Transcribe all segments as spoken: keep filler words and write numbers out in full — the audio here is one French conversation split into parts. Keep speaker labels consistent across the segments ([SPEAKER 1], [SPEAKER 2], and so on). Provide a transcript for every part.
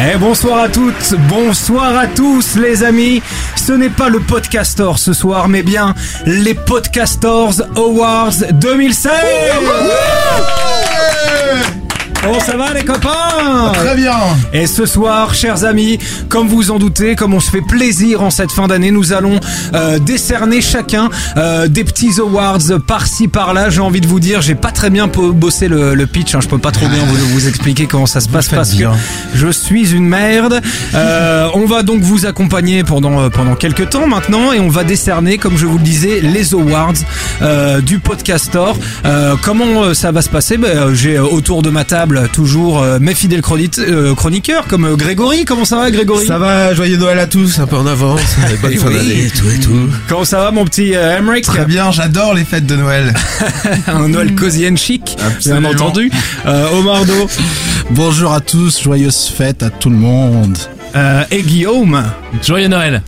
[SPEAKER 1] Eh bonsoir à toutes, bonsoir à tous les amis. Ce n'est pas le Podcastor ce soir, mais bien les Podcastors Awards deux mille seize. Bon, ça va les copains?
[SPEAKER 2] Très bien.
[SPEAKER 1] Et ce soir, chers amis, comme vous en doutez, comme on se fait plaisir en cette fin d'année, nous allons euh, décerner chacun euh, des petits awards par-ci par-là. J'ai envie de vous dire, j'ai pas très bien po- bossé le, le pitch, hein, je peux pas trop bien vous, vous expliquer comment ça se passe parce que je suis une merde. Euh, on va donc vous accompagner pendant pendant quelques temps maintenant et on va décerner, comme je vous le disais, les awards euh, du Podcastor. Euh, comment ça va se passer? Ben, j'ai autour de ma table toujours euh, mes fidèles chroniques, euh, chroniqueurs comme euh, Grégory. Comment ça va, Grégory?
[SPEAKER 2] Ça va, joyeux Noël à tous, un peu en avance, bonne fin d'année, tout et tout.
[SPEAKER 1] Comment ça va, mon petit euh, Emmerich?
[SPEAKER 2] Très bien, j'adore les fêtes de Noël.
[SPEAKER 1] Un Noël cosy and chic,
[SPEAKER 2] Absolument.
[SPEAKER 1] bien entendu. Euh, Omar Do.
[SPEAKER 3] Bonjour à tous, joyeuses fêtes à tout le monde.
[SPEAKER 1] Euh, et Guillaume.
[SPEAKER 4] Joyeux Noël.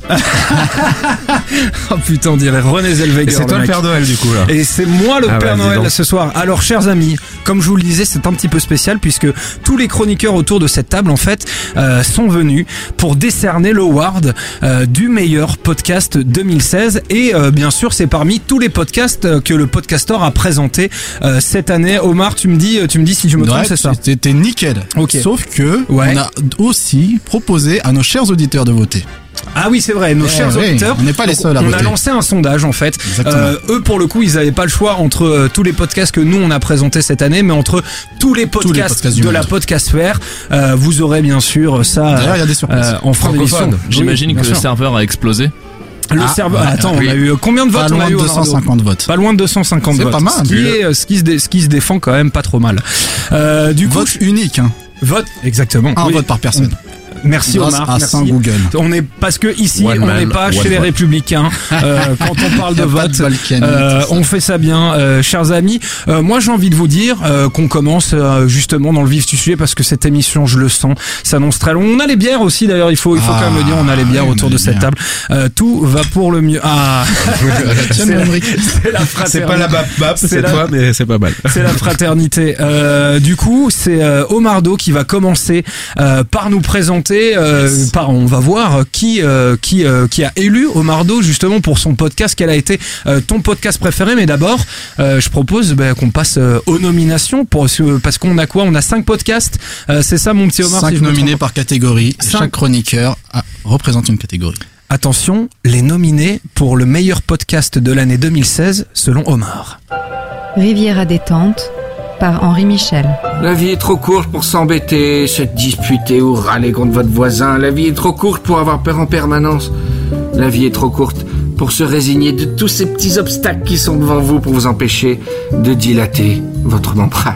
[SPEAKER 1] Oh putain, on dirait René Zellweger.
[SPEAKER 2] Et c'est toi le
[SPEAKER 1] mec.
[SPEAKER 2] Père Noël du coup là.
[SPEAKER 1] Et c'est moi le
[SPEAKER 2] Ah
[SPEAKER 1] Père
[SPEAKER 2] ouais, dis
[SPEAKER 1] Noël
[SPEAKER 2] donc.
[SPEAKER 1] ce soir. Alors, chers amis, comme je vous le disais, c'est un petit peu spécial puisque tous les chroniqueurs autour de cette table, en fait, euh, sont venus pour décerner l'award euh, du meilleur podcast deux mille seize. Et euh, bien sûr, c'est parmi tous les podcasts que le Podcastor a présenté euh, cette année. Omar, tu me dis, tu me dis si je me trompe,
[SPEAKER 3] Ouais,
[SPEAKER 1] c'est ça?
[SPEAKER 3] C'était nickel.
[SPEAKER 1] Ok.
[SPEAKER 3] Sauf que
[SPEAKER 1] Ouais.
[SPEAKER 3] on a aussi proposé à nos chers auditeurs de voter.
[SPEAKER 1] Ah oui, c'est vrai, nos
[SPEAKER 3] Eh
[SPEAKER 1] chers
[SPEAKER 3] oui,
[SPEAKER 1] auditeurs.
[SPEAKER 3] on n'est pas les
[SPEAKER 1] Donc,
[SPEAKER 3] seuls à
[SPEAKER 1] on
[SPEAKER 3] voter.
[SPEAKER 1] a lancé un sondage en fait.
[SPEAKER 3] Exactement.
[SPEAKER 1] Euh, eux, pour le coup, ils n'avaient pas le choix entre euh, tous les podcasts que nous on a présentés cette année, mais entre tous les podcasts,
[SPEAKER 3] Tous les podcasts du
[SPEAKER 1] de
[SPEAKER 3] monde.
[SPEAKER 1] la podcastphère. Euh, vous aurez bien sûr ça.
[SPEAKER 3] D'ailleurs, il y a des surprises.
[SPEAKER 1] euh, en fin d'émission.
[SPEAKER 2] Francophone.
[SPEAKER 4] J'imagine
[SPEAKER 1] Oui,
[SPEAKER 4] que
[SPEAKER 1] bien
[SPEAKER 4] le
[SPEAKER 1] sûr.
[SPEAKER 4] serveur a explosé.
[SPEAKER 1] Le
[SPEAKER 3] Ah,
[SPEAKER 1] serveur.
[SPEAKER 3] ouais,
[SPEAKER 1] Attends,
[SPEAKER 3] oui.
[SPEAKER 1] on a eu combien de votes?
[SPEAKER 3] Pas
[SPEAKER 1] on a
[SPEAKER 3] loin
[SPEAKER 1] eu
[SPEAKER 3] de
[SPEAKER 1] au
[SPEAKER 3] deux cent cinquante votes.
[SPEAKER 1] Pas loin de deux cent cinquante
[SPEAKER 3] C'est
[SPEAKER 1] votes.
[SPEAKER 3] pas mal,
[SPEAKER 1] Ce qui
[SPEAKER 3] hein.
[SPEAKER 1] est, ce qui se, dé- ce qui se défend quand même pas trop mal. Euh, du coup,
[SPEAKER 3] Vote unique, hein.
[SPEAKER 1] vote exactement.
[SPEAKER 3] Un
[SPEAKER 1] Oui.
[SPEAKER 3] vote par personne.
[SPEAKER 1] Merci
[SPEAKER 3] Grâce
[SPEAKER 1] Omar.
[SPEAKER 3] à
[SPEAKER 1] merci.
[SPEAKER 3] Saint Google.
[SPEAKER 1] On est parce que ici
[SPEAKER 4] One
[SPEAKER 1] on
[SPEAKER 4] man,
[SPEAKER 1] n'est pas
[SPEAKER 4] one
[SPEAKER 1] chez les
[SPEAKER 4] vote.
[SPEAKER 1] Républicains. Euh, quand on parle
[SPEAKER 3] Y
[SPEAKER 1] de
[SPEAKER 3] a pas de
[SPEAKER 1] vote,
[SPEAKER 3] Balkany,
[SPEAKER 1] euh,
[SPEAKER 3] tout ça.
[SPEAKER 1] on fait ça bien, euh, chers amis. Euh, moi, j'ai envie de vous dire euh, qu'on commence euh, justement dans le vif du sujet parce que cette émission, je le sens, s'annonce très long. On a les bières aussi, d'ailleurs. Il faut, il faut
[SPEAKER 3] Ah,
[SPEAKER 1] quand même le dire. On a les bières
[SPEAKER 3] oui, on
[SPEAKER 1] autour
[SPEAKER 3] a
[SPEAKER 1] de
[SPEAKER 3] les
[SPEAKER 1] cette
[SPEAKER 3] bières.
[SPEAKER 1] table. Euh, tout va pour le mieux. Ah,
[SPEAKER 3] Tiens,
[SPEAKER 1] c'est,
[SPEAKER 3] mon Emmerich.
[SPEAKER 1] c'est la
[SPEAKER 2] C'est
[SPEAKER 1] fraternité.
[SPEAKER 2] pas la bap bap
[SPEAKER 1] C'est
[SPEAKER 2] cette
[SPEAKER 1] la-
[SPEAKER 2] fois, mais c'est pas mal.
[SPEAKER 1] C'est la fraternité. Euh, du coup, c'est euh, Omar Do qui va commencer euh, par nous présenter. Euh, par, on va voir qui euh, qui euh, qui a élu Omar Do justement pour son podcast. Quel a été euh, ton podcast préféré? Mais d'abord, euh, je propose ben, qu'on passe euh, aux nominations pour ce- parce qu'on a quoi? On a cinq podcasts. Euh, c'est ça, mon petit Omar?
[SPEAKER 3] Cinq
[SPEAKER 1] si je me
[SPEAKER 3] nominés
[SPEAKER 1] trompe pas.
[SPEAKER 3] par catégorie.
[SPEAKER 1] Cinq.
[SPEAKER 3] Chaque chroniqueur a- représente une catégorie.
[SPEAKER 1] Attention, les nominés pour le meilleur podcast de l'année deux mille seize selon Omar.
[SPEAKER 5] Rivière à détente par Henri Michel.
[SPEAKER 6] La vie est trop courte pour s'embêter, se disputer ou râler contre votre voisin. La vie est trop courte pour avoir peur en permanence. La vie est trop courte pour se résigner de tous ces petits obstacles qui sont devant vous pour vous empêcher de dilater votre empreinte.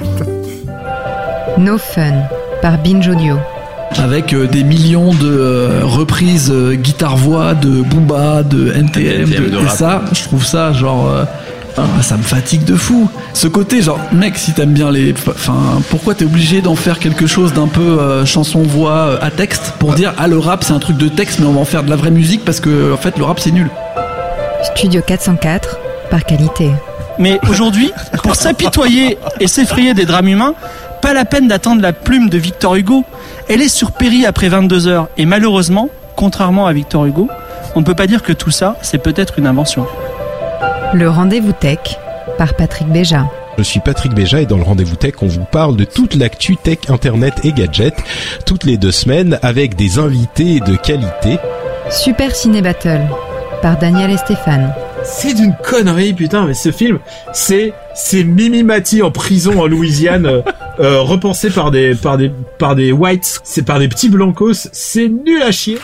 [SPEAKER 5] No Fun par Binge Audio.
[SPEAKER 7] Avec euh, des millions de euh, reprises euh, guitare-voix de Booba, de N T M,
[SPEAKER 4] N T M
[SPEAKER 7] de,
[SPEAKER 4] de
[SPEAKER 7] et
[SPEAKER 4] rap.
[SPEAKER 7] ça, je trouve ça genre... euh, ah, ça me fatigue de fou. Ce côté, genre, mec, si t'aimes bien les... Enfin, pourquoi t'es obligé d'en faire quelque chose d'un peu euh, chanson-voix euh, à texte pour dire, ah, le rap, c'est un truc de texte, mais on va en faire de la vraie musique parce que, en fait, le rap, c'est nul.
[SPEAKER 5] Studio quatre cent quatre par Qualité.
[SPEAKER 8] Mais aujourd'hui, pour s'apitoyer et s'effrayer des drames humains, pas la peine d'attendre la plume de Victor Hugo. Elle est sur Péri après vingt-deux heures. Et malheureusement, contrairement à Victor Hugo, on ne peut pas dire que tout ça, c'est peut-être une invention.
[SPEAKER 5] Le Rendez-vous Tech par Patrick Béja.
[SPEAKER 9] Je suis Patrick Béja et dans le Rendez-vous Tech, on vous parle de toute l'actu tech, internet et gadgets, toutes les deux semaines avec des invités de qualité.
[SPEAKER 5] Super Ciné Battle par Daniel et Stéphane.
[SPEAKER 10] C'est d'une connerie, putain, mais ce film, c'est c'est Mimi Mati en prison en Louisiane, euh, euh, repensé par des par des par des whites, c'est par des petits blancos, c'est nul à chier.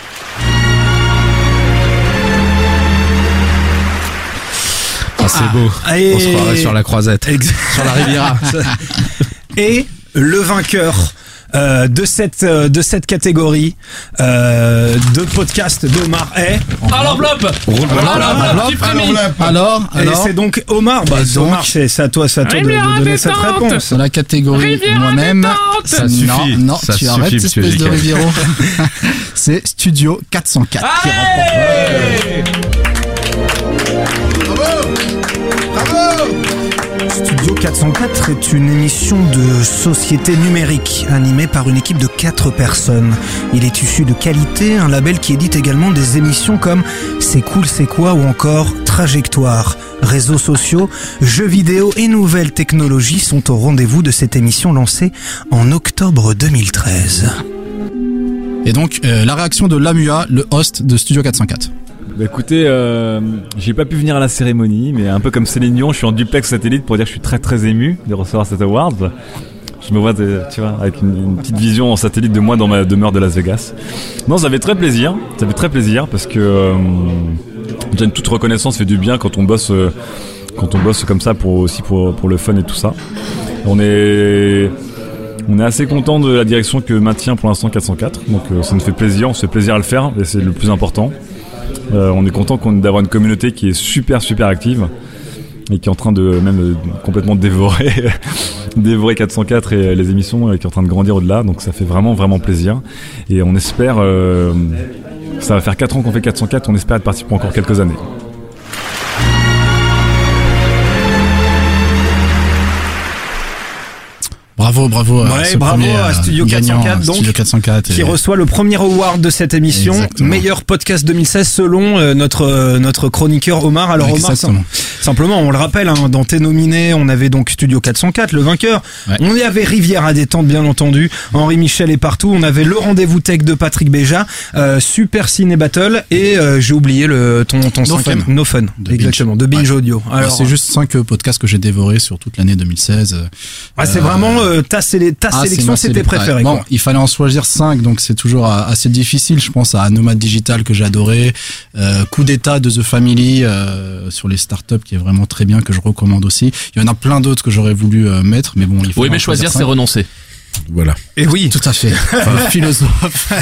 [SPEAKER 2] Ah, c'est beau.
[SPEAKER 1] Et-
[SPEAKER 2] On se croirait sur la croisette.
[SPEAKER 1] Ex-
[SPEAKER 2] Sur la Riviera.
[SPEAKER 1] Et le vainqueur euh, de cette euh, de cette catégorie euh, de podcast d'Omar est.
[SPEAKER 4] Ah, l'enveloppe.
[SPEAKER 3] Alors,
[SPEAKER 4] Petit prémis.
[SPEAKER 3] alors,
[SPEAKER 1] Et
[SPEAKER 3] alors,
[SPEAKER 1] c'est donc Omar. Bah,
[SPEAKER 3] Et donc-
[SPEAKER 1] Omar, c'est c'est à toi, c'est à toi de,
[SPEAKER 4] Rivière
[SPEAKER 1] de
[SPEAKER 4] à
[SPEAKER 1] donner cette
[SPEAKER 4] détente.
[SPEAKER 1] réponse.
[SPEAKER 3] dans la catégorie
[SPEAKER 4] Rivière
[SPEAKER 3] moi-même,
[SPEAKER 4] détente.
[SPEAKER 2] Ça
[SPEAKER 3] non,
[SPEAKER 2] suffit,
[SPEAKER 3] non,
[SPEAKER 2] ça
[SPEAKER 3] tu
[SPEAKER 2] suffit,
[SPEAKER 3] arrêtes,
[SPEAKER 2] monsieur
[SPEAKER 3] espèce de
[SPEAKER 2] Jiquel.
[SPEAKER 3] Riviero. C'est Studio quatre cent quatre qui remporte.
[SPEAKER 2] Allez. Bravo. Bravo.
[SPEAKER 1] Studio quatre cent quatre est une émission de société numérique animée par une équipe de quatre personnes. Il est issu de Qualité, un label qui édite également des émissions comme C'est cool, c'est quoi ou encore Trajectoire. Réseaux sociaux, jeux vidéo et nouvelles technologies sont au rendez-vous de cette émission lancée en octobre deux mille treize.
[SPEAKER 3] Et donc, euh, la réaction de Lamua, le host de Studio quatre cent quatre.
[SPEAKER 11] Bah écoutez, euh, j'ai pas pu venir à la cérémonie, mais un peu comme Céline Dion, je suis en duplex satellite pour dire que je suis très très ému de recevoir cet award. Je me vois, tu vois, avec une, une petite vision en satellite de moi dans ma demeure de Las Vegas. Non, ça fait très plaisir, ça fait très plaisir parce que euh, déjà une toute reconnaissance fait du bien quand on bosse, euh, quand on bosse comme ça pour aussi pour pour le fun et tout ça. On est On est assez content de la direction que maintient pour l'instant quatre cent quatre, donc euh, ça nous fait plaisir, on se fait plaisir à le faire et c'est le plus important. Euh, on est content qu'on, d'avoir une communauté qui est super super active et qui est en train de même euh, complètement dévorer dévorer quatre cent quatre et les émissions et qui est en train de grandir au-delà, donc ça fait vraiment vraiment plaisir et on espère euh, ça va faire quatre ans qu'on fait quatre cent quatre, on espère être parti pour encore quelques années.
[SPEAKER 3] Bravo, bravo.
[SPEAKER 1] Ouais,
[SPEAKER 3] à ce
[SPEAKER 1] bravo
[SPEAKER 3] premier,
[SPEAKER 1] à Studio quatre cent quatre, donc,
[SPEAKER 3] Studio quatre cent quatre
[SPEAKER 1] qui
[SPEAKER 3] et...
[SPEAKER 1] reçoit le premier award de cette émission,
[SPEAKER 3] Exactement.
[SPEAKER 1] meilleur podcast deux mille seize selon euh, notre euh, notre chroniqueur Omar. Alors
[SPEAKER 3] Exactement.
[SPEAKER 1] Omar, sim- simplement, on le rappelle, hein, dans tes nominés, on avait donc Studio quatre cent quatre, le vainqueur.
[SPEAKER 3] Ouais.
[SPEAKER 1] On y avait Rivière à détente, bien entendu. Henri Michel est partout. On avait le rendez-vous tech de Patrick Béja, euh, Super Ciné Battle et euh, j'ai oublié le ton ton
[SPEAKER 3] No
[SPEAKER 1] cinquième,
[SPEAKER 3] Fun.
[SPEAKER 1] No Fun,
[SPEAKER 3] De
[SPEAKER 1] exactement,
[SPEAKER 3] Binge.
[SPEAKER 1] de Binge
[SPEAKER 3] Ouais.
[SPEAKER 1] Audio.
[SPEAKER 3] Alors,
[SPEAKER 1] Alors,
[SPEAKER 3] c'est juste cinq euh, podcasts que j'ai dévorés sur toute l'année deux mille seize.
[SPEAKER 1] ah, c'est
[SPEAKER 3] Euh,
[SPEAKER 1] vraiment euh, ta, sélé- ta
[SPEAKER 3] Ah, c'est
[SPEAKER 1] sélection,
[SPEAKER 3] ma
[SPEAKER 1] c'était
[SPEAKER 3] sélection.
[SPEAKER 1] préféré.
[SPEAKER 3] Bon,
[SPEAKER 1] quoi.
[SPEAKER 3] il fallait en choisir cinq, donc c'est toujours euh, assez difficile. Je pense à Nomad Digital que j'ai adoré, euh, Coup d'état de The Family euh, sur les startups qui est vraiment très bien, que je recommande aussi. Il y en a plein d'autres que j'aurais voulu euh, mettre, mais bon, il faut.
[SPEAKER 2] Oui, mais choisir, c'est renoncer.
[SPEAKER 9] Voilà.
[SPEAKER 1] Et oui,
[SPEAKER 3] Tout à fait. Enfin, philosophe.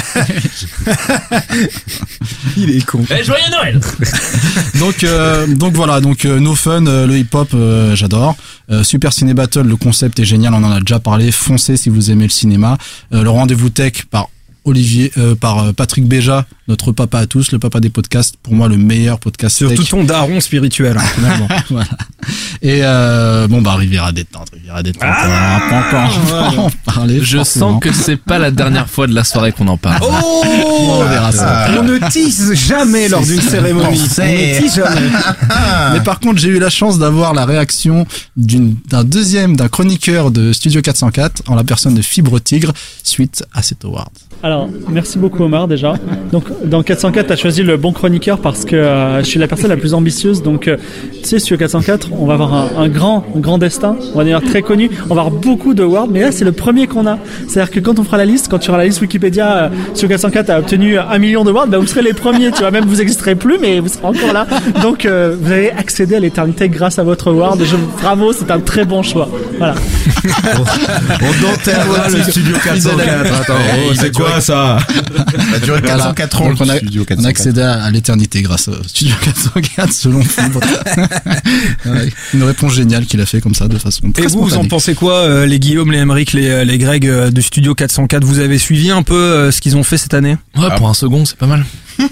[SPEAKER 1] il est con.
[SPEAKER 2] Eh, joyeux Noël!
[SPEAKER 3] Donc, euh, donc voilà, donc euh, No Fun, euh, le hip-hop, euh, j'adore. Euh, Super Ciné Battle, le concept est génial, on en a déjà parlé. Foncez si vous aimez le cinéma. Euh, le rendez-vous tech par Olivier, euh, par euh, Patrick Béja, notre papa à tous, le papa des podcasts. Pour moi, le meilleur podcast
[SPEAKER 1] Surtout
[SPEAKER 3] tech.
[SPEAKER 1] ton daron spirituel, hein, finalement.
[SPEAKER 3] Voilà. Et euh, bon bah Riviera détente, Riviera détente.
[SPEAKER 1] Ah,
[SPEAKER 3] on va pas encore en parler.
[SPEAKER 2] Je
[SPEAKER 3] forcément.
[SPEAKER 2] sens que c'est pas la dernière fois de la soirée qu'on en parle.
[SPEAKER 1] Oh,
[SPEAKER 3] on verra ça.
[SPEAKER 1] on ne tease jamais lors d'une cérémonie. On ne tease jamais.
[SPEAKER 3] Mais par contre, j'ai eu la chance d'avoir la réaction d'une, d'un deuxième, d'un chroniqueur de Studio quatre cent quatre en la personne de Fibre Tigre suite à cet award.
[SPEAKER 8] Alors, merci beaucoup Omar déjà. Donc, dans quatre cent quatre, tu as choisi le bon chroniqueur parce que euh, je suis la personne la plus ambitieuse. Donc, euh, tu sais, sur quatre cent quatre, on va avoir un, un grand, un grand destin. On va devenir très connu. On va avoir beaucoup de awards, mais là, c'est le premier qu'on a. C'est-à-dire que quand on fera la liste, quand tu auras la liste Wikipédia, euh, sur quatre cent quatre a obtenu un million d'awards, bah, vous serez les premiers. Tu vois, même vous n'existerez plus, mais vous serez encore là. Donc, euh, vous allez accéder à l'éternité grâce à votre award. Je, bravo, c'est un très bon choix. Voilà.
[SPEAKER 9] On enterrera le Studio quatre cent quatre. Attends, oh, c'est quoi ça? Ça a duré quatre cent quatre ans.
[SPEAKER 3] Donc on a,
[SPEAKER 9] Studio
[SPEAKER 3] on
[SPEAKER 9] quatre
[SPEAKER 3] a
[SPEAKER 9] cent quatre.
[SPEAKER 3] accédé à, à l'éternité grâce au Studio quatre cent quatre selon Fibre. Ouais, une réponse géniale qu'il a fait comme ça de façon très
[SPEAKER 1] Et vous, vous en
[SPEAKER 3] spontanée.
[SPEAKER 1] pensez quoi, euh, les Guillaume, les Emeric, les, les Greg euh, du Studio quatre cent quatre? Vous avez suivi un peu euh, ce qu'ils ont fait cette année?
[SPEAKER 2] Ouais, pour un second, c'est pas mal.
[SPEAKER 1] De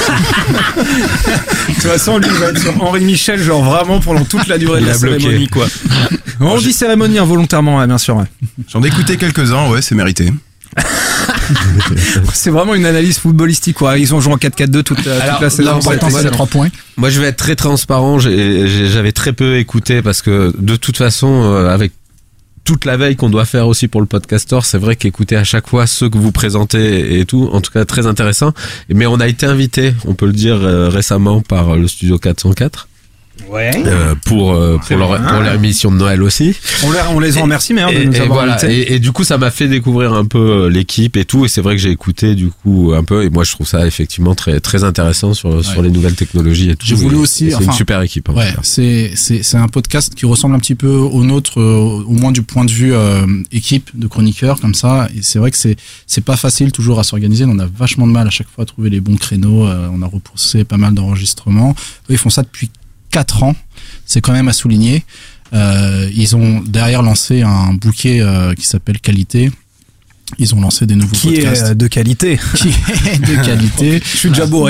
[SPEAKER 1] toute façon, lui, il va être sur Henri Michel, genre vraiment pendant toute la durée de
[SPEAKER 9] Il
[SPEAKER 1] la
[SPEAKER 9] a bloqué.
[SPEAKER 1] cérémonie, quoi. On dit cérémonie involontairement, ouais, bien sûr. Ouais.
[SPEAKER 12] J'en ai écouté quelques-uns, ouais, c'est mérité.
[SPEAKER 1] C'est vraiment une analyse footballistique, quoi. Ils ont joué en quatre quatre deux toute, la- toute
[SPEAKER 12] Alors,
[SPEAKER 1] la saison.
[SPEAKER 3] L'important, c'est les trois points.
[SPEAKER 12] Moi, je vais être très transparent. J'ai- j'ai- J'avais très peu écouté parce que de toute façon, euh, avec toute la veille qu'on doit faire aussi pour le podcaster, c'est vrai qu'écouter à chaque fois ceux que vous présentez et tout, en tout cas très intéressant. Mais on a été invité, on peut le dire euh, récemment par le Studio quatre cent quatre.
[SPEAKER 1] Ouais.
[SPEAKER 12] Euh, pour euh, pour leur
[SPEAKER 1] bien.
[SPEAKER 12] pour leur émission de Noël aussi.
[SPEAKER 1] On, les, on les en remercie, mais hein, de
[SPEAKER 12] Et,
[SPEAKER 1] nous
[SPEAKER 12] et
[SPEAKER 1] avoir
[SPEAKER 12] voilà.
[SPEAKER 1] invités.
[SPEAKER 12] Et, et du coup, ça m'a fait découvrir un peu euh, l'équipe et tout. Et c'est vrai que j'ai écouté du coup un peu. Et moi, je trouve ça effectivement très très intéressant sur sur les nouvelles technologies et tout.
[SPEAKER 3] J'ai voulu
[SPEAKER 12] Et-
[SPEAKER 3] aussi,
[SPEAKER 12] et c'est
[SPEAKER 3] enfin,
[SPEAKER 12] une super équipe. En
[SPEAKER 3] Ouais,
[SPEAKER 12] tout cas.
[SPEAKER 3] c'est c'est c'est un podcast qui ressemble un petit peu au nôtre, euh, au moins du point de vue euh, équipe de chroniqueurs comme ça. Et c'est vrai que c'est c'est pas facile toujours à s'organiser. On a vachement de mal à chaque fois à trouver les bons créneaux. Euh, on a repoussé pas mal d'enregistrements. Eux, ils font ça depuis quatre ans. C'est quand même à souligner. Euh, ils ont derrière lancé un bouquet euh, qui s'appelle Qualité. Ils ont lancé des nouveaux
[SPEAKER 1] qui
[SPEAKER 3] podcasts.
[SPEAKER 1] Qui est de qualité.
[SPEAKER 3] Qui est de qualité.
[SPEAKER 1] Je suis déjà bourré.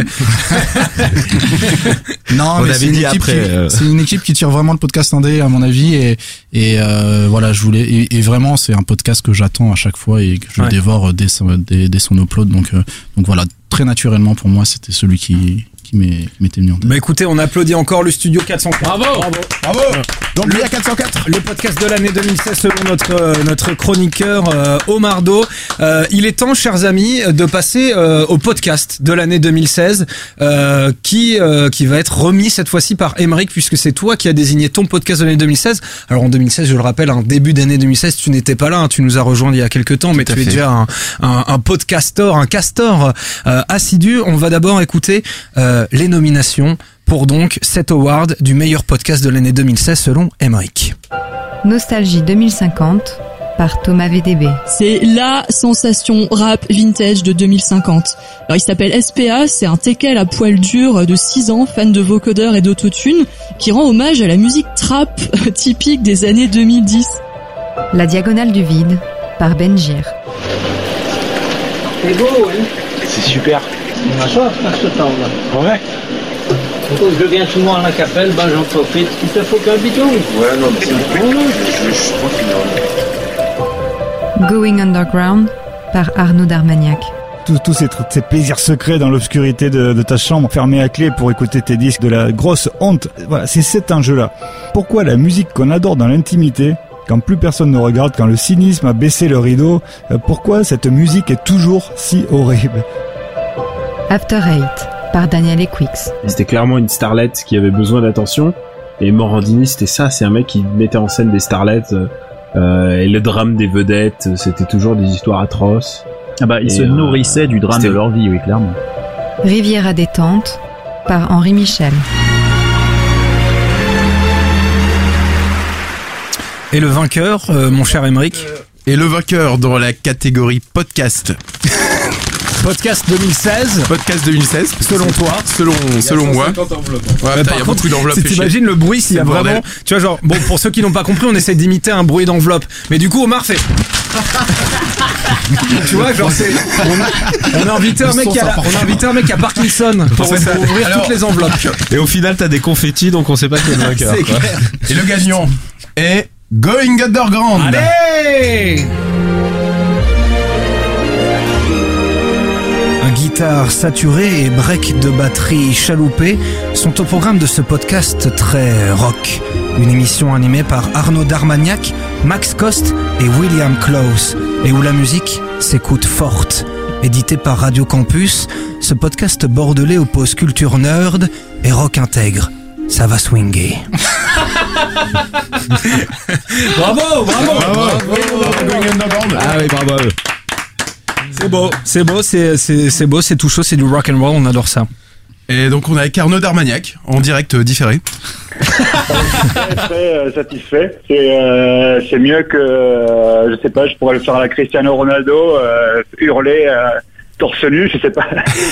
[SPEAKER 3] non,
[SPEAKER 12] On
[SPEAKER 3] mais c'est une, équipe
[SPEAKER 12] après,
[SPEAKER 3] qui,
[SPEAKER 12] euh...
[SPEAKER 3] c'est une équipe qui tire vraiment le podcast indé, à mon avis. Et, et euh, voilà, je voulais. Et, et vraiment, c'est un podcast que j'attends à chaque fois et que je ouais. dévore dès son, dès, dès son upload. Donc, euh, donc voilà, très naturellement, pour moi, c'était celui qui... qui m'était venu en tête.
[SPEAKER 1] Bah écoutez, on applaudit encore le studio quatre cent quatre.
[SPEAKER 4] Bravo,
[SPEAKER 1] bravo,
[SPEAKER 2] bravo. Donc le quatre cent quatre,
[SPEAKER 1] le podcast de l'année deux mille seize selon notre euh, notre chroniqueur euh, Omar Do. Euh, il est temps, chers amis, de passer euh, au podcast de l'année deux mille seize euh, qui euh, qui va être remis cette fois-ci par Émeric, puisque c'est toi qui as désigné ton podcast de l'année deux mille seize. Alors en deux mille seize, je le rappelle, un début d'année deux mille seize, tu n'étais pas là, hein, tu nous as rejoint il y a quelques temps,
[SPEAKER 12] Tout
[SPEAKER 1] mais tu
[SPEAKER 12] fait.
[SPEAKER 1] es déjà un, un, un podcastor, un castor euh, assidu. On va d'abord écouter euh, les nominations pour donc cet award du meilleur podcast de l'année deux mille seize selon Émeric.
[SPEAKER 5] Nostalgie deux mille cinquante par Thomas V D B.
[SPEAKER 13] C'est la sensation rap vintage de deux mille cinquante. Alors il s'appelle S P A, c'est un teckel à poil dur de six ans, fan de vocodeur et d'autotune, qui rend hommage à la musique trap typique des années deux mille dix.
[SPEAKER 5] La diagonale du vide par Benjir.
[SPEAKER 14] C'est beau, hein?
[SPEAKER 15] C'est super.
[SPEAKER 14] On a soif à ce temps-là.
[SPEAKER 15] Ouais.
[SPEAKER 14] Quand je viens souvent à la Capelle, ben j'en profite. Il te faut qu'un bidon.
[SPEAKER 15] Ouais, non, mais c'est bon, non, je, je, je crois qu'il
[SPEAKER 5] Going Underground par Arnaud Darmagnac.
[SPEAKER 16] Tous tous ces, ces plaisirs secrets dans l'obscurité de, de ta chambre, fermée à clé pour écouter tes disques, de la grosse honte. Voilà, c'est cet enjeu-là. Pourquoi la musique qu'on adore dans l'intimité, quand plus personne ne regarde, quand le cynisme a baissé le rideau, euh, pourquoi cette musique est toujours si horrible?
[SPEAKER 5] After Eight par Daniel Equix.
[SPEAKER 17] C'était clairement une starlette qui avait besoin d'attention, et Morandini c'était ça, c'est un mec qui mettait en scène des starlettes euh, et le drame des vedettes, c'était toujours des histoires atroces.
[SPEAKER 18] Ah bah il se euh, nourrissait du drame de leur vie, oui, clairement.
[SPEAKER 5] Rivière à détente par Henri Michel.
[SPEAKER 1] Et le vainqueur, euh, mon cher Émeric?
[SPEAKER 2] Et le vainqueur dans la catégorie podcast.
[SPEAKER 1] Podcast deux mille seize.
[SPEAKER 2] Podcast deux mille seize.
[SPEAKER 1] Selon toi.
[SPEAKER 2] Selon, selon moi.
[SPEAKER 1] Ouais, ouais, il y a beaucoup d'enveloppes. Si t'imagines le bruit, s'il y a vraiment, tu vois, genre, bon, pour ceux qui n'ont pas compris, on essaie d'imiter un bruit d'enveloppe. Mais du coup, Omar fait. Tu vois, genre, c'est, on a, on a invité un mec qui a, on a invité un mec à Parkinson pour, en fait, pour ouvrir alors, toutes les enveloppes.
[SPEAKER 12] Et au final, t'as des confettis, donc on sait pas qui est le vainqueur.
[SPEAKER 2] C'est clair. Et le gagnant est Going Underground.
[SPEAKER 1] Allez! Guitare saturée et break de batterie chaloupée sont au programme de ce podcast très rock. Une émission animée par Arnaud Darmagnac, Max Coste et William Klaus, et où la musique s'écoute forte. Édité par Radio Campus, ce podcast bordelais oppose culture nerd et rock intègre. Ça va swinger. Bravo, bravo, bravo,
[SPEAKER 2] bravo.
[SPEAKER 12] Ah oui, bravo.
[SPEAKER 1] C'est beau, c'est beau, c'est, c'est, c'est beau, c'est tout chaud, c'est du rock and roll, on adore ça.
[SPEAKER 2] Et donc on est avec Arnaud Darmagnac, en direct euh, différé.
[SPEAKER 19] Très euh, satisfait. C'est, euh, c'est mieux que, euh, je sais pas, je pourrais le faire à la Cristiano Ronaldo, euh, hurler euh, torse nu, je sais pas.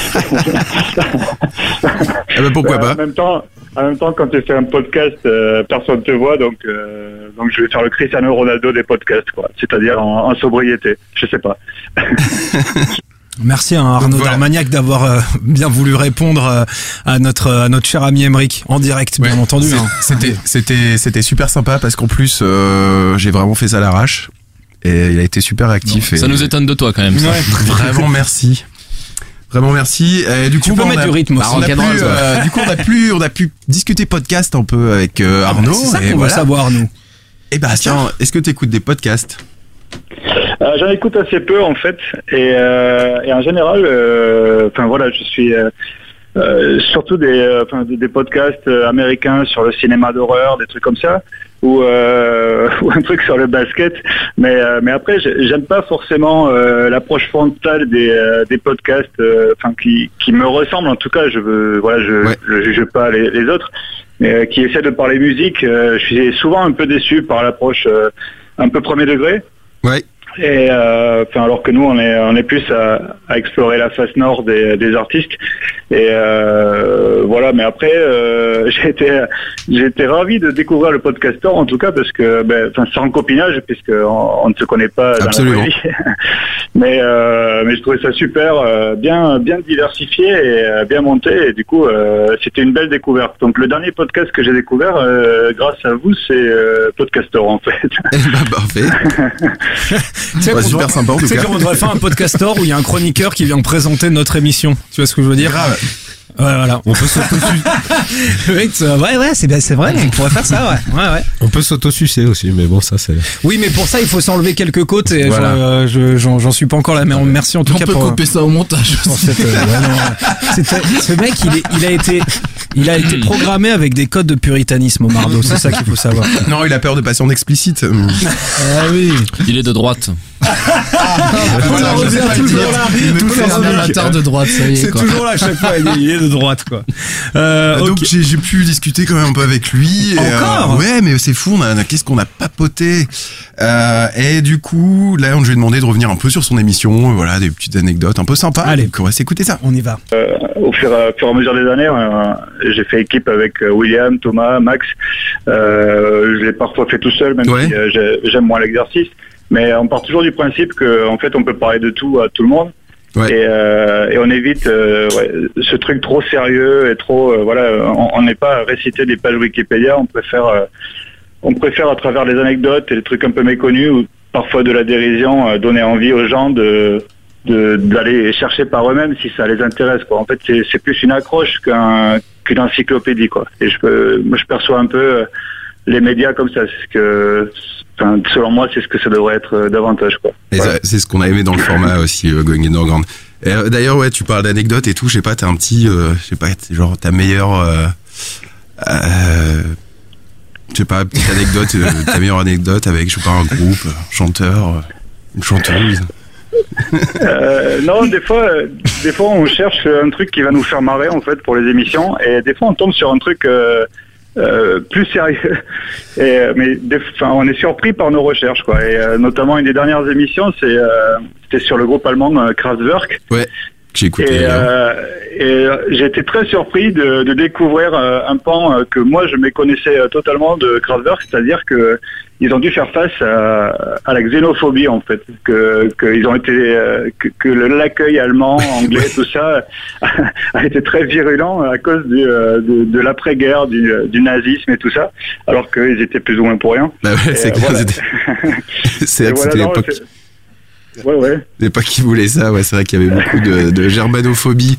[SPEAKER 2] Eh ben pourquoi pas.
[SPEAKER 19] En même temps, en même temps, quand tu fais un podcast, euh, personne te voit, donc euh, donc je vais faire le Cristiano Ronaldo des podcasts, quoi. C'est-à-dire en, en sobriété, je sais pas.
[SPEAKER 1] Merci à Arnaud voilà. Darmagnac d'avoir euh, bien voulu répondre euh, à notre à notre cher ami Émeric en direct, bien ouais, entendu.
[SPEAKER 2] C'est,
[SPEAKER 1] hein.
[SPEAKER 2] C'était c'était c'était super sympa parce qu'en plus euh, j'ai vraiment fait ça à l'arrache et il a été super actif.
[SPEAKER 4] Non,
[SPEAKER 2] et
[SPEAKER 4] ça nous étonne de toi quand même. Ça.
[SPEAKER 1] Ouais.
[SPEAKER 2] Vraiment merci. Vraiment merci. Et du coup,
[SPEAKER 1] tu peux
[SPEAKER 2] bon,
[SPEAKER 1] mettre
[SPEAKER 2] a,
[SPEAKER 1] du rythme
[SPEAKER 2] bah,
[SPEAKER 1] aussi.
[SPEAKER 2] On a pu, euh, du coup, on a pu, on a pu discuter podcast un peu avec euh, Arnaud.
[SPEAKER 1] Ah bah, c'est ça
[SPEAKER 2] et
[SPEAKER 1] qu'on
[SPEAKER 2] voilà.
[SPEAKER 1] veut savoir nous.
[SPEAKER 2] Et bah tiens, est-ce que tu écoutes des podcasts?
[SPEAKER 19] Euh, j'en écoute assez peu en fait, et, euh, et en général, enfin euh, voilà, je suis euh, euh, surtout des, enfin des, des podcasts américains sur le cinéma d'horreur, des trucs comme ça, ou, euh, ou un truc sur le basket. Mais euh, mais après, j'aime pas forcément euh, l'approche frontale des euh, des podcasts, enfin euh, qui qui me ressemblent en tout cas. Je veux voilà, je ouais. je juge pas les, les autres, mais euh, qui essaient de parler musique. Euh, je suis souvent un peu déçu par l'approche euh, un peu premier degré.
[SPEAKER 2] Ouais.
[SPEAKER 19] Et euh, enfin, alors que nous, on est, on est plus à, à explorer la face nord des, des artistes. Et euh, voilà. Mais après, euh, j'ai été, j'ai été ravi de découvrir le podcaster, en tout cas, parce que, ben, enfin, c'est en copinage, puisque on, on ne se connaît pas dans
[SPEAKER 2] Absolument.
[SPEAKER 19] la vraie vie. mais, euh, mais je trouvais ça super, euh, bien, bien diversifié et euh, bien monté. Et du coup, euh, c'était une belle découverte. Donc, le dernier podcast que j'ai découvert, euh, grâce à vous, c'est euh, Podcaster, en fait.
[SPEAKER 2] bah, parfait.
[SPEAKER 1] Tu sais
[SPEAKER 2] Ouais,
[SPEAKER 1] qu'on
[SPEAKER 2] super
[SPEAKER 1] devrait-
[SPEAKER 2] sympa, en tout
[SPEAKER 1] tu sais
[SPEAKER 2] cas.
[SPEAKER 1] qu'on devrait faire un podcaster où il y a un chroniqueur qui vient présenter notre émission. Tu vois ce que je veux dire?
[SPEAKER 2] Grave.
[SPEAKER 1] Ouais, voilà.
[SPEAKER 9] On peut s'auto
[SPEAKER 1] Le mec, euh, ouais, ouais, c'est bien, c'est vrai. On pourrait faire ça, ouais. Ouais, ouais.
[SPEAKER 9] on peut s'auto-sucer aussi, mais bon, ça c'est.
[SPEAKER 1] Oui, mais pour ça, il faut s'enlever quelques côtes et
[SPEAKER 9] Voilà.
[SPEAKER 1] genre, euh, je, j'en, j'en suis pas encore là. Mais on- merci en tout
[SPEAKER 3] On
[SPEAKER 1] cas
[SPEAKER 3] peut
[SPEAKER 1] pour.
[SPEAKER 3] couper ça au montage.
[SPEAKER 1] pour cette, euh, ouais, non, ouais. C'était- ce mec, il, est, il a été, il a été programmé avec des codes de puritanisme au Mardo. C'est ça qu'il faut savoir.
[SPEAKER 2] Non, il a peur de passer en explicite.
[SPEAKER 1] Ah oui.
[SPEAKER 4] Il est de droite.
[SPEAKER 2] Voilà, je sais pas le
[SPEAKER 1] toujours
[SPEAKER 2] dire.
[SPEAKER 1] là.
[SPEAKER 2] Il me
[SPEAKER 1] Toujours
[SPEAKER 2] fait
[SPEAKER 1] là.
[SPEAKER 2] un
[SPEAKER 3] Amateur de droite, ça y est.
[SPEAKER 1] C'est
[SPEAKER 3] quoi.
[SPEAKER 1] toujours là à chaque fois. Il est, il est de droite, quoi. Euh,
[SPEAKER 2] Bah,
[SPEAKER 1] ok.
[SPEAKER 2] Donc j'ai j'ai pu discuter quand même un peu avec lui. et,
[SPEAKER 1] Encore
[SPEAKER 2] euh, Ouais, mais c'est fou. On a, qu'est-ce qu'on a papoté. Euh, et du coup, là, on lui a demandé de revenir un peu sur son émission. euh, Voilà, des petites anecdotes un peu sympas.
[SPEAKER 1] Allez.
[SPEAKER 2] Donc, on va s'écouter ça.
[SPEAKER 1] On y va.
[SPEAKER 19] Euh, au fur, et à- fur et à mesure des années, euh, j'ai fait équipe avec euh, William, Thomas, Max. Euh, je l'ai parfois fait tout seul, même
[SPEAKER 2] Ouais.
[SPEAKER 19] si euh, j'ai- j'aime moins l'exercice. Mais on part toujours du principe que, en fait, on peut parler de tout à tout le monde.
[SPEAKER 2] Ouais.
[SPEAKER 19] Et, euh, et on évite euh, ouais, ce truc trop sérieux et trop euh, voilà. On on n'est pas à réciter des pages Wikipédia. On préfère, euh, on préfère à travers les anecdotes et les trucs un peu méconnus ou parfois de la dérision, euh, donner envie aux gens de de- d'aller chercher par eux-mêmes si ça les intéresse, quoi. En fait, c'est c'est plus une accroche qu'un qu'une encyclopédie, quoi. Et je peux, moi je perçois un peu euh, les médias comme ça. C'est ce que, enfin, selon moi, c'est ce que ça devrait être euh, davantage, quoi.
[SPEAKER 2] Et
[SPEAKER 19] Voilà.
[SPEAKER 2] ça, c'est ce qu'on a aimé dans le format aussi, euh, Going Underground. Et, euh, d'ailleurs, ouais, tu parles d'anecdotes et tout. Je sais pas, t'as un petit, euh, je sais pas, t'es genre ta meilleure, euh, euh, je sais pas, petite anecdote, euh, ta meilleure anecdote avec, je sais pas, un groupe, un chanteur, euh, une chanteuse.
[SPEAKER 19] Euh, non, des fois, euh, des fois, on cherche un truc qui va nous faire marrer, en fait, pour les émissions, et des fois, on tombe sur un truc euh, euh, plus sérieux. Et, euh, mais des, enfin, on est surpris par nos recherches, quoi. Et euh, notamment, une des dernières émissions, c'est, euh, c'était sur le groupe allemand euh, Kraftwerk.
[SPEAKER 2] Ouais, j'ai écouté.
[SPEAKER 19] Et,
[SPEAKER 2] hein.
[SPEAKER 19] euh, et euh, j'ai été très surpris de, de découvrir euh, un pan euh, que moi je méconnaissais euh, totalement de Kraftwerk, c'est-à-dire que ils ont dû faire face à, à la xénophobie, en fait, que qu'ils ont été euh, que, que le- l'accueil allemand, anglais, tout ça a été très virulent à cause du, euh, de, de l'après-guerre, du, du nazisme et tout ça, alors qu'ils étaient plus ou moins pour rien.
[SPEAKER 2] Bah ouais,
[SPEAKER 19] Et,
[SPEAKER 2] c'est
[SPEAKER 19] euh,
[SPEAKER 2] clair,
[SPEAKER 19] voilà.
[SPEAKER 2] c'était- c'est
[SPEAKER 19] Et
[SPEAKER 2] vrai que
[SPEAKER 19] voilà,
[SPEAKER 2] c'était
[SPEAKER 19] non,
[SPEAKER 2] l'époque.
[SPEAKER 19] c'est- Ouais, ouais.
[SPEAKER 2] L'époque qui voulait ça, ouais, c'est vrai qu'il y avait beaucoup de, de germanophobie.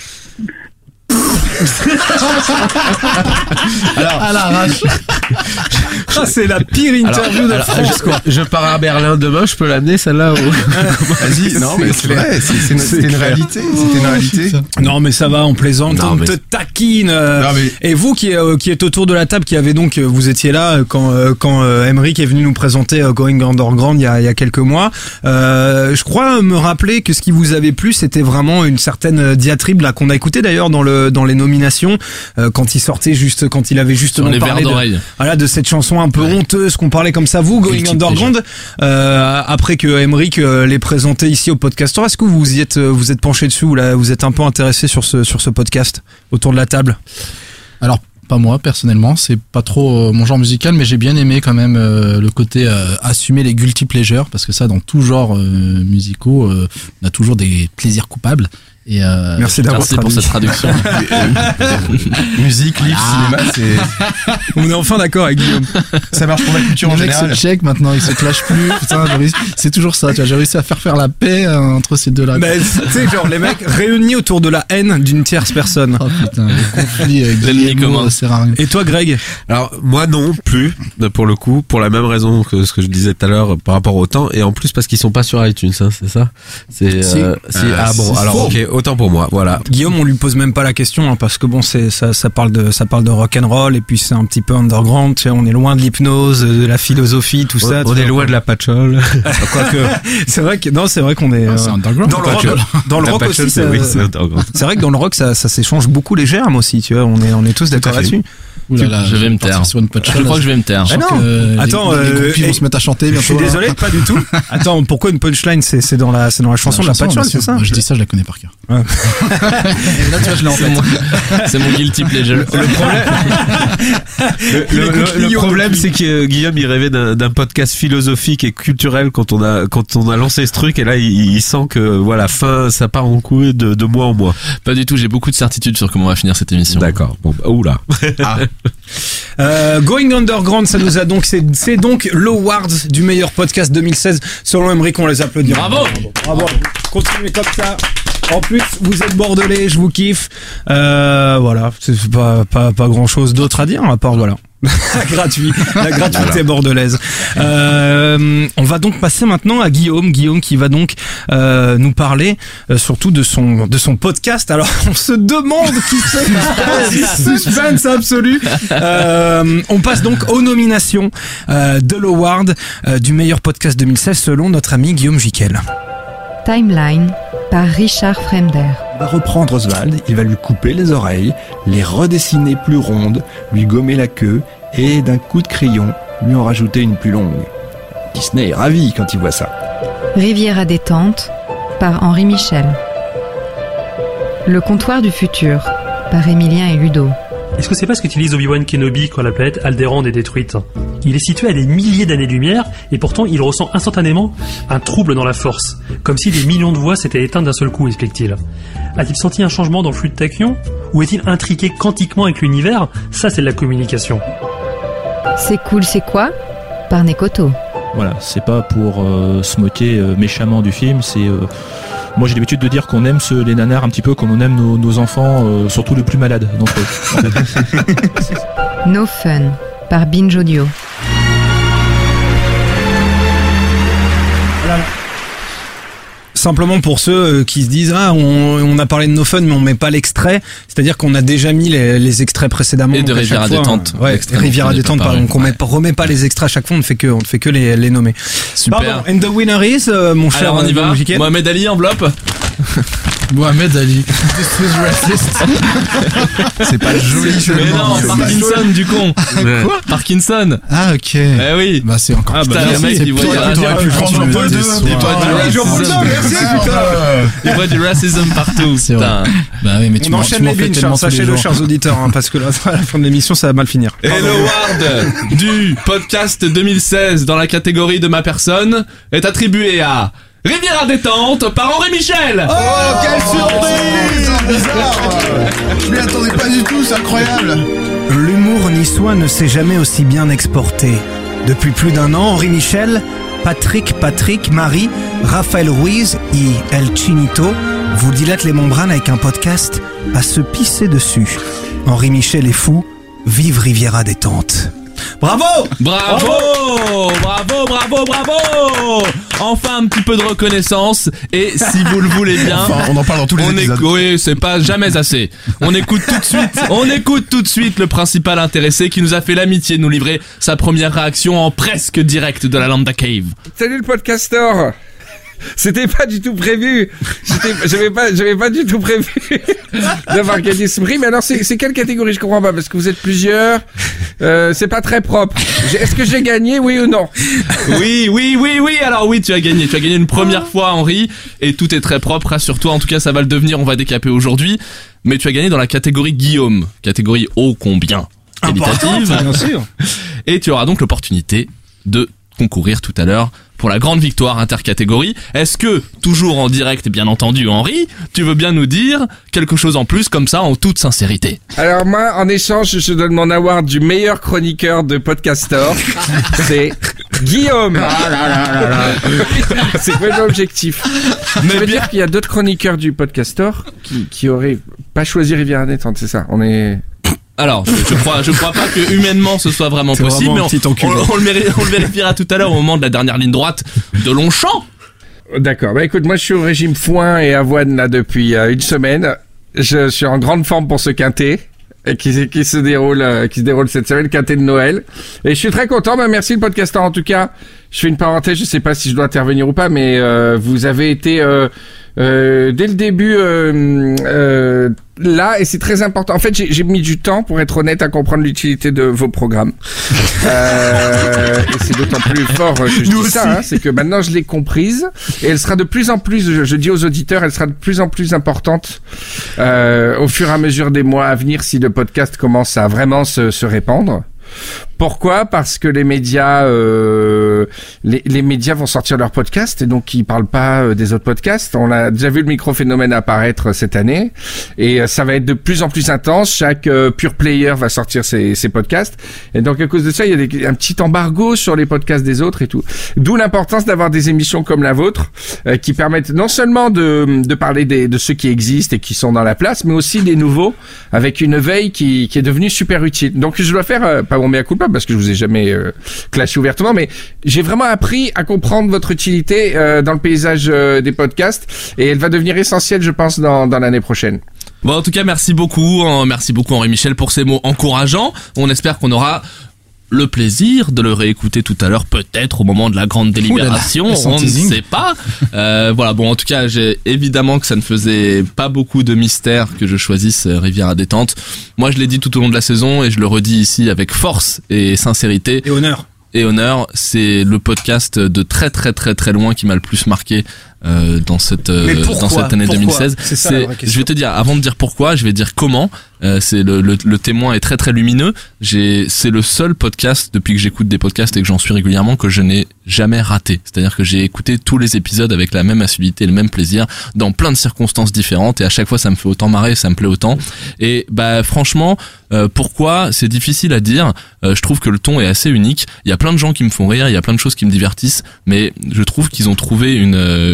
[SPEAKER 3] Alors, à l'arrache.
[SPEAKER 1] Ah, c'est la pire interview
[SPEAKER 12] Alors,
[SPEAKER 1] de
[SPEAKER 12] alors,
[SPEAKER 1] France,
[SPEAKER 12] je,
[SPEAKER 1] quoi.
[SPEAKER 12] je pars à Berlin demain, je peux l'amener celle-là ou...
[SPEAKER 2] Vas-y, non, mais c'est vrai, c'est- c'est une-
[SPEAKER 12] C'est
[SPEAKER 2] c'était une
[SPEAKER 12] clair.
[SPEAKER 2] réalité, c'était une réalité.
[SPEAKER 1] Non, mais ça va, on plaisante,
[SPEAKER 12] Non,
[SPEAKER 1] on
[SPEAKER 12] mais
[SPEAKER 1] te
[SPEAKER 12] c'est-
[SPEAKER 1] taquine. euh,
[SPEAKER 2] Non, mais-
[SPEAKER 1] Et vous qui, euh, qui êtes autour de la table, qui avez donc, euh, vous étiez là euh, quand euh, quand euh, Emmerich est venu nous présenter euh, Going Underground il y a, il y a quelques mois. Euh, je crois me rappeler que ce qui vous avait plu, c'était vraiment une certaine euh, diatribe là qu'on a écouté d'ailleurs dans le dans les nominations euh, quand il sortait juste quand il avait justement
[SPEAKER 4] Sur les
[SPEAKER 1] parlé
[SPEAKER 4] verres
[SPEAKER 1] de,
[SPEAKER 4] d'oreille.
[SPEAKER 1] voilà, de cette chanson un peu honteuse qu'on parlait comme ça. Vous, Going
[SPEAKER 4] Guilty
[SPEAKER 1] Underground, euh, après que Emmerich euh, l'ait présenté ici au Podcaster, est-ce que vous y êtes euh, vous êtes penché dessus ou là vous êtes un peu intéressé sur ce sur ce podcast autour de la table?
[SPEAKER 3] Alors, pas moi, personnellement, c'est pas trop euh, mon genre musical, mais j'ai bien aimé quand même euh, le côté euh, assumer les guilty pleasures, parce que ça, dans tout genre euh, musicaux, euh, on a toujours des plaisirs coupables. Et euh,
[SPEAKER 1] Merci d'avoir
[SPEAKER 4] Merci pour
[SPEAKER 1] traduit.
[SPEAKER 4] cette traduction.
[SPEAKER 2] Musique, livre, cinéma, c'est,
[SPEAKER 1] On est enfin d'accord avec Guillaume.
[SPEAKER 2] ça marche pour la culture en
[SPEAKER 3] le mec se
[SPEAKER 2] général.
[SPEAKER 3] check maintenant, il se clash plus. Putain, j'ai réussi- c'est toujours ça. Tu vois, j'ai réussi à faire faire la paix euh, entre ces deux-là.
[SPEAKER 1] Mais tu sais, genre les mecs réunis autour de la haine d'une tierce personne.
[SPEAKER 3] Oh putain, le conflit avec
[SPEAKER 4] L'ennemi
[SPEAKER 3] Guillermo,
[SPEAKER 4] commun.
[SPEAKER 3] ça sert à rien.
[SPEAKER 1] Et toi, Greg?
[SPEAKER 12] Alors moi non plus pour le coup, pour la même raison que ce que je disais tout à l'heure par rapport au temps, et en plus parce qu'ils sont pas sur iTunes, hein, c'est ça. C'est
[SPEAKER 3] Si.
[SPEAKER 12] euh, si,
[SPEAKER 2] Euh,
[SPEAKER 12] ah bon
[SPEAKER 2] c'est
[SPEAKER 12] alors
[SPEAKER 2] faux.
[SPEAKER 12] ok, autant pour moi, voilà.
[SPEAKER 1] Guillaume, on lui pose même pas la question hein, parce que bon, c'est ça, ça parle de ça parle de rock and roll et puis c'est un petit peu underground. Tu sais, on est loin de l'hypnose, de la philosophie, tout
[SPEAKER 12] On,
[SPEAKER 1] ça.
[SPEAKER 12] on
[SPEAKER 1] tu
[SPEAKER 12] est
[SPEAKER 1] vois.
[SPEAKER 12] loin de la patchole. Quoique
[SPEAKER 1] C'est vrai que non, c'est vrai qu'on est
[SPEAKER 3] Ah,
[SPEAKER 1] euh,
[SPEAKER 3] c'est underground.
[SPEAKER 1] dans le
[SPEAKER 3] la
[SPEAKER 1] rock.
[SPEAKER 3] patchole.
[SPEAKER 1] Dans le
[SPEAKER 12] la
[SPEAKER 1] rock
[SPEAKER 12] patchole,
[SPEAKER 1] aussi,
[SPEAKER 12] c'est
[SPEAKER 1] ça-
[SPEAKER 12] oui, c'est underground.
[SPEAKER 1] c'est vrai que dans le rock, ça, ça s'échange beaucoup les germes aussi. Tu vois, on est on est tous d'accord
[SPEAKER 2] à fait.
[SPEAKER 1] là-dessus.
[SPEAKER 3] Ouh là là,
[SPEAKER 4] je vais me taire.
[SPEAKER 3] Sur une punchline,
[SPEAKER 4] Je crois que je vais me taire.
[SPEAKER 3] Je
[SPEAKER 1] Ah
[SPEAKER 3] crois
[SPEAKER 1] non.
[SPEAKER 3] que les-
[SPEAKER 1] Attends,
[SPEAKER 3] les,
[SPEAKER 1] euh,
[SPEAKER 3] groupies vont
[SPEAKER 1] et-
[SPEAKER 3] se mettre à chanter
[SPEAKER 1] Je
[SPEAKER 3] bientôt.
[SPEAKER 1] suis
[SPEAKER 3] là.
[SPEAKER 1] désolé, pas du tout. Attends, pourquoi une punchline? C'est c'est dans la c'est dans la chanson de la
[SPEAKER 3] chanson,
[SPEAKER 1] punchline,
[SPEAKER 3] bien
[SPEAKER 1] c'est
[SPEAKER 3] sûr.
[SPEAKER 1] ça?
[SPEAKER 3] Je dis ça, je la connais par cœur.
[SPEAKER 1] Ouais.
[SPEAKER 3] Et là, tu vois, je l'ai en
[SPEAKER 4] C'est
[SPEAKER 3] tête.
[SPEAKER 4] mon, c'est mon guilty pleasure.
[SPEAKER 12] Le problème, le, le- le- le problème, c'est que euh, Guillaume, il rêvait d'un, d'un podcast philosophique et culturel quand on a quand on a lancé ce truc, et là, il, il sent que voilà, fin, ça part en couille de, de mois en mois.
[SPEAKER 4] Pas du tout, j'ai beaucoup de certitude sur comment on va finir cette émission.
[SPEAKER 12] D'accord. Bon, bah, oula.
[SPEAKER 1] Ah. Euh, Going Underground, ça nous a donc c'est c'est donc l'award du meilleur podcast deux mille seize selon Emmerich, on les applaudit.
[SPEAKER 4] Bravo.
[SPEAKER 1] Bravo. Continuez comme ça. En plus, vous êtes bordelais, je vous kiffe. Euh, voilà, c'est pas pas pas grand chose d'autre à dire à part voilà. Gratuit, la gratuité
[SPEAKER 12] Voilà.
[SPEAKER 1] bordelaise. Euh, on va donc passer maintenant à Guillaume, Guillaume qui va donc euh, nous parler euh, surtout de son de son podcast. Alors on se demande qui c'est, suspense absolu. Euh, on passe donc aux nominations euh, de l'award euh, du meilleur podcast deux mille seize selon notre ami Guillaume Jiquel.
[SPEAKER 5] Timeline par Richard Fremder.
[SPEAKER 20] Il va reprendre Oswald, il va lui couper les oreilles, les redessiner plus rondes, lui gommer la queue et d'un coup de crayon, lui en rajouter une plus longue. Disney est ravi quand il voit ça.
[SPEAKER 5] Rivière à détente par Henri Michel. Le comptoir du futur par Émilien et Ludo.
[SPEAKER 21] Est-ce que c'est pas ce qu'utilise Obi-Wan Kenobi quand la planète Alderaan est détruite? Il est situé à des milliers d'années-lumière et pourtant il ressent instantanément un trouble dans la force, comme si des millions de voix s'étaient éteintes d'un seul coup, explique-t-il. A-t-il senti un changement dans le flux de tachyon? Ou est-il intriqué quantiquement avec l'univers? Ça, c'est de la communication.
[SPEAKER 5] C'est cool, c'est quoi par Nekoto.
[SPEAKER 18] Voilà, c'est pas pour euh, se moquer euh, méchamment du film, c'est... Euh, moi j'ai l'habitude de dire qu'on aime ce, les nanars un petit peu comme on aime nos, nos enfants, euh, surtout les plus malades d'entre eux.
[SPEAKER 5] No Fun par Binge Audio.
[SPEAKER 1] Voilà. Simplement pour ceux qui se disent ah on, on a parlé de No Fun mais on met pas l'extrait, c'est-à-dire qu'on a déjà mis les, les extraits précédemment.
[SPEAKER 4] Et de
[SPEAKER 1] donc à
[SPEAKER 4] Rivière
[SPEAKER 1] chaque
[SPEAKER 4] à
[SPEAKER 1] fois,
[SPEAKER 4] détente.
[SPEAKER 1] Ouais,
[SPEAKER 4] L'extrait
[SPEAKER 1] Rivière
[SPEAKER 4] dont
[SPEAKER 1] à
[SPEAKER 4] on a
[SPEAKER 1] détente
[SPEAKER 4] pas
[SPEAKER 1] pardon,
[SPEAKER 4] parlé.
[SPEAKER 1] qu'on met, remet pas les extraits à chaque fois, on ne fait que on ne fait que les, les nommer.
[SPEAKER 4] Super.
[SPEAKER 1] Pardon, and the winner is euh, mon cher.
[SPEAKER 4] Alors on y va.
[SPEAKER 1] J K.
[SPEAKER 4] Mohamed Ali, enveloppe.
[SPEAKER 3] Mohamed Ali. This is racist.
[SPEAKER 1] C'est pas joli.
[SPEAKER 4] Mais non, Parkinson du con. Quoi? Parkinson.
[SPEAKER 3] Ah ok.
[SPEAKER 4] Eh oui.
[SPEAKER 3] Bah c'est encore.
[SPEAKER 4] Ah bah
[SPEAKER 3] putain,
[SPEAKER 4] le mec
[SPEAKER 3] c'est
[SPEAKER 4] il voit du
[SPEAKER 3] pire, t'aurais pu prendre Jean-Paul deux.
[SPEAKER 4] Il voit du
[SPEAKER 1] Allez, Jean-Paul deux, merci, putain.
[SPEAKER 4] Il voit du racisme partout.
[SPEAKER 3] C'est vrai.
[SPEAKER 4] Putain.
[SPEAKER 3] Bah oui, mais tu
[SPEAKER 1] On
[SPEAKER 3] m'en-
[SPEAKER 1] enchaîne
[SPEAKER 3] tu m'en
[SPEAKER 1] les
[SPEAKER 3] fais
[SPEAKER 1] binges,
[SPEAKER 3] tellement
[SPEAKER 1] hein,
[SPEAKER 3] tous les
[SPEAKER 1] sachez-le,
[SPEAKER 3] jours.
[SPEAKER 1] chers auditeurs, hein, parce que là, à la fin de l'émission, ça va mal finir.
[SPEAKER 4] Et l'award du podcast deux mille seize dans la catégorie de ma personne est attribué à Rivière à détente par Henri Michel.
[SPEAKER 22] Oh, quelle surprise! Bizarre! Je m'y attendais pas du tout, c'est incroyable!
[SPEAKER 1] L'humour niçois ne s'est jamais aussi bien exporté. Depuis plus d'un an, Henri Michel, Patrick, Patrick, Marie, Raphaël Ruiz et El Chinito vous dilatent les membranes avec un podcast à se pisser dessus. Henri Michel est fou, vive Rivière à détente. Bravo!
[SPEAKER 4] Bravo! Bravo, bravo, bravo! Enfin un petit peu de reconnaissance et si vous le voulez bien,
[SPEAKER 22] Enfin, on en parle dans tous les
[SPEAKER 4] on
[SPEAKER 22] épisodes.
[SPEAKER 4] éc- oui, c'est pas jamais assez. On écoute tout de suite, on écoute tout de suite le principal intéressé qui nous a fait l'amitié de nous livrer sa première réaction en presque direct de la Lambda Cave.
[SPEAKER 6] Salut le podcaster. C'était pas du tout prévu. J'étais- J'avais pas, j'avais pas du tout prévu d'avoir gagné ce prix. Mais alors, c'est c'est quelle catégorie? Je comprends pas parce que vous êtes plusieurs. Euh, c'est pas très propre. J'ai- Est-ce que j'ai gagné, oui ou non?
[SPEAKER 4] Oui, oui, oui, oui. Alors oui, tu as gagné. Tu as gagné une première fois, Henri, et tout est très propre. Rassure-toi. En tout cas, ça va le devenir. On va décaper aujourd'hui. Mais tu as gagné dans la catégorie Guillaume, catégorie ô combien qualitative.
[SPEAKER 1] Bien sûr.
[SPEAKER 4] Et tu auras donc l'opportunité de concourir tout à l'heure pour la grande victoire intercatégorie. Est-ce que, toujours en direct, bien entendu, Henri, tu veux bien nous dire quelque chose en plus, comme ça, en toute sincérité?
[SPEAKER 6] Alors moi, en échange, je donne mon award du meilleur chroniqueur de Podcaster. C'est Guillaume.
[SPEAKER 22] Ah là là là là.
[SPEAKER 6] C'est quoi l'objectif?
[SPEAKER 4] Mais
[SPEAKER 6] Ça veut
[SPEAKER 4] bien-
[SPEAKER 6] dire qu'il y a d'autres chroniqueurs du Podcaster qui, qui auraient pas choisi Rivière à détente, c'est ça? On est...
[SPEAKER 4] Alors, je, je crois, je crois pas que humainement ce soit vraiment
[SPEAKER 1] C'est
[SPEAKER 4] possible,
[SPEAKER 1] vraiment un
[SPEAKER 4] mais
[SPEAKER 1] petit
[SPEAKER 4] on,
[SPEAKER 1] enculé.
[SPEAKER 4] on- on le véri- on le vérifiera tout à l'heure au moment de la dernière ligne droite de Longchamp.
[SPEAKER 6] D'accord. Bah écoute, moi je suis au régime foin et avoine là depuis euh, une semaine. Je suis en grande forme pour ce quintet et qui, qui se déroule, euh, qui se déroule cette semaine, le quintet de Noël. Et je suis très content. Bah merci le podcaster en tout cas. Je fais une parenthèse. Je sais pas si je dois intervenir ou pas, mais euh, vous avez été euh, euh, dès le début euh, euh, là, et c'est très important. En fait, j'ai, j'ai mis du temps, pour être honnête, à comprendre l'utilité de vos programmes. Euh, et c'est d'autant plus fort que je
[SPEAKER 22] Nous
[SPEAKER 6] dis ça, hein, c'est que maintenant je l'ai comprise, et elle sera de plus en plus, je, je dis aux auditeurs, elle sera de plus en plus importante euh, au fur et à mesure des mois à venir si le podcast commence à vraiment se, se répandre. Pourquoi ? Parce que les médias, euh, les, les médias vont sortir leur podcast et donc ils parlent pas euh, des autres podcasts. On a déjà vu le microphénomène apparaître cette année et euh, ça va être de plus en plus intense. Chaque euh, pure player va sortir ses, ses podcasts et donc à cause de ça, il y a des, un petit embargo sur les podcasts des autres et tout. D'où l'importance d'avoir des émissions comme la vôtre euh, qui permettent non seulement de, de parler des, de ceux qui existent et qui sont dans la place, mais aussi des nouveaux avec une veille qui, qui est devenue super utile. Donc je dois faire euh, pas mon mea culpa parce que je vous ai jamais euh, clashé ouvertement, mais j'ai vraiment appris à comprendre votre utilité euh, dans le paysage euh, des podcasts et elle va devenir essentielle, je pense, dans, dans l'année prochaine.
[SPEAKER 4] Bon, en tout cas, merci beaucoup, hein, merci beaucoup Henri Michel pour ces mots encourageants. On espère qu'on aura le plaisir de le réécouter tout à l'heure, peut-être au moment de la grande délibération,
[SPEAKER 3] Ouh là là,
[SPEAKER 4] on ne sait pas. Euh, voilà, bon, en tout cas, j'ai évidemment que ça ne faisait pas beaucoup de mystère que je choisisse Rivière à détente. Moi, je l'ai dit tout au long de la saison et je le redis ici avec force et sincérité.
[SPEAKER 1] Et honneur.
[SPEAKER 4] Et honneur, c'est le podcast de très très très très loin qui m'a le plus marqué euh, dans cette euh, dans cette année
[SPEAKER 1] pourquoi
[SPEAKER 4] deux mille seize.
[SPEAKER 1] C'est ça, la vraie question.
[SPEAKER 4] Je vais te dire, avant de dire pourquoi, je vais dire comment. Euh, c'est le, le le témoin est très très lumineux. J'ai c'est le seul podcast depuis que j'écoute des podcasts et que j'en suis régulièrement que je n'ai jamais raté. C'est-à-dire que j'ai écouté tous les épisodes avec la même assiduité et le même plaisir dans plein de circonstances différentes et à chaque fois ça me fait autant marrer, ça me plaît autant. Et bah franchement, euh, pourquoi c'est difficile à dire. Euh, je trouve que le ton est assez unique. Il y a plein de gens qui me font rire, il y a plein de choses qui me divertissent, mais je trouve qu'ils ont trouvé une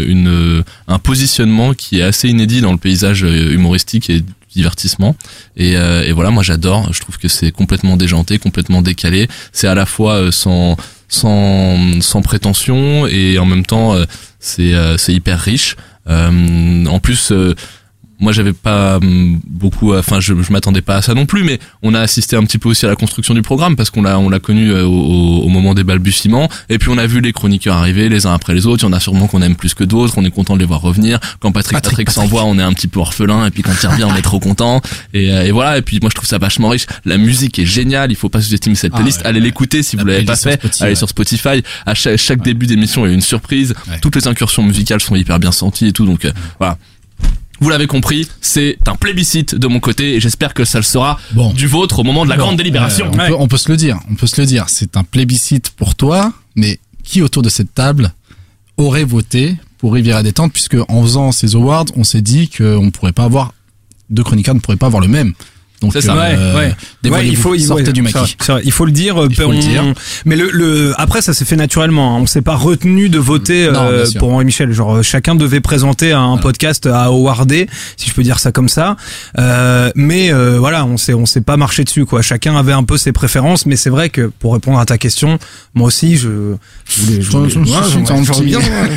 [SPEAKER 4] une un positionnement qui est assez inédit dans le paysage humoristique et divertissement et, euh, et voilà, moi j'adore. Je trouve que c'est complètement déjanté, complètement décalé, c'est à la fois euh, sans sans sans prétention et en même temps euh, c'est euh, c'est hyper riche. Euh, en plus euh, moi j'avais pas beaucoup, enfin je, je m'attendais pas à ça non plus, mais on a assisté un petit peu aussi à la construction du programme parce qu'on l'a on l'a connu au, au moment des balbutiements et puis on a vu les chroniqueurs arriver les uns après les autres. Il y en a sûrement qu'on aime plus que d'autres, on est content de les voir revenir. Quand Patrick Patrick, Patrick s'envoie, on est un petit peu orphelin et puis quand il revient on est trop content et, et voilà. Et puis moi je trouve ça vachement riche, la musique est géniale, il faut pas sous-estimer cette playlist. Ah ouais, allez ouais, l'écouter si vous l'avez pas fait, Spotify, allez ouais. sur Spotify. À chaque, chaque ouais. début d'émission il y a une surprise, ouais. toutes les incursions musicales sont hyper bien senties et tout, donc euh, voilà. Vous l'avez compris, c'est un plébiscite de mon côté et j'espère que ça le sera bon. du vôtre au moment de la bon. grande délibération.
[SPEAKER 3] Euh, on, ouais. peut, on peut se le dire, on peut se le dire. C'est un plébiscite pour toi, mais qui autour de cette table aurait voté pour Rivière à détente, puisque en faisant ces awards, on s'est dit qu'on ne pourrait pas avoir, deux chroniqueurs ne pourraient pas avoir le même. Donc,
[SPEAKER 1] c'est ça, euh, ouais, ouais. ouais il faut, il, ouais,
[SPEAKER 3] du maquis.
[SPEAKER 1] C'est vrai, il faut le dire. Il faut on, le dire. Mais le, le, après, ça s'est fait naturellement. Hein. On s'est pas retenu de voter non, euh, pour Henri Michel. Genre, chacun devait présenter un voilà. podcast à awarder, si je peux dire ça comme ça. Euh, mais euh, voilà, on s'est, on s'est pas marché dessus, quoi. Chacun avait un peu ses préférences, mais c'est vrai que pour répondre à ta question, moi aussi, je, je voulais, je voulais, je voulais, je voulais bien.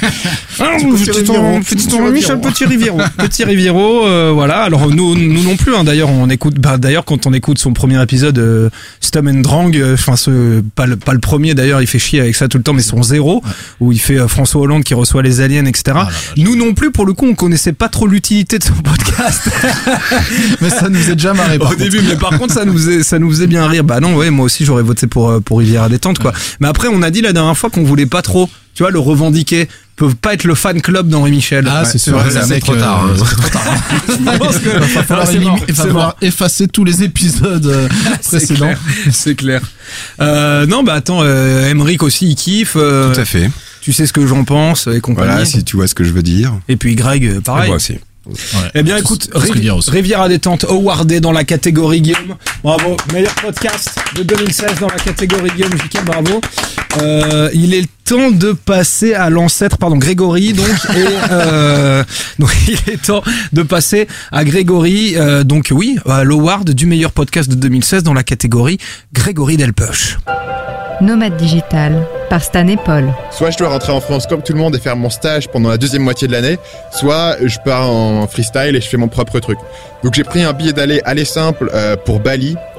[SPEAKER 1] Petit Henri Michel, petit Riviero, petit Riviero, euh, voilà. Alors nous, nous non plus. Hein, d'ailleurs, on écoute. Bah, d'ailleurs, quand on écoute son premier épisode, euh, Stum and Drang, enfin, euh, ce, pas le, pas le premier d'ailleurs, il fait chier avec ça tout le temps, mais son zéro, ouais. où il fait euh, François Hollande qui reçoit les aliens, et cetera. Ah, là, là, nous non plus, pour le coup, on connaissait pas trop l'utilité de son podcast.
[SPEAKER 3] Mais ça nous est déjà marré.
[SPEAKER 1] Au début, mais par contre, ça nous faisait, ça nous faisait bien rire. Bah non, ouais, moi aussi, j'aurais voté pour, pour Rivière à détente, quoi. Ouais. Mais après, on a dit la dernière fois qu'on voulait pas trop, tu vois, le revendiquer. Peuvent pas être le fan club d'Henri Michel.
[SPEAKER 3] Ah, ouais, c'est sûr, c'est, c'est trop tard. Euh, c'est trop tard. Je pense que il va falloir, élim- mort, il va falloir effacer tous les épisodes euh, précédents.
[SPEAKER 1] Clair, c'est clair. Euh, non, bah attends, euh, Emmerich aussi, il kiffe. Euh,
[SPEAKER 2] Tout à fait.
[SPEAKER 1] Tu sais ce que j'en pense et compagnie.
[SPEAKER 2] Voilà, si tu vois ce que je veux dire.
[SPEAKER 1] Et puis Greg, pareil. Et
[SPEAKER 2] moi aussi.
[SPEAKER 1] Ouais. Eh bien, écoute, Rivière, Rivière à détente, awardé dans la catégorie Guillaume. Bravo, meilleur podcast de deux mille seize dans la catégorie Guillaume. J K, bravo. Euh, il est temps de passer à l'ancêtre, pardon, Grégory, donc, et euh, donc il est temps de passer à Grégory, euh, donc oui, à l'award du meilleur podcast de deux mille seize dans la catégorie Grégory Delpech.
[SPEAKER 5] Nomade digital par Stan et Paul.
[SPEAKER 7] Soit je dois rentrer en France comme tout le monde et faire mon stage pendant la deuxième moitié de l'année, soit je pars en freestyle et je fais mon propre truc. Donc j'ai pris un billet d'aller aller simple euh, pour Bali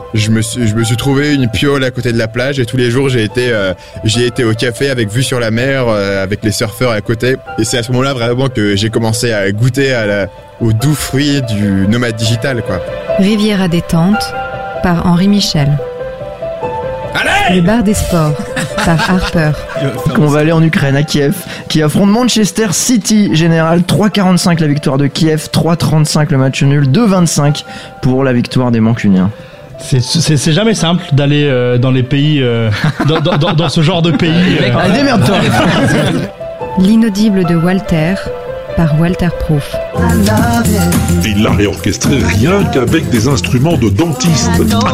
[SPEAKER 7] je me suis, je me suis trouvé une piole à côté de la plage et tous les jours j'ai été, euh, j'ai été au café avec vue sur la mer, euh, avec les surfeurs à côté. Et c'est à ce moment-là vraiment que j'ai commencé à goûter à la, aux doux fruits du nomade digital, quoi.
[SPEAKER 5] Rivière à détente par Henri Michel.
[SPEAKER 1] Allez
[SPEAKER 5] Le bar des sports par Harper.
[SPEAKER 10] On va aller en Ukraine, à Kiev, qui affronte Manchester City. Général, trois quarante-cinq la victoire de Kiev, trois trente-cinq le match nul, deux vingt-cinq pour la victoire des Mancuniens.
[SPEAKER 8] C'est, c'est, c'est jamais simple d'aller euh, dans les pays, euh, dans, dans, dans, dans ce genre de pays. Euh...
[SPEAKER 10] Allez, démerde-toi.
[SPEAKER 5] L'inaudible de Walter par Walter Proof.
[SPEAKER 11] Et il l'a réorchestré rien qu'avec des instruments de dentiste.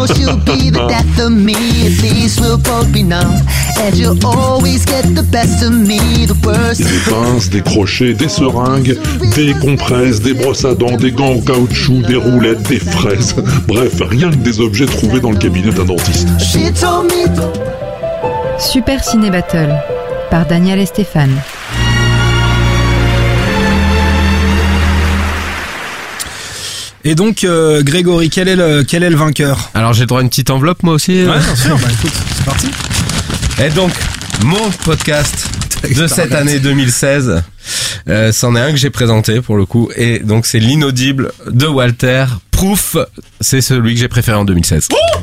[SPEAKER 11] Des pinces, des crochets, des seringues, des compresses, des brosses à dents, des gants en caoutchouc, des roulettes, des fraises. Bref, rien que des objets trouvés dans le cabinet d'un dentiste.
[SPEAKER 5] Super Ciné Battle par Daniel et Stéphane.
[SPEAKER 1] Et donc, euh, Grégory, quel est le, quel est le vainqueur?
[SPEAKER 12] Alors, j'ai le droit à une petite enveloppe, moi aussi.
[SPEAKER 1] Ouais, bien sûr. Bah, écoute, c'est parti.
[SPEAKER 12] Et donc, mon podcast de cette année deux mille seize, euh, c'en est un que j'ai présenté pour le coup. Et donc, c'est l'inaudible de Walter Proof. C'est celui que j'ai préféré en deux mille seize. Oh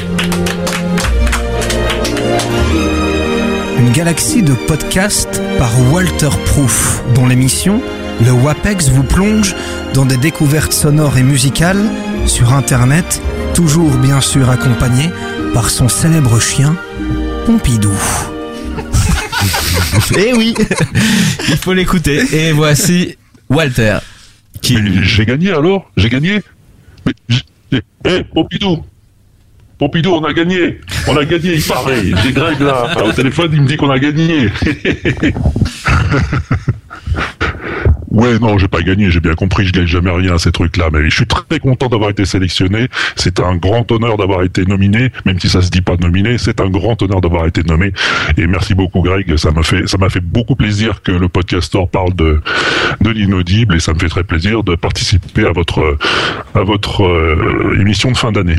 [SPEAKER 1] Une galaxie de podcasts par Walter Proof, dont l'émission Le WAPEX vous plonge dans des découvertes sonores et musicales sur Internet, toujours bien sûr accompagné par son célèbre chien, Pompidou.
[SPEAKER 12] Eh oui, il faut l'écouter. Et voici Walter.
[SPEAKER 11] Qui... Mais j'ai gagné alors J'ai gagné Mais hé, hey, Pompidou Pompidou, on a gagné On a gagné, il paraît. J'ai Greg là, au téléphone, il me dit qu'on a gagné. Ouais, non, j'ai pas gagné, j'ai bien compris, je gagne jamais rien à ces trucs-là, mais je suis très content d'avoir été sélectionné. C'est un grand honneur d'avoir été nominé, même si ça se dit pas nominé, c'est un grand honneur d'avoir été nommé. Et merci beaucoup, Greg, ça m'a fait, ça m'a fait beaucoup plaisir que le Podcastor parle de, de l'inaudible, et ça me fait très plaisir de participer à votre, à votre euh, émission de fin d'année.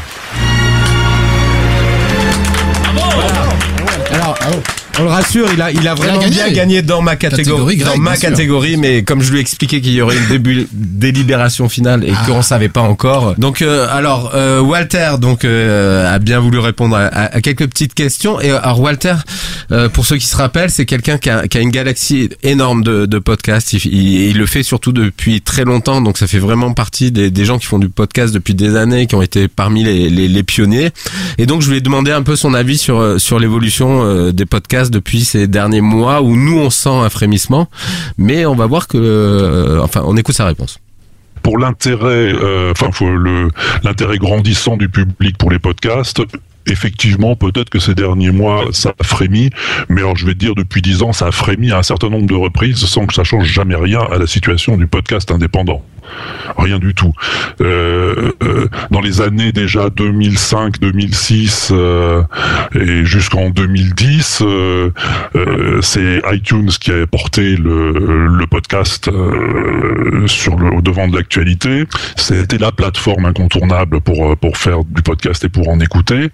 [SPEAKER 12] Alors, on le rassure, il a, il a vraiment
[SPEAKER 23] il a
[SPEAKER 12] bien gagné dans ma catégorie,
[SPEAKER 23] catégorie
[SPEAKER 12] dans
[SPEAKER 23] grecque,
[SPEAKER 12] ma
[SPEAKER 23] bien
[SPEAKER 12] catégorie,
[SPEAKER 23] sûr.
[SPEAKER 12] mais comme je lui ai expliqué qu'il y aurait une début, délibération finale et
[SPEAKER 23] Ah.
[SPEAKER 12] qu'on savait pas encore. Donc, euh, alors, euh, Walter, donc, euh, a bien voulu répondre à, à, à quelques petites questions. Et alors, Walter, euh, pour ceux qui se rappellent, c'est quelqu'un qui a, qui a une galaxie énorme de, de podcasts. Il, il, il le fait surtout depuis très longtemps, donc ça fait vraiment partie des, des gens qui font du podcast depuis des années, qui ont été parmi les, les, les pionniers. Et donc, je lui ai demandé un peu son avis sur, sur l'évolution euh, des podcasts depuis ces derniers mois où nous on sent un frémissement, mais on va voir que, euh, enfin, on écoute sa réponse.
[SPEAKER 11] Pour l'intérêt, euh, enfin, faut le l'intérêt grandissant du public pour les podcasts. Effectivement, peut-être que ces derniers mois, ça a frémi, mais alors je vais te dire, depuis dix ans, ça a frémi à un certain nombre de reprises sans que ça change jamais rien à la situation du podcast indépendant. Rien du tout. Euh, euh, dans les années déjà deux mille cinq, deux mille six euh, et jusqu'en deux mille dix, euh, euh, c'est iTunes qui a porté le, le podcast euh, sur le, au devant de l'actualité. C'était la plateforme incontournable pour pour faire du podcast et pour en écouter.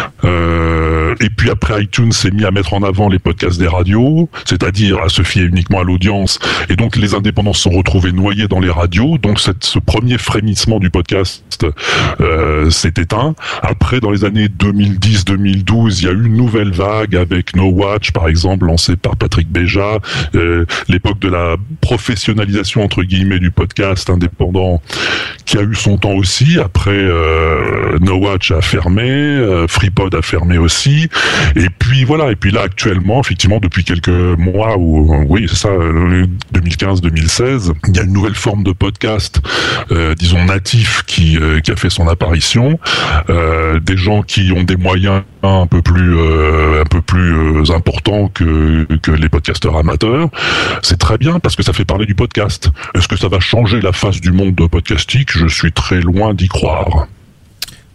[SPEAKER 11] Euh, et puis après, iTunes s'est mis à mettre en avant les podcasts des radios, c'est-à-dire à se fier uniquement à l'audience. Et donc les indépendants se sont retrouvés noyés dans les radios. Donc cette, ce premier frémissement du podcast euh, s'est éteint. Après, dans les années deux mille dix deux mille douze, il y a eu une nouvelle vague avec No Watch, par exemple, lancé par Patrick Béja. Euh, l'époque de la professionnalisation, entre guillemets, du podcast indépendant qui a eu son temps aussi. Après, euh, No Watch a fermé, euh, FreePod a fermé aussi. Et puis voilà. Et puis là, actuellement, effectivement, depuis quelques mois, ou oui, c'est ça, deux mille quinze deux mille seize, il y a une nouvelle forme de podcast, euh, disons natif, qui euh, qui a fait son apparition. Euh, des gens qui ont des moyens un peu plus euh, un peu plus euh, importants que que les podcasteurs amateurs. C'est très bien parce que ça fait parler du podcast. Est-ce que ça va changer la face du monde podcastique ? Je suis très loin d'y croire.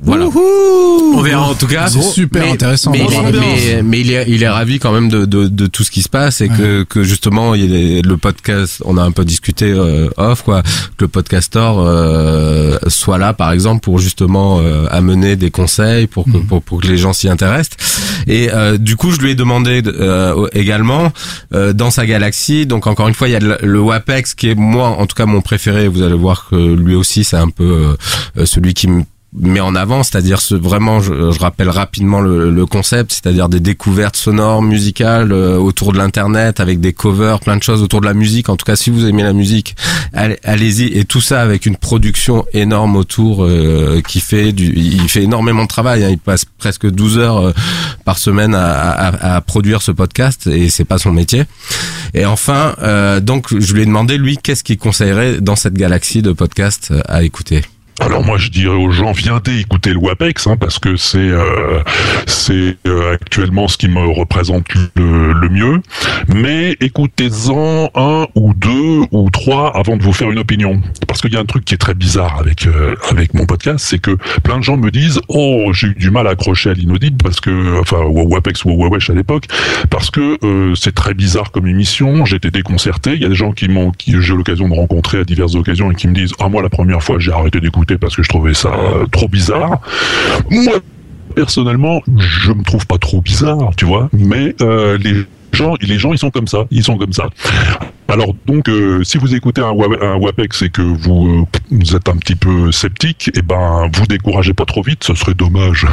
[SPEAKER 12] Voilà.
[SPEAKER 1] Wouhou.
[SPEAKER 12] On verra en tout cas.
[SPEAKER 3] C'est super
[SPEAKER 12] mais,
[SPEAKER 3] intéressant.
[SPEAKER 12] Mais,
[SPEAKER 3] Grosse
[SPEAKER 12] mais,
[SPEAKER 3] ambiance.
[SPEAKER 12] mais, mais il est, il est ravi quand même de, de, de tout ce qui se passe et
[SPEAKER 3] Ouais.
[SPEAKER 12] que, que justement, il est, le podcast, on a un peu discuté euh, off, quoi, que le podcastor euh, soit là, par exemple, pour justement euh, amener des conseils, pour que,
[SPEAKER 3] Mhm.
[SPEAKER 12] pour, pour que les gens s'y intéressent. Et euh, du coup, je lui ai demandé euh, également, euh, dans sa galaxie, donc encore une fois, il y a le, le WAPEX qui est, moi, en tout cas, mon préféré. Vous allez voir que lui aussi, c'est un peu euh, celui qui me met en avant, c'est-à-dire ce, vraiment, je, je rappelle rapidement le, le concept, c'est-à-dire des découvertes sonores, musicales euh, autour de l'internet, avec des covers, plein de choses autour de la musique. En tout cas, si vous aimez la musique, allez, allez-y. Et tout ça avec une production énorme autour, euh, qui fait du, il fait énormément de travail. Hein. Il passe presque douze heures euh, par semaine à, à, à produire ce podcast, et c'est pas son métier. Et enfin, euh, donc, je lui ai demandé lui, qu'est-ce qu'il conseillerait dans cette galaxie de podcasts à écouter.
[SPEAKER 11] Alors moi je dirais aux gens, viendez écouter le WAPEX, hein, parce que c'est euh, c'est euh, actuellement ce qui me représente le, le mieux. Mais écoutez-en un ou deux ou trois avant de vous faire une opinion, parce qu'il y a un truc qui est très bizarre avec euh, avec mon podcast, c'est que plein de gens me disent oh j'ai eu du mal à accrocher à l'inaudible parce que enfin au WAPEX ou au WAWESH à l'époque parce que euh, c'est très bizarre comme émission, j'étais déconcerté. Il y a des gens qui m'ont qui j'ai eu l'occasion de rencontrer à diverses occasions et qui me disent ah moi la première fois j'ai arrêté d'écouter parce que je trouvais ça euh, trop bizarre. Moi, personnellement, je me trouve pas trop bizarre, tu vois, mais euh, les gens, les gens, ils sont comme ça, ils sont comme ça. Alors donc, euh, si vous écoutez un, Wa- un WAPEX et que vous, euh, vous êtes un petit peu sceptique, eh ben, vous découragez pas trop vite, ce serait dommage.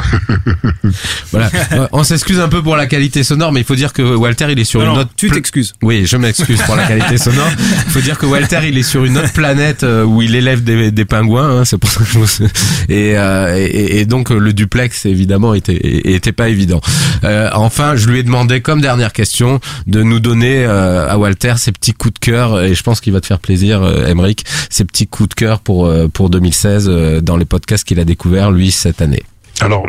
[SPEAKER 12] Voilà. Euh, On s'excuse un peu pour la qualité sonore, mais il faut dire que Walter, il est sur
[SPEAKER 1] Non,
[SPEAKER 12] une
[SPEAKER 1] non,
[SPEAKER 12] autre.
[SPEAKER 1] tu
[SPEAKER 12] pla-
[SPEAKER 1] t'excuses.
[SPEAKER 12] Oui, je m'excuse pour la qualité sonore. Il faut dire que Walter, il est sur une autre planète euh, où il élève des, des pingouins. Hein, c'est pour ça que je vous... et, euh, et, et donc le duplex, évidemment, était, était pas évident. Euh, enfin, je lui ai demandé, comme dernière question, de nous donner euh, à Walter ses petits coups de cœur, et je pense qu'il va te faire plaisir, euh, Aymeric, ses petits coups de cœur pour euh, pour deux mille seize euh, dans les podcasts qu'il a découvert lui cette année.
[SPEAKER 11] Alors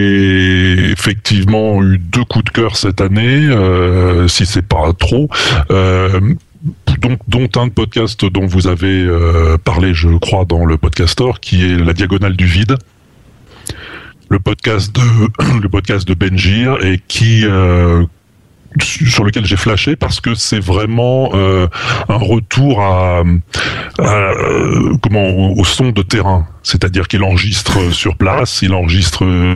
[SPEAKER 11] j'ai effectivement eu deux coups de cœur cette année, euh, si c'est pas trop. Euh, donc, dont un de podcast dont vous avez euh, parlé, je crois, dans le Podcastor, qui est La Diagonale du Vide. Le podcast de le podcast de Benjir, et qui euh, sur lequel j'ai flashé parce que c'est vraiment euh, un retour à, à euh, comment au, au son de terrain, c'est-à-dire qu'il enregistre sur place, il enregistre euh,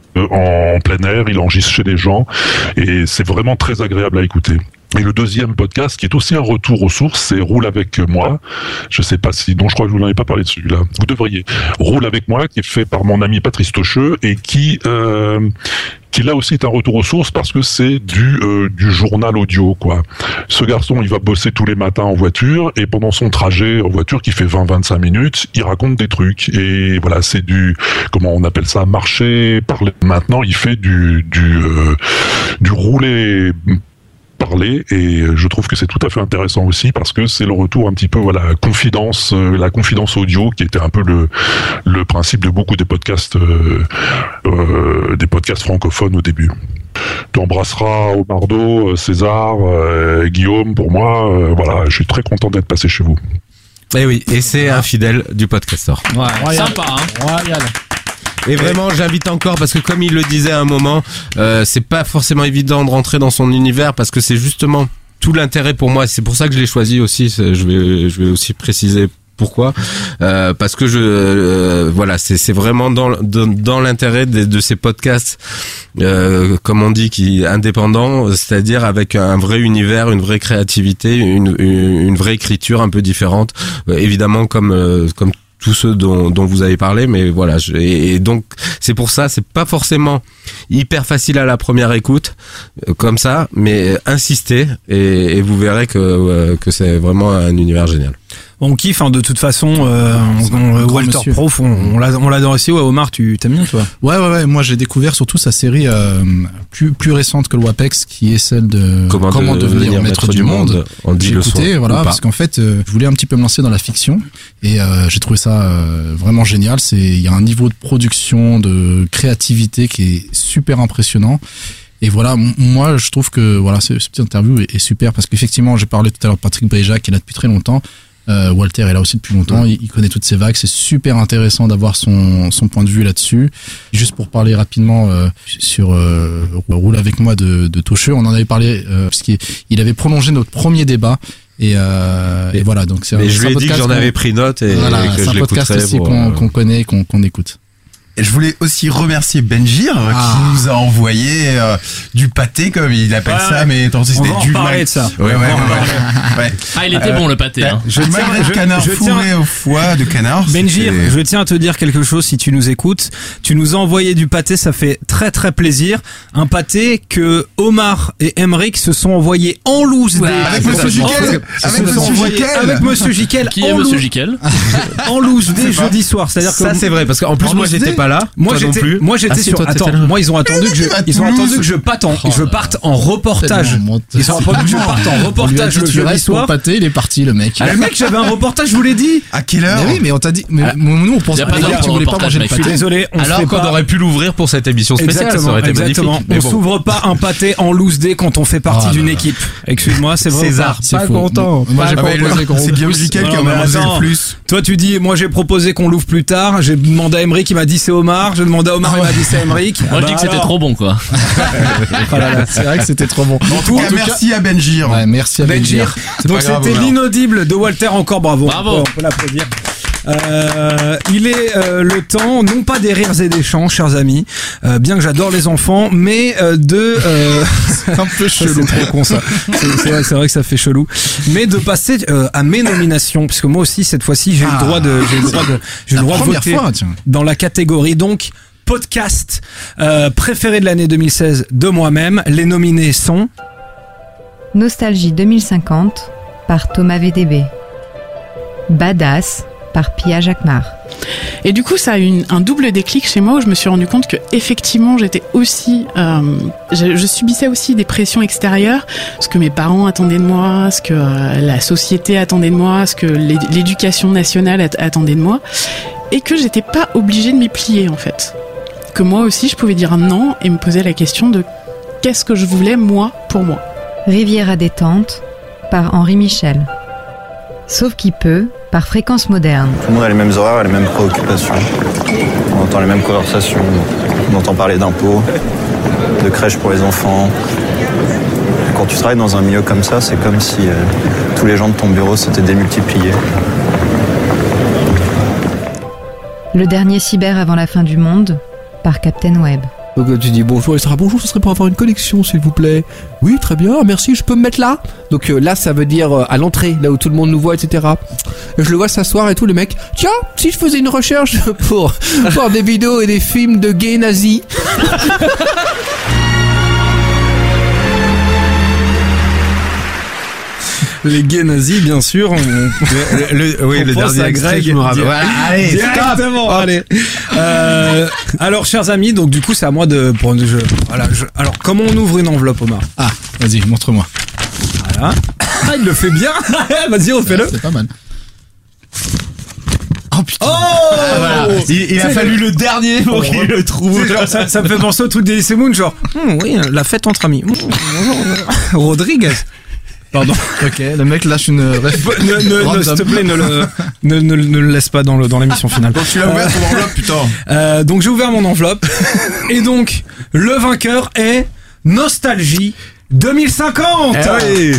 [SPEAKER 11] en plein air, il enregistre chez les gens, et c'est vraiment très agréable à écouter. Et le deuxième podcast, qui est aussi un retour aux sources, c'est Roule avec moi. Je sais pas si, non, je crois que je vous en ai pas parlé de celui-là. Vous devriez. Roule avec moi, qui est fait par mon ami Patrice Tocheux, et qui, euh, qui là aussi est un retour aux sources parce que c'est du, euh, du journal audio, quoi. Ce garçon, il va bosser tous les matins en voiture, et pendant son trajet en voiture, qui fait vingt à vingt-cinq minutes, il raconte des trucs. Et voilà, c'est du, comment on appelle ça, marcher, parler. Maintenant, il fait du, du, euh, du rouler, parler, et je trouve que c'est tout à fait intéressant aussi parce que c'est le retour un petit peu, voilà, confidence, euh, la confidence audio qui était un peu le le principe de beaucoup des podcasts euh, euh, des podcasts francophones au début. Tu embrasseras Omardo, César, euh, Guillaume, pour moi, euh, voilà, je suis très content d'être passé chez vous.
[SPEAKER 12] Et oui, et c'est un fidèle du Podcastor.
[SPEAKER 1] Ouais,
[SPEAKER 4] Sympa, hein.
[SPEAKER 3] Royal.
[SPEAKER 12] Et vraiment, j'invite encore, parce que comme il le disait à un moment, euh, c'est pas forcément évident de rentrer dans son univers, parce que c'est justement tout l'intérêt pour moi. C'est pour ça que je l'ai choisi aussi. Je vais, je vais aussi préciser pourquoi. Euh, parce que je, euh, voilà, c'est, c'est vraiment dans, dans, dans l'intérêt de, de ces podcasts, euh, comme on dit, qui indépendants, c'est-à-dire avec un vrai univers, une vraie créativité, une, une, une vraie écriture un peu différente. Euh, évidemment, comme, euh, comme tous ceux dont, dont vous avez parlé, mais voilà, je, et, et donc c'est pour ça, c'est pas forcément hyper facile à la première écoute, euh, comme ça, mais insistez et, et vous verrez que euh, que c'est vraiment un univers génial.
[SPEAKER 1] On kiffe, hein, de toute façon, euh, on, on, Walter
[SPEAKER 3] monsieur.
[SPEAKER 1] Proof, on, on, l'a- on l'adore aussi. Ouais, Omar, tu t'aimes bien, toi?
[SPEAKER 3] Ouais, ouais, ouais. Moi, j'ai découvert surtout sa série euh, plus plus récente que le WAPEX, qui est celle de
[SPEAKER 12] Comment,
[SPEAKER 3] Comment
[SPEAKER 12] de-
[SPEAKER 3] devenir,
[SPEAKER 12] devenir
[SPEAKER 3] maître, du monde.
[SPEAKER 12] On dit
[SPEAKER 3] J'ai
[SPEAKER 12] le
[SPEAKER 3] écouté,
[SPEAKER 12] son,
[SPEAKER 3] voilà,
[SPEAKER 12] ou pas.
[SPEAKER 3] parce qu'en fait, euh, je voulais un petit peu me lancer dans la fiction, et euh, j'ai trouvé ça euh, vraiment génial. C'est, il y a un niveau de production, de créativité qui est super impressionnant. Et voilà, m- moi, je trouve que voilà, ce- cette petite interview est, est super parce qu'effectivement, j'ai parlé tout à l'heure de Patrick Bréjac, qui est là depuis très longtemps. Euh, Walter est là aussi depuis longtemps, il, il connaît toutes ces vagues, c'est super intéressant d'avoir son, son point de vue là-dessus. Juste pour parler rapidement euh, sur euh, Roule avec moi de, de Tocheux, on en avait parlé euh, parce qu'il il avait prolongé notre premier débat. Et, euh, et voilà, donc c'est
[SPEAKER 12] Mais
[SPEAKER 3] un,
[SPEAKER 12] je lui ai dit que j'en avais pris note et,
[SPEAKER 3] voilà,
[SPEAKER 12] et que
[SPEAKER 3] c'est
[SPEAKER 12] je
[SPEAKER 3] un podcast
[SPEAKER 12] l'écouterai
[SPEAKER 3] aussi
[SPEAKER 12] pour,
[SPEAKER 3] qu'on
[SPEAKER 12] euh,
[SPEAKER 3] qu'on connaît, qu'on qu'on écoute.
[SPEAKER 22] Et je voulais aussi remercier Benjir
[SPEAKER 1] Ah.
[SPEAKER 22] qui nous a envoyé euh, du pâté comme il appelle
[SPEAKER 1] Ouais,
[SPEAKER 22] ça,
[SPEAKER 1] ouais.
[SPEAKER 22] mais attends,
[SPEAKER 1] On
[SPEAKER 22] c'était
[SPEAKER 1] va en
[SPEAKER 22] du
[SPEAKER 1] reparler
[SPEAKER 22] mal-
[SPEAKER 1] de ça.
[SPEAKER 22] Ouais, ouais,
[SPEAKER 1] On va
[SPEAKER 22] ouais,
[SPEAKER 1] en reparler.
[SPEAKER 22] ouais, ouais.
[SPEAKER 4] Ah, il était bon, le pâté, hein.
[SPEAKER 22] Je
[SPEAKER 1] Je tiens-
[SPEAKER 22] malgré
[SPEAKER 1] je-
[SPEAKER 22] le canard
[SPEAKER 1] je tiens-
[SPEAKER 22] fourré au foie de canard.
[SPEAKER 1] Benjir,
[SPEAKER 22] c'était-
[SPEAKER 1] je tiens à te dire quelque chose si tu nous écoutes. Tu nous as envoyé du pâté, ça fait très très plaisir. Un pâté que Omar et Emeric se sont envoyés en loose day.
[SPEAKER 22] Avec Monsieur Jiquel. Avec Monsieur Jiquel.
[SPEAKER 1] Avec Monsieur Jiquel.
[SPEAKER 4] Qui est
[SPEAKER 1] en
[SPEAKER 4] Monsieur
[SPEAKER 1] loose-
[SPEAKER 4] Jiquel
[SPEAKER 1] En loose day jeudi soir. C'est-à-dire que
[SPEAKER 12] Ça c'est vrai parce qu'en plus
[SPEAKER 1] En
[SPEAKER 12] moi
[SPEAKER 1] loose
[SPEAKER 12] j'étais
[SPEAKER 1] day
[SPEAKER 12] pas là,
[SPEAKER 1] Moi
[SPEAKER 12] toi non
[SPEAKER 1] j'étais,
[SPEAKER 12] plus.
[SPEAKER 1] moi j'étais
[SPEAKER 12] Ah, si,
[SPEAKER 1] sur.
[SPEAKER 12] toi, t'étais
[SPEAKER 1] Attends,
[SPEAKER 12] là.
[SPEAKER 1] moi ils ont attendu que je,
[SPEAKER 22] à
[SPEAKER 1] ils ont
[SPEAKER 22] Toulouse.
[SPEAKER 1] attendu que je parte en, je parte en reportage.
[SPEAKER 3] Tellement menteur.
[SPEAKER 1] Ils ont attendu que je parte en reportage le
[SPEAKER 3] tu
[SPEAKER 1] jeudi
[SPEAKER 3] restes pour
[SPEAKER 1] soir.
[SPEAKER 3] pâté, il est parti le mec.
[SPEAKER 1] Ah, le mec, j'avais un reportage, je vous l'ai dit.
[SPEAKER 22] À quelle heure
[SPEAKER 3] Mais oui, mais on t'a dit, mais
[SPEAKER 4] Ah,
[SPEAKER 3] nous on pense
[SPEAKER 4] y a
[SPEAKER 3] pas
[SPEAKER 4] pas d'heure
[SPEAKER 3] que tu
[SPEAKER 4] pour
[SPEAKER 3] voulais
[SPEAKER 4] le
[SPEAKER 3] pas
[SPEAKER 4] reportage,
[SPEAKER 3] manger le
[SPEAKER 4] mec.
[SPEAKER 1] Je suis
[SPEAKER 3] pâté.
[SPEAKER 1] désolé, on se
[SPEAKER 12] Alors
[SPEAKER 1] fait
[SPEAKER 12] qu'on
[SPEAKER 1] pas-
[SPEAKER 12] aurait pu l'ouvrir pour cette émission spéciale, ça
[SPEAKER 1] Exactement,
[SPEAKER 12] aurait été
[SPEAKER 1] exactement.
[SPEAKER 12] magnifique. Mais
[SPEAKER 1] On
[SPEAKER 12] bon.
[SPEAKER 1] s'ouvre pas un pâté en loose day quand on fait partie
[SPEAKER 3] Ah,
[SPEAKER 1] d'une
[SPEAKER 3] là, là.
[SPEAKER 1] équipe. Excuse-moi, c'est vrai. ou
[SPEAKER 12] César,
[SPEAKER 1] pas
[SPEAKER 3] C'est
[SPEAKER 12] pas
[SPEAKER 3] faux.
[SPEAKER 12] content.
[SPEAKER 3] Moi j'ai
[SPEAKER 22] Ah,
[SPEAKER 3] pas
[SPEAKER 22] mais
[SPEAKER 3] proposé
[SPEAKER 22] le-
[SPEAKER 3] qu'on
[SPEAKER 22] c'est
[SPEAKER 3] roule
[SPEAKER 22] Guillaume
[SPEAKER 3] plus.
[SPEAKER 22] Jiquel qui
[SPEAKER 1] Non,
[SPEAKER 22] en
[SPEAKER 1] mais
[SPEAKER 22] a mangé
[SPEAKER 1] attends.
[SPEAKER 22] le plus.
[SPEAKER 1] Toi, tu dis, moi j'ai proposé qu'on l'ouvre plus tard. J'ai demandé à Emeric, il m'a dit c'est Omar. J'ai demandé à Omar, il m'a dit c'est Emeric.
[SPEAKER 4] Moi, je dis que c'était trop bon, quoi.
[SPEAKER 3] Oh là là, c'est vrai que c'était trop bon.
[SPEAKER 22] En tout cas, merci à Benjir.
[SPEAKER 3] Ouais, merci à
[SPEAKER 1] Benjir.
[SPEAKER 3] Benjir.
[SPEAKER 1] Donc
[SPEAKER 22] pas grave,
[SPEAKER 1] c'était
[SPEAKER 22] Omar.
[SPEAKER 1] l'inaudible de Walter, encore bravo.
[SPEAKER 4] Bravo.
[SPEAKER 1] On peut, on peut l'applaudir. Euh, il est euh, le temps, non pas des rires et des chants, chers amis, euh, bien que j'adore les enfants, mais euh, de... Euh, c'est un peu chelou. C'est trop con ça. C'est, c'est vrai, c'est vrai que ça fait chelou. Mais de passer euh, à mes nominations, puisque moi aussi cette fois-ci j'ai eu le droit de, j'ai eu le droit de, j'ai eu
[SPEAKER 3] La
[SPEAKER 1] le droit de
[SPEAKER 3] première
[SPEAKER 1] voter
[SPEAKER 3] fois, tiens.
[SPEAKER 1] dans la catégorie donc podcast euh, préféré de l'année deux mille seize de moi-même. Les nominés sont...
[SPEAKER 5] Nostalgie deux mille cinquante par Thomas V D B. Badass par Pia Jacquemart.
[SPEAKER 13] Et du coup, ça a eu une- un double déclic chez moi où je me suis rendu compte que effectivement, j'étais aussi, euh, je, je subissais aussi des pressions extérieures, ce que mes parents attendaient de moi, ce que euh, la société attendait de moi, ce que l'é- l'éducation nationale at- attendait de moi, et que j'étais pas obligée de m'y plier en fait. Que moi aussi, je pouvais dire non et me poser la question de qu'est-ce que je voulais moi pour moi.
[SPEAKER 5] Rivière à détente par Henri Michel. Sauf qui peut par Fréquence Moderne.
[SPEAKER 14] Tout le monde a les mêmes horaires et les mêmes préoccupations. On entend les mêmes conversations, on entend parler d'impôts, de crèches pour les enfants. Quand tu travailles dans un milieu comme ça, c'est comme si euh, tous les gens de ton bureau s'étaient démultipliés.
[SPEAKER 5] Le dernier cyber avant la fin du monde par Captain Web.
[SPEAKER 23] Donc euh, tu dis bonjour et Sarah, bonjour, ce serait pour avoir une connexion s'il vous plaît. Oui, très bien, merci, je peux me mettre là. Donc euh, là, ça veut dire euh, à l'entrée, là où tout le monde nous voit, et cetera. Je le vois s'asseoir et tout, le mec, tiens, si je faisais une recherche pour voir des vidéos et des films de gays nazis.
[SPEAKER 1] Les gays nazis, bien sûr. On,
[SPEAKER 12] Le- le- oui,
[SPEAKER 1] on
[SPEAKER 12] le
[SPEAKER 1] pense
[SPEAKER 12] dernier
[SPEAKER 1] à
[SPEAKER 12] extrait,
[SPEAKER 1] Greg.
[SPEAKER 12] je me rappelle.
[SPEAKER 1] Voilà,
[SPEAKER 12] Allez,
[SPEAKER 1] directement.
[SPEAKER 12] stop.
[SPEAKER 1] Allez. Euh, alors, chers amis, donc du coup, c'est à moi de pour je, voilà. Je, alors, comment on ouvre une enveloppe, Omar?
[SPEAKER 3] Ah, vas-y, montre-moi.
[SPEAKER 1] Voilà. Ah, il le fait bien. Vas-y, refais-le.
[SPEAKER 3] C'est pas mal. Oh putain.
[SPEAKER 1] Oh
[SPEAKER 22] voilà. Il, il a
[SPEAKER 1] C'est
[SPEAKER 22] fallu
[SPEAKER 1] le-
[SPEAKER 22] le dernier pour qu'il le trouve.
[SPEAKER 1] C'est genre, ça, ça me fait penser au truc d'Elysée Moon, genre, Hum, oui, la fête entre amis. Hum, bonjour. Rodriguez. Pardon.
[SPEAKER 3] Ok, le mec lâche une ref.
[SPEAKER 1] Ne, ne, ne,
[SPEAKER 3] Random.
[SPEAKER 1] s'il te plaît, ne le, ne, ne, ne le laisse pas dans le, dans l'émission finale.
[SPEAKER 22] Donc tu l'as ouvert ton enveloppe, putain.
[SPEAKER 1] Euh, donc j'ai ouvert mon enveloppe. Et donc, le vainqueur est Nostalgie deux mille cinquante.
[SPEAKER 12] Eh oui.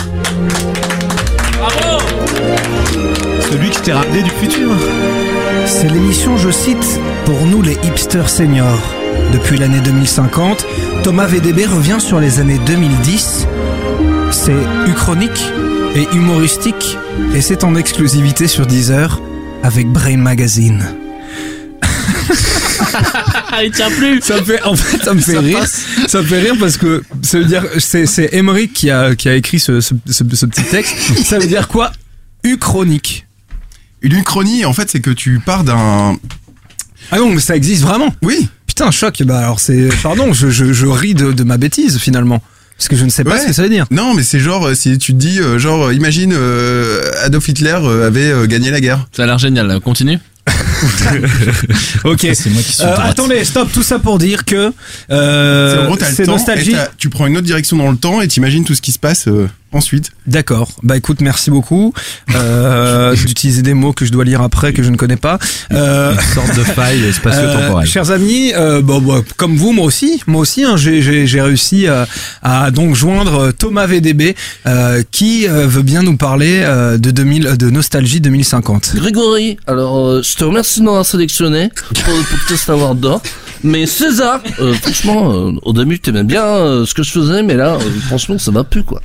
[SPEAKER 4] Bravo!
[SPEAKER 12] Celui qui t'est ramené du futur.
[SPEAKER 1] C'est l'émission, je cite, pour nous les hipsters seniors. Depuis l'année deux mille cinquante, Thomas V D B revient sur les années deux mille dix. C'est uchronique et humoristique, et c'est en exclusivité sur Deezer avec Brain Magazine.
[SPEAKER 13] Il tient plus.
[SPEAKER 1] Ça me fait, en fait, ça me fait
[SPEAKER 13] Ça
[SPEAKER 1] rire.
[SPEAKER 13] passe.
[SPEAKER 1] Ça me fait rire parce que ça veut dire, c'est, c'est Emeric qui a, qui a écrit ce, ce, ce, ce petit texte. Ça veut dire quoi? Uchronique.
[SPEAKER 22] Une uchronie, en fait, c'est que tu pars d'un...
[SPEAKER 1] Ah non, mais ça existe vraiment.
[SPEAKER 22] Oui.
[SPEAKER 1] Putain, choc. Bah alors c'est, pardon, je, je, je ris de, de ma bêtise finalement. Parce que je ne sais pas
[SPEAKER 22] Ouais.
[SPEAKER 1] ce que ça veut dire.
[SPEAKER 22] Non, mais c'est genre, euh, si tu te dis, euh, genre, euh, imagine euh, Adolf Hitler euh, avait euh, gagné la guerre.
[SPEAKER 4] Ça a l'air génial, continue.
[SPEAKER 1] Ok.
[SPEAKER 3] C'est moi qui suis
[SPEAKER 1] Euh,
[SPEAKER 3] droite.
[SPEAKER 1] attendez, stop, tout ça pour dire que euh,
[SPEAKER 22] c'est en gros, t'as le
[SPEAKER 1] c'est
[SPEAKER 22] temps,
[SPEAKER 1] nostalgie.
[SPEAKER 22] et t'as- tu prends une autre direction dans le temps et t'imagines tout ce qui se passe. euh, ensuite.
[SPEAKER 1] D'accord. Bah écoute, merci beaucoup euh, d'utiliser des mots que je dois lire après que je ne connais pas. Euh,
[SPEAKER 12] Une sorte de faille spatio-temporelle.
[SPEAKER 1] Euh, chers amis, euh, bon, bon, comme vous, moi aussi, moi aussi, hein, j'ai, j'ai, j'ai réussi à, à donc joindre Thomas V D B, euh, qui euh, veut bien nous parler euh, de deux mille, de Nostalgie deux mille cinquante.
[SPEAKER 15] Grégory, alors euh, je te remercie de m'avoir sélectionné pour le podcast Award d'or. Mais César, euh, franchement, euh, au début t'aimais bien euh, ce que je faisais, mais là, euh, franchement, ça va plus quoi.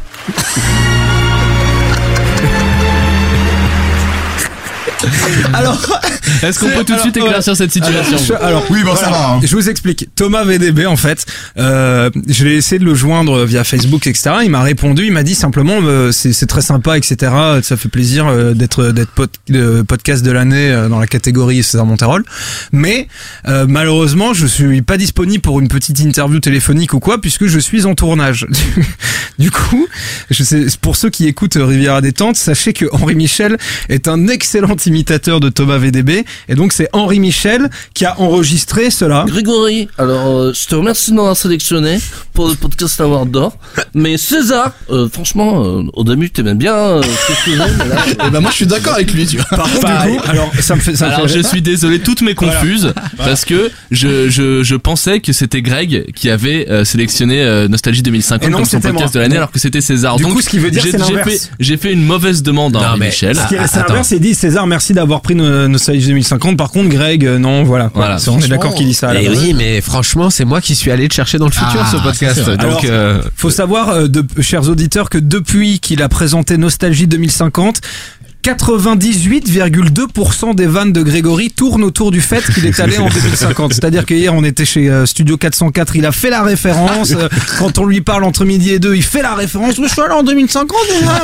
[SPEAKER 1] Alors,
[SPEAKER 4] est-ce qu'on peut tout de suite éclaircir cette situation?
[SPEAKER 1] Alors, je, alors
[SPEAKER 22] oui, bon,
[SPEAKER 1] voilà,
[SPEAKER 22] ça va. Hein.
[SPEAKER 1] Je vous explique. Thomas V D B, en fait, euh, je l'ai essayé de le joindre via Facebook, et cetera. Il m'a répondu, il m'a dit simplement, euh, c'est, c'est très sympa, et cetera. Ça fait plaisir euh, d'être d'être pod, de podcast de l'année euh, dans la catégorie César Monterol. Mais euh, malheureusement, je suis pas disponible pour une petite interview téléphonique ou quoi, puisque je suis en tournage. Du coup, je sais, pour ceux qui écoutent Riviera Détente, sachez que Henri Michel est un excellent imitateur de Thomas V D B, et donc c'est Henri Michel qui a enregistré cela.
[SPEAKER 15] Grégory, alors euh, je te remercie de m'avoir sélectionné pour le podcast Award d'or. Mais César, euh, franchement, euh, au début t'aimais bien euh, ce que je faisais, mais là, euh...
[SPEAKER 3] Et ben moi je suis d'accord avec lui, tu vois.
[SPEAKER 1] Par contre, du coup, alors ça me fait. Ça me
[SPEAKER 4] alors
[SPEAKER 1] fait...
[SPEAKER 4] je suis désolé, toutes mes confuses, voilà. Parce que je je je pensais que c'était Greg qui avait euh, sélectionné euh, Nostalgie deux mille cinquante
[SPEAKER 1] non,
[SPEAKER 4] comme son podcast
[SPEAKER 1] moi.
[SPEAKER 4] de l'année, alors que c'était César.
[SPEAKER 1] Du
[SPEAKER 4] Donc,
[SPEAKER 1] coup, ce qui veut dire
[SPEAKER 4] j'ai,
[SPEAKER 1] c'est
[SPEAKER 4] j'ai
[SPEAKER 1] l'inverse.
[SPEAKER 4] fait j'ai fait une mauvaise demande à Henri Michel.
[SPEAKER 1] Ce qui est,
[SPEAKER 4] Ah,
[SPEAKER 1] c'est
[SPEAKER 4] attends.
[SPEAKER 1] l'inverse, il dit César, merci d'avoir pris nos Nostalgie deux mille cinquante. Par contre, Greg, euh, non, voilà. Quoi.
[SPEAKER 4] Voilà,
[SPEAKER 1] C'est- on est d'accord qu'il dit ça. À la
[SPEAKER 12] Et
[SPEAKER 1] base.
[SPEAKER 12] oui, mais franchement, c'est moi qui suis allé le chercher dans le futur,
[SPEAKER 1] Ah,
[SPEAKER 12] ce podcast.
[SPEAKER 1] c'est vrai.
[SPEAKER 12] Donc,
[SPEAKER 1] Alors,
[SPEAKER 12] euh,
[SPEAKER 1] faut savoir, euh, de, chers auditeurs, que depuis qu'il a présenté Nostalgie deux mille cinquante, quatre-vingt-dix-huit virgule deux pour cent des vannes de Grégory tournent autour du fait qu'il est allé en deux mille cinquante. C'est-à-dire que hier on était chez euh, Studio quatre cent quatre, il a fait la référence. Euh, quand on lui parle entre midi et deux, il fait la référence. Je suis allé en deux mille cinquante déjà.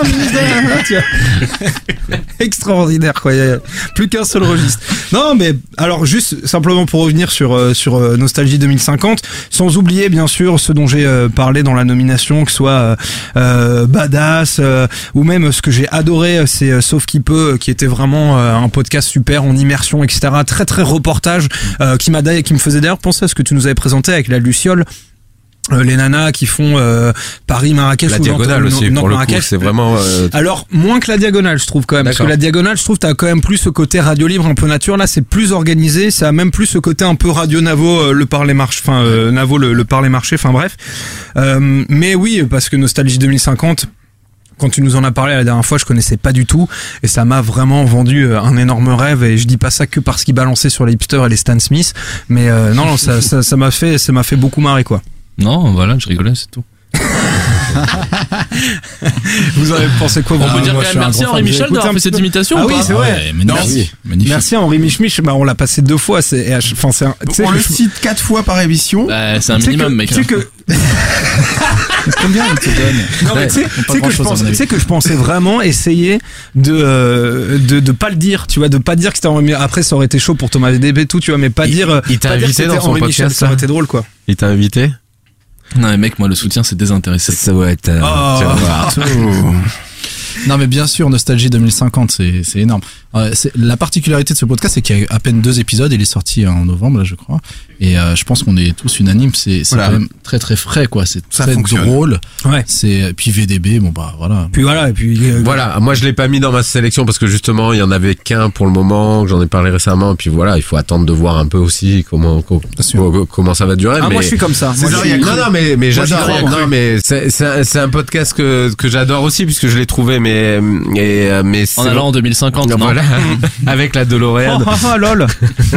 [SPEAKER 1] Tiens. Extraordinaire quoi. Il y a plus qu'un seul registre. Non mais alors juste simplement pour revenir sur euh, sur euh, Nostalgie deux mille cinquante, sans oublier bien sûr ce dont j'ai euh, parlé dans la nomination, que ce soit euh, euh, Badass euh, ou même ce que j'ai adoré, c'est euh, Sauf qui peut, qui était vraiment euh, un podcast super en immersion, et cetera. Très très reportage euh, qui m'a d'ailleurs- qui me faisait d'ailleurs penser à ce que tu nous avais présenté avec la Luciole. Euh, les nanas qui font euh, Paris Marrakech
[SPEAKER 12] la
[SPEAKER 1] ou
[SPEAKER 12] diagonale
[SPEAKER 1] Nantes-
[SPEAKER 12] aussi,
[SPEAKER 1] Nantes-
[SPEAKER 12] pour le coup,
[SPEAKER 1] Marrakech.
[SPEAKER 12] c'est vraiment. euh,
[SPEAKER 1] Alors moins que la diagonale, je trouve quand même, parce que
[SPEAKER 12] D'accord.
[SPEAKER 1] la diagonale, je trouve, t'as quand même plus ce côté radio libre, un peu nature. Là, c'est plus organisé, ça a même plus ce côté un peu radio Navo, euh, le parler marché, enfin euh, Navo le, le parler marché, enfin bref. Euh, mais oui, parce que Nostalgie deux mille cinquante. Quand tu nous en as parlé la dernière fois, je connaissais pas du tout et ça m'a vraiment vendu euh, un énorme rêve, et je dis pas ça que parce qu'il balançait sur les hipsters et les Stan Smith, mais euh, non, non, ça, ça, ça m'a fait, ça m'a fait beaucoup marrer quoi.
[SPEAKER 4] Non, voilà, je rigolais, c'est tout.
[SPEAKER 1] Vous en avez pensé quoi?
[SPEAKER 4] On
[SPEAKER 1] vous
[SPEAKER 4] peut dire
[SPEAKER 1] Moi,
[SPEAKER 4] quand
[SPEAKER 1] je
[SPEAKER 4] même
[SPEAKER 1] suis
[SPEAKER 4] merci
[SPEAKER 1] un grand
[SPEAKER 4] Henri
[SPEAKER 1] fan. Vous
[SPEAKER 4] Michel
[SPEAKER 1] avez écouté
[SPEAKER 4] d'avoir
[SPEAKER 1] un
[SPEAKER 4] fait
[SPEAKER 1] petit
[SPEAKER 4] cette
[SPEAKER 1] peu
[SPEAKER 4] imitation.
[SPEAKER 1] Ah
[SPEAKER 4] ou
[SPEAKER 1] oui,
[SPEAKER 4] pas
[SPEAKER 1] c'est vrai.
[SPEAKER 3] Ouais, magnifique, magnifique.
[SPEAKER 1] Merci à Henri Michmich. Bah, on l'a passé deux fois. C'est, enfin, c'est un, tu sais
[SPEAKER 22] On
[SPEAKER 1] que
[SPEAKER 22] le
[SPEAKER 1] je-
[SPEAKER 22] cite quatre fois par émission.
[SPEAKER 4] Bah, c'est un
[SPEAKER 1] tu sais
[SPEAKER 4] minimum,
[SPEAKER 1] que-
[SPEAKER 4] mec.
[SPEAKER 1] Tu sais
[SPEAKER 4] hein.
[SPEAKER 1] que,
[SPEAKER 3] Combien il te donne
[SPEAKER 1] non, mais tu sais, tu sais que je pense, tu sais que je pensais vraiment essayer de, euh, de, de pas le dire, tu vois, de pas dire que c'était Henri Michel. Après, ça aurait été chaud pour Thomas V D B et tout, tu vois, mais pas
[SPEAKER 12] Il-
[SPEAKER 1] dire, euh,
[SPEAKER 12] il t'a
[SPEAKER 1] pas dire
[SPEAKER 12] invité
[SPEAKER 1] que
[SPEAKER 12] dans
[SPEAKER 1] c'était
[SPEAKER 12] son
[SPEAKER 1] Henri Michel,
[SPEAKER 12] podcast,
[SPEAKER 1] ça aurait
[SPEAKER 12] ça
[SPEAKER 1] été drôle, quoi.
[SPEAKER 12] Il t'a invité?
[SPEAKER 4] Non, mais mec, moi, le soutien, c'est désintéressé.
[SPEAKER 12] Ça va être. euh,
[SPEAKER 1] Oh.
[SPEAKER 12] tu vas voir.
[SPEAKER 3] Non mais bien sûr, Nostalgie deux mille cinquante, c'est c'est énorme. Euh, c'est, la particularité de ce podcast, c'est qu'il y a à peine deux épisodes. Il est sorti en novembre, là, je crois. Et euh, je pense qu'on est tous unanimes. C'est c'est
[SPEAKER 22] Voilà.
[SPEAKER 3] quand même très très frais, quoi. C'est
[SPEAKER 22] Ça
[SPEAKER 3] très
[SPEAKER 22] fonctionne.
[SPEAKER 3] drôle.
[SPEAKER 1] Ouais.
[SPEAKER 3] C'est puis V D B, bon bah voilà.
[SPEAKER 1] Puis voilà, et puis, euh,
[SPEAKER 12] Voilà, moi je l'ai pas mis dans ma sélection parce que justement il y en avait qu'un pour le moment, que j'en ai parlé récemment, et puis voilà, il faut attendre de voir un peu aussi comment co- co- comment ça va durer.
[SPEAKER 1] Ah,
[SPEAKER 12] mais...
[SPEAKER 1] moi, je suis comme ça. Moi,
[SPEAKER 22] César,
[SPEAKER 1] je
[SPEAKER 22] il y a
[SPEAKER 1] suis-
[SPEAKER 22] cru.
[SPEAKER 12] Non non mais mais
[SPEAKER 1] Moi, j'y
[SPEAKER 12] j'adore.
[SPEAKER 1] crois, moi.
[SPEAKER 12] Non mais c'est c'est un, c'est un podcast que que j'adore aussi puisque je l'ai trouvé mais et euh, mais c'est
[SPEAKER 4] En allant en deux mille cinquante, non?
[SPEAKER 12] voilà avec la DeLorean.
[SPEAKER 1] Oh, oh, oh, lol.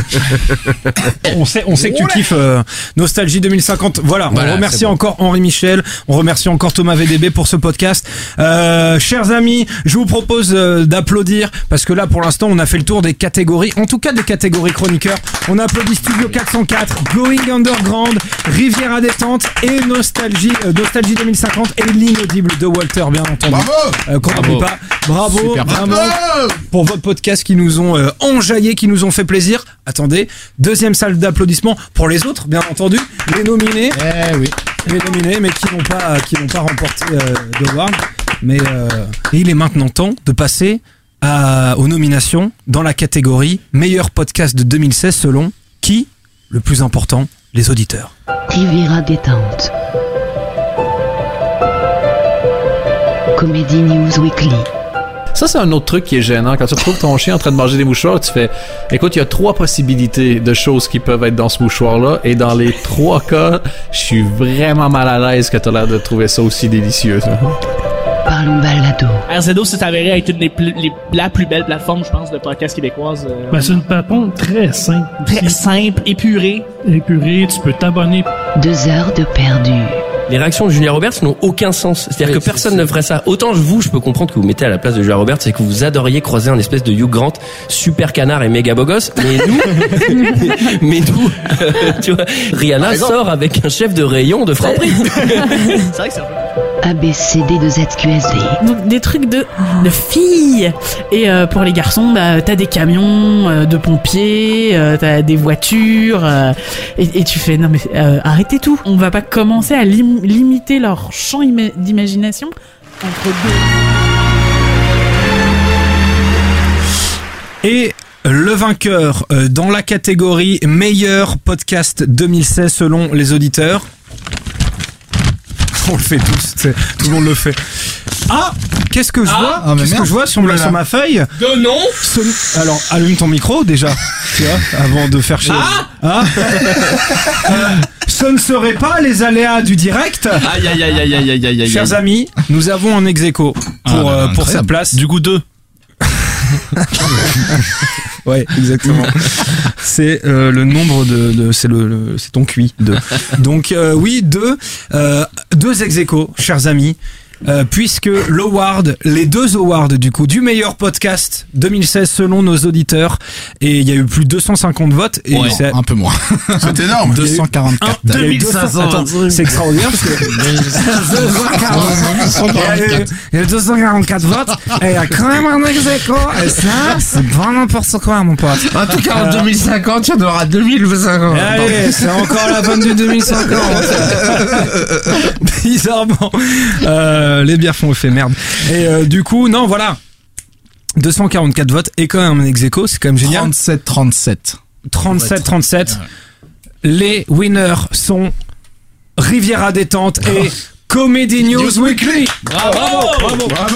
[SPEAKER 1] on sait, on sait que tu kiffes euh, Nostalgie deux mille cinquante. Voilà,
[SPEAKER 12] Voilà,
[SPEAKER 1] on remercie
[SPEAKER 12] c'est bon.
[SPEAKER 1] encore Henri Michel, on remercie encore Thomas V D B pour ce podcast. Euh, chers amis, je vous propose euh, d'applaudir parce que là, pour l'instant, on a fait le tour des catégories, en tout cas des catégories chroniqueurs. On applaudit Studio quatre cent quatre, Going Underground, Riviera Détente et Nostalgie, euh, Nostalgie deux mille cinquante et l'inaudible de Walter, bien entendu.
[SPEAKER 22] Bravo.
[SPEAKER 1] Euh, qu'on
[SPEAKER 4] Bravo.
[SPEAKER 1] n'oublie pas. Bravo,
[SPEAKER 3] Super.
[SPEAKER 1] vraiment,
[SPEAKER 22] Bravo.
[SPEAKER 1] pour votre podcast qui nous ont euh, enjaillés, qui nous ont fait plaisir. Attendez, deuxième salle d'applaudissements pour les autres, bien entendu, les nominés,
[SPEAKER 3] Eh oui.
[SPEAKER 1] les nominés, mais qui n'ont pas, qui n'ont pas remporté euh, d'award. Mais euh, et il est maintenant temps de passer à, aux nominations dans la catégorie meilleur podcast de deux mille seize selon qui? Le plus important, les auditeurs.
[SPEAKER 16] Riviera Détente.
[SPEAKER 9] Comedy News Weekly.
[SPEAKER 16] Ça, c'est un autre truc qui est gênant. Quand tu retrouves ton chien en train de manger des mouchoirs, tu fais, écoute, il y a trois possibilités de choses qui peuvent être dans ce mouchoir-là, et dans les trois cas, je suis vraiment mal à l'aise que tu as l'air de trouver ça aussi délicieux. Ça.
[SPEAKER 9] Parlons balado.
[SPEAKER 17] R Z O s'est avéré être une des plus, les, la plus belle plateforme, je pense, de podcast québécoise. Euh,
[SPEAKER 21] Ben, c'est une plateforme très simple.
[SPEAKER 17] Très simple, épurée.
[SPEAKER 21] Épurée, tu peux t'abonner.
[SPEAKER 9] Deux heures de perdu.
[SPEAKER 24] Les réactions de Julia Roberts n'ont aucun sens. C'est-à-dire
[SPEAKER 16] Oui,
[SPEAKER 24] que personne ne ferait ça. Autant vous, je peux comprendre que vous mettez à la place de Julia Roberts, c'est que vous adoriez croiser un espèce de Hugh Grant super canard et méga beau gosse. Mais nous, mais nous, euh, tu vois, Rihanna sort avec un chef de rayon de Franprix.
[SPEAKER 17] C'est vrai que c'est un peu...
[SPEAKER 9] A B C D de Z Q S D.
[SPEAKER 13] Donc des trucs de, de filles. Et euh, pour les garçons, bah, t'as des camions euh, de pompiers, euh, t'as des voitures. Euh, et, et tu fais, non mais euh, arrêtez tout. On va pas commencer à lim- limiter leur champ ima- d'imagination entre deux.
[SPEAKER 1] Et le vainqueur euh, dans la catégorie meilleur podcast deux mille seize selon les auditeurs. On le fait tous, c'est- tout le monde le fait. Ah, qu'est-ce que je
[SPEAKER 4] Ah,
[SPEAKER 1] vois
[SPEAKER 4] ah, mais
[SPEAKER 1] Qu'est-ce
[SPEAKER 4] merde.
[SPEAKER 1] que je vois sur, ma-
[SPEAKER 4] Oulala.
[SPEAKER 1] sur ma feuille
[SPEAKER 4] De nom
[SPEAKER 1] Ce- Alors, allume ton micro déjà, tu vois, avant de faire chier. Ah, Euh, Ce ne serait pas les aléas du direct.
[SPEAKER 4] Aïe aïe aïe aïe aïe aïe aïe aïe.
[SPEAKER 1] Chers amis, nous avons un ex-aequo pour,
[SPEAKER 4] Ah, bah,
[SPEAKER 1] euh, pour
[SPEAKER 4] incroyable.
[SPEAKER 1] cette place.
[SPEAKER 4] Du coup deux.
[SPEAKER 1] Ouais, exactement. C'est euh, le nombre de, de c'est le, le- c'est ton Q I deux. Donc euh, oui, deux euh, deux ex-aequo, chers amis. Euh, puisque l'award, les deux awards du coup du meilleur podcast deux mille seize selon nos auditeurs, et il y a eu plus de deux cent cinquante votes et
[SPEAKER 16] Ouais,
[SPEAKER 1] c'est
[SPEAKER 16] un peu moins.
[SPEAKER 22] C'est énorme.
[SPEAKER 16] deux cent quarante-quatre.
[SPEAKER 1] Il y a eu deux cents Attends, c'est extraordinaire parce que il y a eu deux cent quarante-quatre votes et il y a quand même un ex-aequo, et ça c'est pas n'importe quoi mon pote.
[SPEAKER 6] En tout cas, en deux mille cinquante, il y en aura deux mille cinquante.
[SPEAKER 1] Allez, c'est encore la bonne du deux mille cinquante. Bizarrement. Euh, les bières font effet, merde. Et euh, du coup, non, voilà. deux cent quarante-quatre votes et quand même un ex-aequo, c'est quand même génial.
[SPEAKER 3] trente-sept trente-sept.
[SPEAKER 1] trente-sept trente-sept. Les winners sont Riviera Détente et Comedy News Weekly.
[SPEAKER 4] Bravo,
[SPEAKER 1] bravo,
[SPEAKER 22] bravo.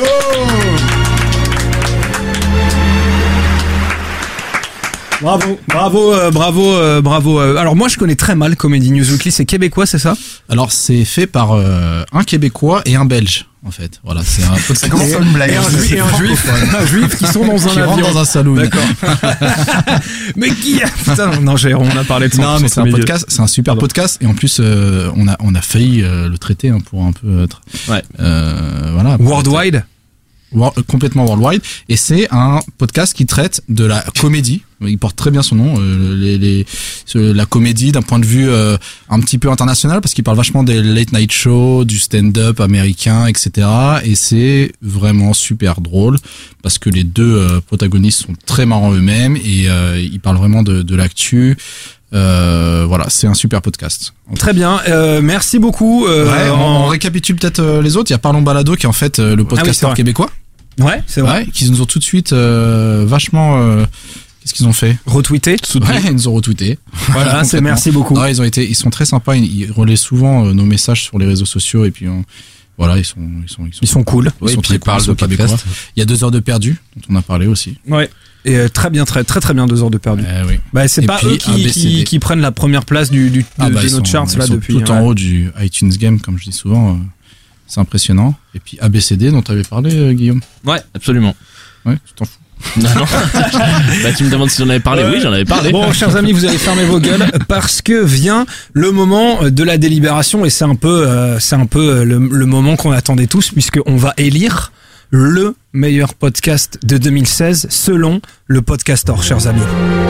[SPEAKER 1] Bravo, bravo, euh, bravo, euh, bravo. euh. Alors moi je connais très mal Comedy News Weekly, c'est québécois, c'est ça?
[SPEAKER 3] Alors c'est fait par euh, un Québécois et un Belge en fait. Voilà, c'est un peu.
[SPEAKER 22] Ça commence comme une blague.
[SPEAKER 1] Et un juif, et un juif, un juif qui sont dans un
[SPEAKER 3] qui
[SPEAKER 1] avion.
[SPEAKER 3] rentre dans un saloon.
[SPEAKER 1] D'accord. Mais qui a... Putain, non, j'ai, on a parlé de son
[SPEAKER 3] Non, mais c'est un
[SPEAKER 1] milieu.
[SPEAKER 3] podcast, c'est un super podcast et en plus euh, on a on a failli euh, le traiter hein, pour un peu être.
[SPEAKER 4] Ouais.
[SPEAKER 3] Euh, voilà.
[SPEAKER 1] Worldwide.
[SPEAKER 3] Wor- complètement worldwide, et c'est un podcast qui traite de la comédie. Il porte très bien son nom, euh, les, les, ce- la comédie d'un point de vue euh, un petit peu international, parce qu'il parle vachement des late night shows, du stand-up américain, et cetera. Et c'est vraiment super drôle parce que les deux euh, protagonistes sont très marrants eux-mêmes et euh, ils parlent vraiment de, de l'actu. Euh, voilà, c'est un super podcast.
[SPEAKER 1] Très bien, euh, merci beaucoup. Euh,
[SPEAKER 3] Ouais, on,
[SPEAKER 1] en-
[SPEAKER 3] on récapitule peut-être euh, les autres. Il y a Parlons Balado qui est en fait euh, le
[SPEAKER 1] Ah oui, c'est
[SPEAKER 3] podcasteur
[SPEAKER 1] vrai.
[SPEAKER 3] québécois.
[SPEAKER 1] Ouais, c'est vrai.
[SPEAKER 3] Ouais, qui nous ont tout de suite euh, vachement. euh, Qu'est-ce qu'ils ont fait?
[SPEAKER 1] Retweeté.
[SPEAKER 3] Ouais, ils nous ont retweeté.
[SPEAKER 1] Voilà, c'est
[SPEAKER 3] complètement.
[SPEAKER 1] merci beaucoup.
[SPEAKER 3] Non, ils ont été, ils sont très sympas. Ils, ils relaient souvent euh, nos messages sur les réseaux sociaux et puis on- voilà, ils sont, ils sont, ils sont,
[SPEAKER 1] Ils sont cool.
[SPEAKER 3] Ils
[SPEAKER 12] Oui,
[SPEAKER 3] sont
[SPEAKER 12] puis
[SPEAKER 3] très
[SPEAKER 12] ils parlent
[SPEAKER 3] cool, ils sont
[SPEAKER 12] de
[SPEAKER 3] québécois.
[SPEAKER 12] podcast.
[SPEAKER 3] Il y a deux heures de perdu dont on a parlé aussi.
[SPEAKER 1] Ouais. Et euh, très bien, très très très bien, deux heures de perdu.
[SPEAKER 3] Eh oui.
[SPEAKER 1] Bah c'est
[SPEAKER 3] Et
[SPEAKER 1] pas
[SPEAKER 3] puis,
[SPEAKER 1] eux qui,
[SPEAKER 3] A B C D.
[SPEAKER 1] qui, qui prennent la première place du, du
[SPEAKER 3] Ah
[SPEAKER 1] de,
[SPEAKER 3] bah,
[SPEAKER 1] de
[SPEAKER 3] ils
[SPEAKER 1] notre
[SPEAKER 3] sont,
[SPEAKER 1] charts
[SPEAKER 3] ils
[SPEAKER 1] là
[SPEAKER 3] sont
[SPEAKER 1] depuis.
[SPEAKER 3] tout en
[SPEAKER 1] ouais.
[SPEAKER 3] haut du iTunes Game, comme je dis souvent. euh, C'est impressionnant. Et puis A B C D dont tu avais parlé, euh, Guillaume.
[SPEAKER 4] Ouais, absolument.
[SPEAKER 3] Ouais, tu t'en fous.
[SPEAKER 4] Non, non. Bah tu me demandes si j'en avais parlé. Oui, j'en avais parlé.
[SPEAKER 1] Bon, chers amis, vous allez fermer vos gueules parce que vient le moment de la délibération et c'est un peu, euh, c'est un peu euh, le, le moment qu'on attendait tous puisque on va élire le meilleur podcast de deux mille seize selon le Podcastor, chers amis.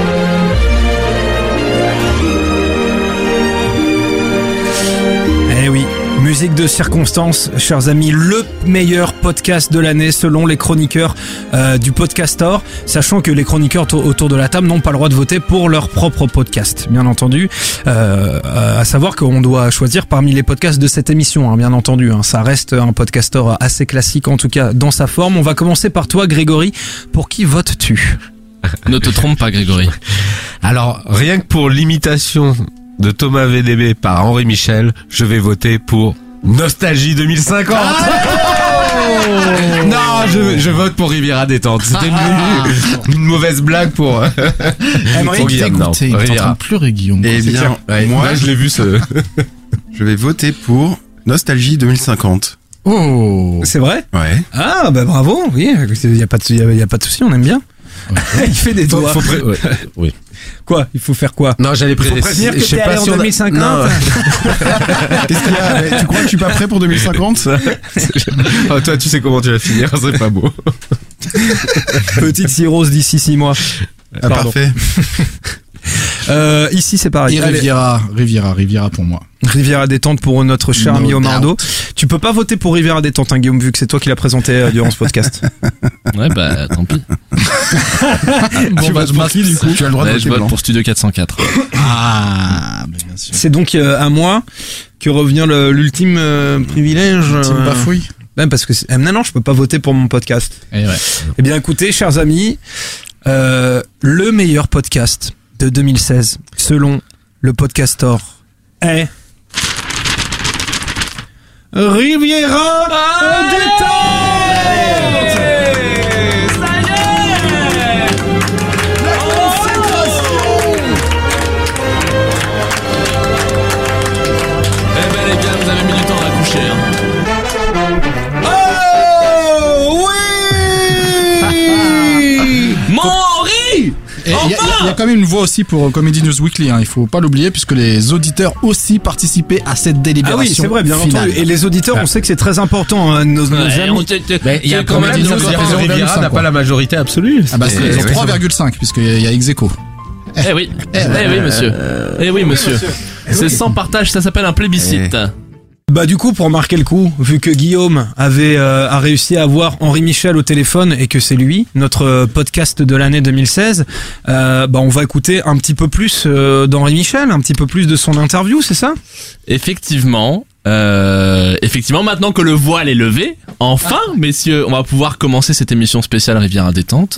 [SPEAKER 1] Eh oui. Musique de circonstance, chers amis, le meilleur podcast de l'année selon les chroniqueurs euh, du Podcastor, sachant que les chroniqueurs to- autour de la table n'ont pas le droit de voter pour leur propre podcast, bien entendu. Euh, euh, à savoir qu'on doit choisir parmi les podcasts de cette émission, hein, bien entendu. Hein, ça reste un Podcastor assez classique, en tout cas dans sa forme. On va commencer par toi, Grégory. Pour qui votes-tu?
[SPEAKER 4] Ne te trompe pas, Grégory.
[SPEAKER 12] Alors, rien que pour l'imitation de Thomas V D B par Henri Michel, je vais voter pour Nostalgie deux mille cinquante. Non, je, je vote pour Riviera Détente. C'était une, une mauvaise blague pour.
[SPEAKER 3] Pour Guillaume, non. Il est en train de pleurer, Guillaume.
[SPEAKER 2] Eh bien,
[SPEAKER 12] Ouais,
[SPEAKER 2] moi,
[SPEAKER 12] là, je l'ai vu ce.
[SPEAKER 2] je vais voter pour Nostalgie deux mille cinquante.
[SPEAKER 3] Oh.
[SPEAKER 1] C'est vrai?
[SPEAKER 2] Ouais.
[SPEAKER 1] Ah, bah bravo, oui, il y a pas de, il y a pas de souci, on aime bien. Il fait des
[SPEAKER 12] Faut-
[SPEAKER 1] doigts.
[SPEAKER 12] faut pré- ouais, oui.
[SPEAKER 1] Quoi? Il faut faire quoi?
[SPEAKER 12] Non, j'allais
[SPEAKER 1] Il faut
[SPEAKER 12] pré-
[SPEAKER 1] prévenir que
[SPEAKER 12] je sais
[SPEAKER 1] t'es
[SPEAKER 12] pas
[SPEAKER 1] allé en
[SPEAKER 12] si on a-
[SPEAKER 1] deux mille cinquante.
[SPEAKER 12] Non.
[SPEAKER 2] Qu'est-ce qu'il y a Mais tu crois que je suis pas prêt pour deux mille cinquante?
[SPEAKER 12] Oh, toi, tu sais comment tu vas finir, c'est pas beau.
[SPEAKER 1] Petite cirrhose d'ici six mois.
[SPEAKER 2] Ah,
[SPEAKER 1] Pardon.
[SPEAKER 2] parfait.
[SPEAKER 1] Euh, ici, c'est pareil.
[SPEAKER 3] Et
[SPEAKER 1] Allez.
[SPEAKER 3] Riviera, Riviera, Riviera pour moi.
[SPEAKER 1] Riviera Détente pour notre cher
[SPEAKER 3] No
[SPEAKER 1] ami Omardo.
[SPEAKER 3] doubt.
[SPEAKER 1] Tu peux pas voter pour Riviera Détente, hein, Guillaume, vu que c'est toi qui l'as présenté euh, durant ce podcast.
[SPEAKER 4] Ouais, bah, tant pis.
[SPEAKER 3] Bon,
[SPEAKER 2] tu
[SPEAKER 3] bah,
[SPEAKER 2] votes
[SPEAKER 3] je
[SPEAKER 2] pour qui, du coup? Tu as le droit de
[SPEAKER 4] Ouais,
[SPEAKER 2] voter
[SPEAKER 4] je vote
[SPEAKER 2] blanc.
[SPEAKER 4] pour Studio quatre cent quatre.
[SPEAKER 3] Ah, mais bien sûr.
[SPEAKER 1] C'est donc euh, à moi que revient le- l'ultime euh, privilège.
[SPEAKER 3] Ultime
[SPEAKER 1] euh,
[SPEAKER 3] bafouille.
[SPEAKER 1] Ben parce que c'est- euh, non, non, je peux pas voter pour mon podcast.
[SPEAKER 3] Eh ouais.
[SPEAKER 1] Eh bien, écoutez, chers amis, euh, le meilleur podcast de deux mille seize, selon le Podcastor, est Riviera Détente.
[SPEAKER 4] Eh ben les gars, vous avez mis du temps à accoucher. Hein.
[SPEAKER 1] Oh oui.
[SPEAKER 4] Mon Henri.
[SPEAKER 3] Et il y, a- y a- y a quand même une voix aussi pour euh, Comedy News Weekly, hein. Il faut pas l'oublier puisque les auditeurs aussi participaient à cette
[SPEAKER 1] Ah
[SPEAKER 3] délibération.
[SPEAKER 1] oui, c'est vrai, bien
[SPEAKER 3] finale.
[SPEAKER 1] entendu. Et les auditeurs, on sait que c'est très important, hein, nos, nos
[SPEAKER 4] Ouais,
[SPEAKER 1] amis.
[SPEAKER 4] on t'est- t'es-
[SPEAKER 12] Mais il y a
[SPEAKER 4] c'est
[SPEAKER 12] quand même
[SPEAKER 3] Comedy
[SPEAKER 12] des
[SPEAKER 3] News,
[SPEAKER 12] autres
[SPEAKER 3] ça fait
[SPEAKER 12] qui
[SPEAKER 3] zéro virgule
[SPEAKER 12] Riviera
[SPEAKER 3] cinq,
[SPEAKER 12] n'a
[SPEAKER 3] quoi.
[SPEAKER 12] pas la majorité absolue.
[SPEAKER 3] Ah bah c'est-
[SPEAKER 12] Et-
[SPEAKER 3] ils ont
[SPEAKER 12] ouais,
[SPEAKER 3] trois virgule cinq puisqu'il y a ex aequo.
[SPEAKER 4] Eh oui, eh oui monsieur, eh oui monsieur. C'est sans partage, ça s'appelle un plébiscite.
[SPEAKER 1] Bah du coup, pour marquer le coup, vu que Guillaume avait euh, a réussi à avoir Henri Michel au téléphone et que c'est lui, notre euh, podcast de l'année deux mille seize, euh, bah on va écouter un petit peu plus euh, d'Henri Michel, un petit peu plus de son interview, c'est ça?
[SPEAKER 4] Effectivement, euh, effectivement, maintenant que le voile est levé, enfin, messieurs, on va pouvoir commencer cette émission spéciale Riviera Détente.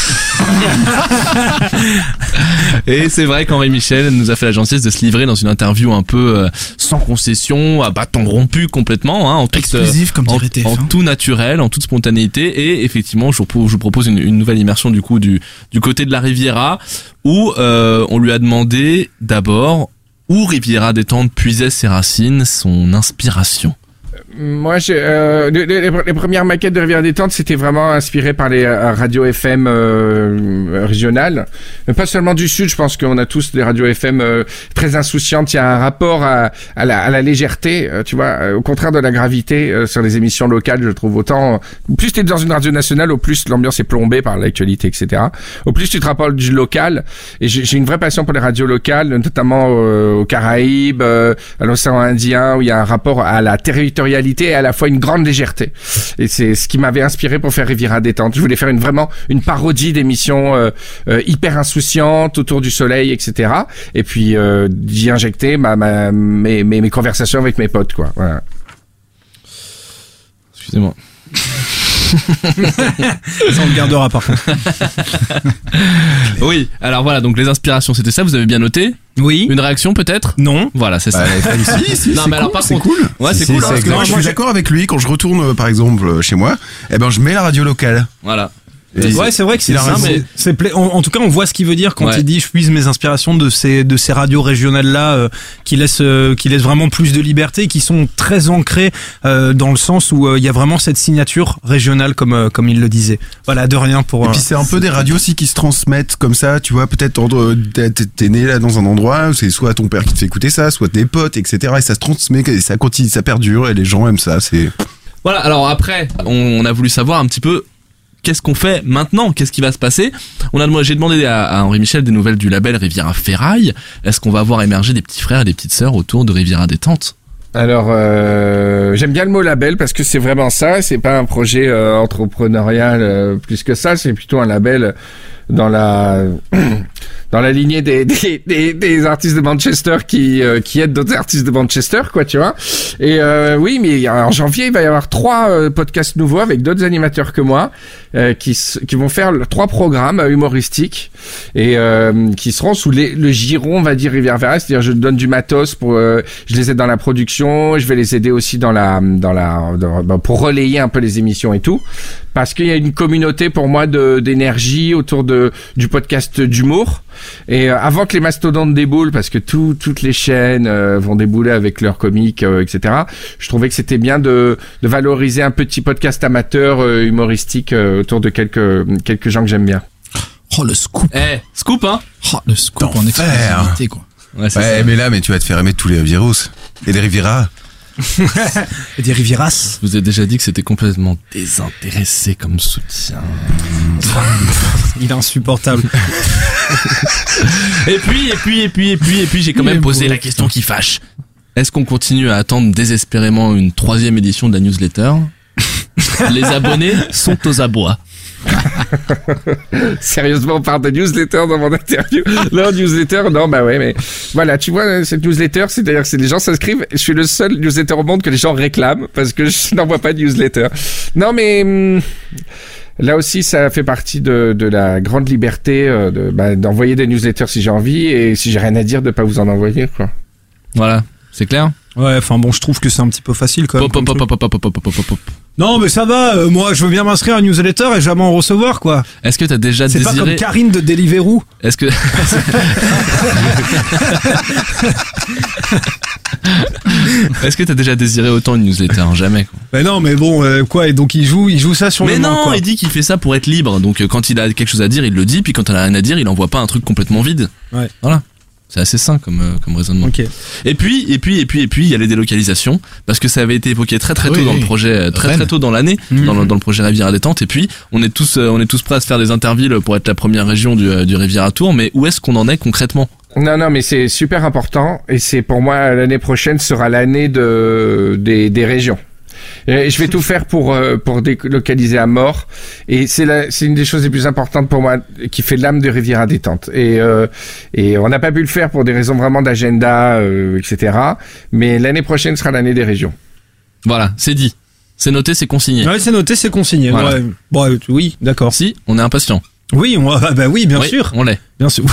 [SPEAKER 4] Et c'est vrai qu'Henri Michel nous a fait la gentillesse de se livrer dans une interview un peu euh, sans concession, à bâton rompu complètement, hein, en toute,
[SPEAKER 3] Exclusif, comme
[SPEAKER 4] en,
[SPEAKER 3] dirait T F un.
[SPEAKER 4] en tout naturel, en toute spontanéité. Et effectivement, je vous, pro- je vous propose une, une nouvelle immersion du coup du, du côté de la Riviera, où euh, on lui a demandé d'abord où Riviera Détente puisait ses racines, son inspiration.
[SPEAKER 6] Moi, je, euh, les, les- les premières maquettes de Riviera Détente, c'était vraiment inspiré par les euh, radios F M euh, régionales. Mais pas seulement du Sud, je pense qu'on a tous des radios F M euh, très insouciantes. Il y a un rapport à, à, la, à la légèreté, euh, tu vois, euh, au contraire de la gravité euh, sur les émissions locales, je trouve. Autant, au plus t'es dans une radio nationale, au plus l'ambiance est plombée par l'actualité, et cetera. Au plus tu te rapproches du local. Et j'ai j'ai une vraie passion pour les radios locales, notamment euh, aux Caraïbes, euh, à l'océan Indien, où il y a un rapport à la territorialité et à la fois une grande légèreté. Et c'est ce qui m'avait inspiré pour faire Riviera Détente. Je voulais faire une vraiment une parodie d'émissions euh, euh, hyper insouciantes autour du soleil, et cetera. Et puis euh, d'y injecter ma, ma, mes, mes, mes conversations avec mes potes, quoi. Voilà.
[SPEAKER 4] Excusez-moi.
[SPEAKER 1] Ça, on le gardera par contre.
[SPEAKER 4] Oui, alors voilà, donc les inspirations, c'était ça, vous avez bien noté?
[SPEAKER 1] Oui.
[SPEAKER 4] Une réaction peut-être?
[SPEAKER 1] Non.
[SPEAKER 4] Voilà, c'est ça.
[SPEAKER 2] Bah, si, si,
[SPEAKER 4] non,
[SPEAKER 2] c'est
[SPEAKER 4] mais alors
[SPEAKER 2] cool,
[SPEAKER 4] par
[SPEAKER 2] c'est
[SPEAKER 4] contre,
[SPEAKER 2] cool.
[SPEAKER 4] ouais, c'est
[SPEAKER 2] Si,
[SPEAKER 4] cool.
[SPEAKER 2] si,
[SPEAKER 4] hein,
[SPEAKER 2] parce
[SPEAKER 4] parce
[SPEAKER 2] que
[SPEAKER 4] que
[SPEAKER 2] moi, je suis d'accord avec lui. Quand je retourne, euh, par exemple, euh, chez moi, eh ben, je mets la radio locale.
[SPEAKER 4] Voilà.
[SPEAKER 2] Et
[SPEAKER 1] Ouais, c'est vrai que c'est
[SPEAKER 2] il a
[SPEAKER 1] ça,
[SPEAKER 2] raison.
[SPEAKER 1] mais c'est pla- en, en tout cas, on voit ce qu'il veut dire quand
[SPEAKER 4] Ouais.
[SPEAKER 1] il dit je puise mes inspirations de ces de ces radios régionales là euh, qui laissent euh, qui laissent vraiment plus de liberté, et qui sont très ancrées euh, dans le sens où euh, il y a vraiment cette signature régionale comme euh, comme il le disait. Voilà, de rien pour.
[SPEAKER 2] Et
[SPEAKER 1] euh,
[SPEAKER 2] puis c'est un peu des radios aussi qui se transmettent comme ça, tu vois, peut-être entre- t'es t'es né là dans un endroit, c'est soit ton père qui te fait écouter ça, soit tes potes, et cetera. Et ça se transmet, et ça continue, ça perdure, et les gens aiment ça. C'est
[SPEAKER 4] Voilà, alors après, on a voulu savoir un petit peu qu'est-ce qu'on fait maintenant, qu'est-ce qui va se passer. On a, j'ai demandé à, à Henri Michel des nouvelles du label Riviera Ferraille. Est-ce qu'on va voir émerger des petits frères et des petites sœurs autour de Riviera Détente?
[SPEAKER 6] Alors, euh, j'aime bien le mot label parce que c'est vraiment ça. C'est pas un projet euh, entrepreneurial euh, plus que ça. C'est plutôt un label dans la dans la lignée des des, des, des artistes de Manchester qui euh, qui aident d'autres artistes de Manchester, quoi, tu vois. Et euh, oui, mais en janvier, il va y avoir trois euh, podcasts nouveaux avec d'autres animateurs que moi.
[SPEAKER 7] euh, qui s- qui vont faire le- trois programmes euh, humoristiques et euh, qui seront sous les, le giron, on va dire Rivière Vera, c'est-à-dire je donne du matos pour, euh, je les aide dans la production, je vais les aider aussi dans la dans la dans- bah, pour relayer un peu les émissions et tout, parce qu'il y a une communauté pour moi de d'énergie autour de du podcast d'humour. Et euh, avant que les mastodontes déboulent, parce que tout, toutes les chaînes euh, vont débouler avec leurs comiques, euh, et cetera. Je trouvais que c'était bien de, de valoriser un petit podcast amateur euh, humoristique euh, autour de quelques quelques gens que j'aime bien.
[SPEAKER 23] Oh le scoop.
[SPEAKER 4] Eh, scoop hein.
[SPEAKER 23] Oh le scoop en exclusivité quoi.
[SPEAKER 4] Ouais, c'est
[SPEAKER 2] Ouais,
[SPEAKER 4] ça.
[SPEAKER 2] mais là, mais tu vas te faire aimer de tous les virus et les Riviera.
[SPEAKER 1] Et des Rivieras.
[SPEAKER 4] Je vous ai déjà dit que c'était complètement désintéressé comme soutien.
[SPEAKER 1] Il est insupportable.
[SPEAKER 4] Et puis, et puis, et puis, et puis, et puis, j'ai quand même posé la question qui fâche. Est-ce qu'on continue à attendre désespérément une troisième édition de la newsletter? Les abonnés sont aux abois.
[SPEAKER 7] Sérieusement, on parle de newsletter dans mon interview. Non, newsletter, non, bah ouais, mais voilà, tu vois, cette newsletter, c'est-à-dire que c'est les gens s'inscrivent. Je suis le seul newsletter au monde que les gens réclament parce que je n'envoie pas de newsletter. Non, mais hum, là aussi, ça fait partie de, de la grande liberté euh, de, bah, d'envoyer des newsletters si j'ai envie et si j'ai rien à dire, de pas vous en envoyer, quoi.
[SPEAKER 4] Voilà, c'est clair?
[SPEAKER 1] Ouais, enfin bon, je trouve que c'est un petit peu facile quand même.
[SPEAKER 4] Pop, pop, pop, pop, pop, pop, pop, pop, pop.
[SPEAKER 1] Non, mais ça va, euh, moi je veux bien m'inscrire à une newsletter et jamais en recevoir quoi.
[SPEAKER 4] Est-ce que t'as déjà
[SPEAKER 1] C'est
[SPEAKER 4] désiré...
[SPEAKER 1] pas comme Karine de Deliveroo.
[SPEAKER 4] Est-ce que... Est-ce que t'as déjà désiré autant une newsletter? Jamais, quoi.
[SPEAKER 1] Mais non, mais bon, euh, quoi, et donc il joue, il joue ça sur
[SPEAKER 4] Mais
[SPEAKER 1] le moment,
[SPEAKER 4] non,
[SPEAKER 1] quoi.
[SPEAKER 4] il dit qu'il fait ça pour être libre. Donc euh, quand il a quelque chose à dire, il le dit. Puis quand il a rien à dire, il envoie pas un truc complètement vide.
[SPEAKER 1] Ouais.
[SPEAKER 4] Voilà. C'est assez sain comme, euh, comme raisonnement.
[SPEAKER 1] Ok.
[SPEAKER 4] Et puis, et puis, et puis, et puis, il y a les délocalisations. Parce que ça avait été évoqué très très tôt
[SPEAKER 23] Oui,
[SPEAKER 4] dans le projet, euh, très
[SPEAKER 23] Rennes.
[SPEAKER 4] très tôt dans l'année,
[SPEAKER 1] Mhm.
[SPEAKER 4] dans, le, dans le projet Riviera Détente. Et puis, on est tous, euh, on est tous prêts à se faire des intervilles pour être la première région du, euh, du Riviera Tour. Mais où est-ce qu'on en est concrètement?
[SPEAKER 7] Non, non, mais c'est super important et c'est pour moi l'année prochaine sera l'année de des, des régions. Et je vais tout faire pour euh, pour délocaliser à mort et c'est la c'est une des choses les plus importantes pour moi qui fait l'âme de Riviera Détente et euh, et on n'a pas pu le faire pour des raisons vraiment d'agenda euh, et cetera. Mais l'année prochaine sera l'année des régions.
[SPEAKER 4] Voilà, c'est dit, c'est noté, c'est consigné.
[SPEAKER 1] Ouais, c'est noté, c'est consigné.
[SPEAKER 4] Voilà.
[SPEAKER 1] Ouais. Bon, euh, oui, d'accord.
[SPEAKER 4] Si, on est impatient.
[SPEAKER 1] Oui, on, ah, bah oui, bien
[SPEAKER 4] Oui,
[SPEAKER 1] sûr.
[SPEAKER 4] on l'est.
[SPEAKER 1] Bien sûr.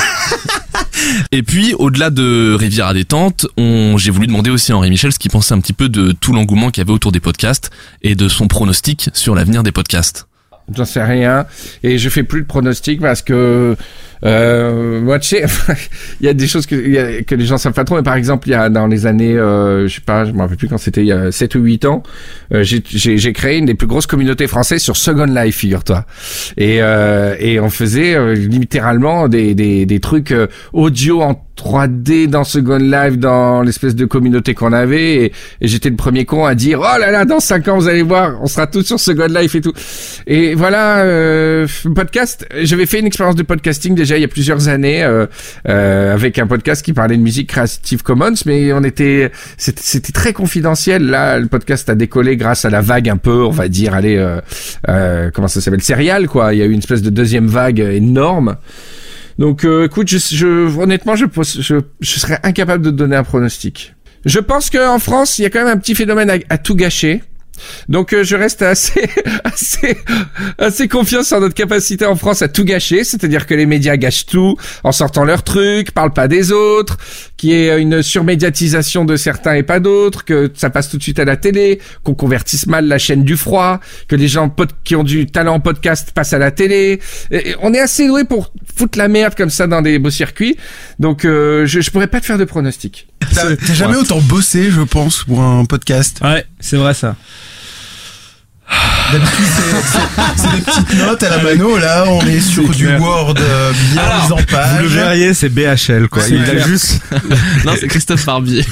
[SPEAKER 4] Et puis, au-delà de Riviera Détente, on, j'ai voulu demander aussi à Henri Michel ce qu'il pensait un petit peu de tout l'engouement qu'il y avait autour des podcasts et de son pronostic sur l'avenir des podcasts.
[SPEAKER 7] J'en sais rien et je fais plus de pronostics parce que euh, moi tu sais il y a des choses que il y a, que les gens savent pas trop mais par exemple il y a dans les années euh, je sais pas je me rappelle plus quand c'était il y a sept ou huit ans euh, j'ai, j'ai j'ai créé une des plus grosses communautés françaises sur Second Life, figure-toi, et euh, et on faisait euh, littéralement des des des trucs euh, audio en trois D dans Second Life, dans l'espèce de communauté qu'on avait, et, et j'étais le premier con à dire oh là là, dans cinq ans vous allez voir, on sera tous sur Second Life et tout. Et voilà, euh, podcast. J'avais fait une expérience de podcasting déjà il y a plusieurs années euh, euh, avec un podcast qui parlait de musique Creative Commons, mais on était, c'était, c'était très confidentiel. Là, le podcast a décollé grâce à la vague un peu, on va dire, allez, euh, euh, comment ça s'appelle, Serial quoi. Il y a eu une espèce de deuxième vague énorme. Donc, euh, écoute, je, je, honnêtement, je, je, je serais incapable de te donner un pronostic. Je pense qu'en France, il y a quand même un petit phénomène à, à tout gâcher. Donc, euh, je reste assez, assez, assez confiant sur notre capacité en France à tout gâcher. C'est-à-dire que les médias gâchent tout en sortant leurs trucs, parlent pas des autres, qu'il y ait une surmédiatisation de certains et pas d'autres, que ça passe tout de suite à la télé, qu'on convertisse mal la chaîne du froid, que les gens pod- qui ont du talent en podcast passent à la télé. Et, et on est assez doué pour foutre la merde comme ça dans des beaux circuits. Donc, euh, je, je pourrais pas te faire de pronostic.
[SPEAKER 2] T'as, t'as jamais autant bossé, je pense, pour un podcast.
[SPEAKER 1] Ouais, c'est vrai ça.
[SPEAKER 2] D'habitude, c'est, c'est, c'est des petites notes à la mano. Là, on est sur
[SPEAKER 12] C'est
[SPEAKER 2] du
[SPEAKER 12] clair.
[SPEAKER 2] Word euh, bien
[SPEAKER 12] Alors,
[SPEAKER 2] mis en page.
[SPEAKER 12] Vous le verriez, c'est B H L, quoi.
[SPEAKER 2] C'est
[SPEAKER 12] Il
[SPEAKER 2] clair.
[SPEAKER 12] a juste.
[SPEAKER 4] Non, c'est Christophe Barbier.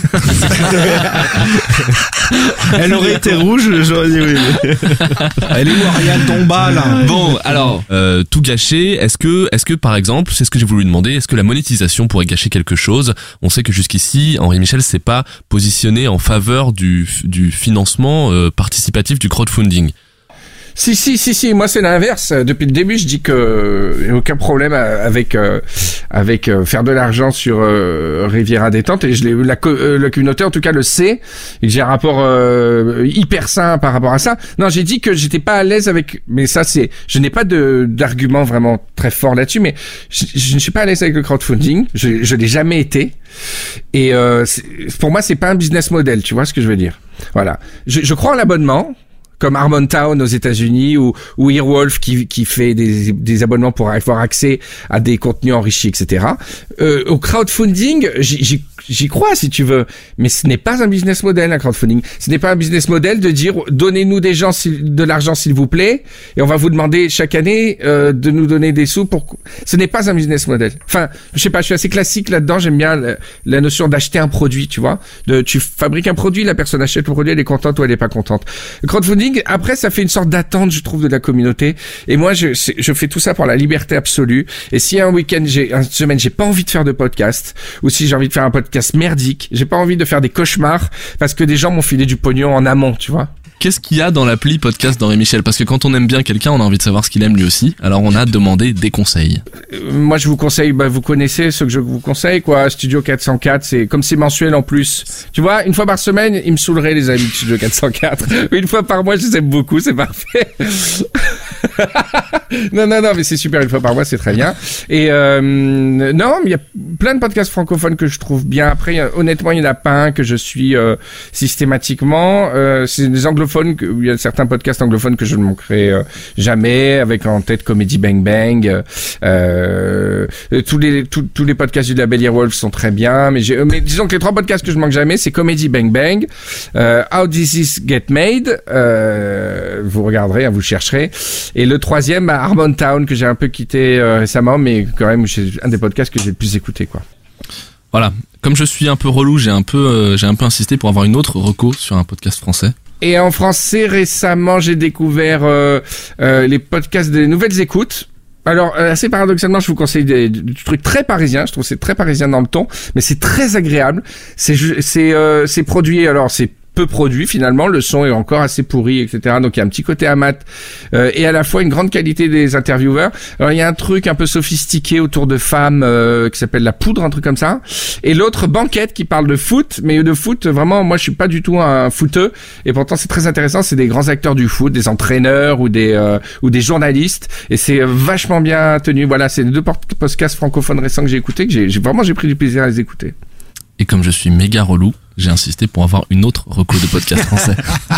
[SPEAKER 12] Elle aurait été rouge, j'aurais dit oui.
[SPEAKER 1] Elle est où Ariane Tomba là?
[SPEAKER 4] Bon, alors, euh, tout gâcher, est-ce que, est-ce que par exemple, c'est ce que j'ai voulu demander, est-ce que la monétisation pourrait gâcher quelque chose? On sait que jusqu'ici, Henri Michel s'est pas positionné en faveur du, du financement euh, participatif du crowdfunding.
[SPEAKER 7] Si, si, si, si, moi c'est l'inverse. Depuis le début, je dis que y a aucun problème avec euh, avec euh, faire de l'argent sur euh, Riviera Détente, et je l'ai, la, euh, la communauté en tout cas le sait, et j'ai un rapport euh, hyper sain par rapport à ça. Non, j'ai dit que j'étais pas à l'aise avec, mais ça c'est, je n'ai pas de d'argument vraiment très fort là-dessus, mais je, je ne suis pas à l'aise avec le crowdfunding, je, je l'ai jamais été, et euh, pour moi c'est pas un business model, tu vois ce que je veux dire. Voilà, je, je crois en l'abonnement, comme Harmontown aux États-Unis, ou, ou Earwolf qui, qui fait des, des abonnements pour avoir accès à des contenus enrichis, et cetera. Euh, au crowdfunding, j'y, j'y, j'y crois si tu veux, mais ce n'est pas un business model, un crowdfunding. Ce n'est pas un business model de dire donnez-nous des gens, de l'argent s'il vous plaît, et on va vous demander chaque année euh, de nous donner des sous pour. Ce n'est pas un business model. Enfin, je sais pas, je suis assez classique là-dedans. J'aime bien la, la notion d'acheter un produit, tu vois. De, tu fabriques un produit, la personne achète le produit, elle est contente ou elle est pas contente. Le crowdfunding, après, ça fait une sorte d'attente, je trouve, de la communauté. Et moi, je, je fais tout ça pour la liberté absolue. Et si un week-end, j'ai, une semaine, j'ai pas envie de faire de podcast, ou si j'ai envie de faire un podcast merdique, j'ai pas envie de faire des cauchemars parce que des gens m'ont filé du pognon en amont, tu vois.
[SPEAKER 4] Qu'est-ce qu'il y a dans l'appli podcast d'Henri Michel? Parce que quand on aime bien quelqu'un, on a envie de savoir ce qu'il aime lui aussi. Alors on a demandé des conseils.
[SPEAKER 7] Euh, moi je vous conseille, bah, vous connaissez ce que je vous conseille, quoi. Studio quatre cent quatre, c'est comme c'est mensuel en plus. Tu vois, une fois par semaine, il me saoulerait les amis de Studio quatre cent quatre. Une fois par mois, je les aime beaucoup, c'est parfait. non, non, non, mais c'est super, une fois par mois, c'est très bien. Et euh, non, mais il y a plein de podcasts francophones que je trouve bien. Après, honnêtement, il y en a pas un que je suis euh, systématiquement. Euh, c'est des anglophones, que, il y a certains podcasts anglophones que je ne manquerai euh, jamais, avec en tête Comedy Bang Bang. Euh, tous les tous, tous les podcasts du label Earwolf sont très bien, mais, j'ai, mais disons que les trois podcasts que je manque jamais, c'est Comedy Bang Bang, euh, How This Is Get Made, euh, vous regarderez, hein, vous chercherez, et le troisième, Harmontown, que j'ai un peu quitté euh, récemment, mais quand même c'est un des podcasts que j'ai le plus écouté, quoi.
[SPEAKER 4] Voilà, comme je suis un peu relou, j'ai un peu euh, j'ai un peu insisté pour avoir une autre reco sur un podcast français.
[SPEAKER 7] Et en français, récemment, j'ai découvert euh, euh, les podcasts des Nouvelles Écoutes. Alors, euh, assez paradoxalement, je vous conseille des, des trucs très parisiens. Je trouve que c'est très parisien dans le ton, mais c'est très agréable. C'est c'est euh, c'est produit. Alors, c'est peu produit finalement, le son est encore assez pourri, et cetera. Donc il y a un petit côté amat euh, et à la fois une grande qualité des intervieweurs. Alors il y a un truc un peu sophistiqué autour de femmes euh, qui s'appelle La Poudre, un truc comme ça. Et l'autre, Banquette, qui parle de foot, mais de foot vraiment, moi je suis pas du tout un footeux, et pourtant c'est très intéressant. C'est des grands acteurs du foot, des entraîneurs ou des euh, ou des journalistes, et c'est vachement bien tenu. Voilà, c'est les deux podcasts francophones récents que j'ai écoutés, que j'ai, j'ai vraiment j'ai pris du plaisir à les écouter.
[SPEAKER 4] Et comme je suis méga relou, j'ai insisté pour avoir une autre reco de podcast français.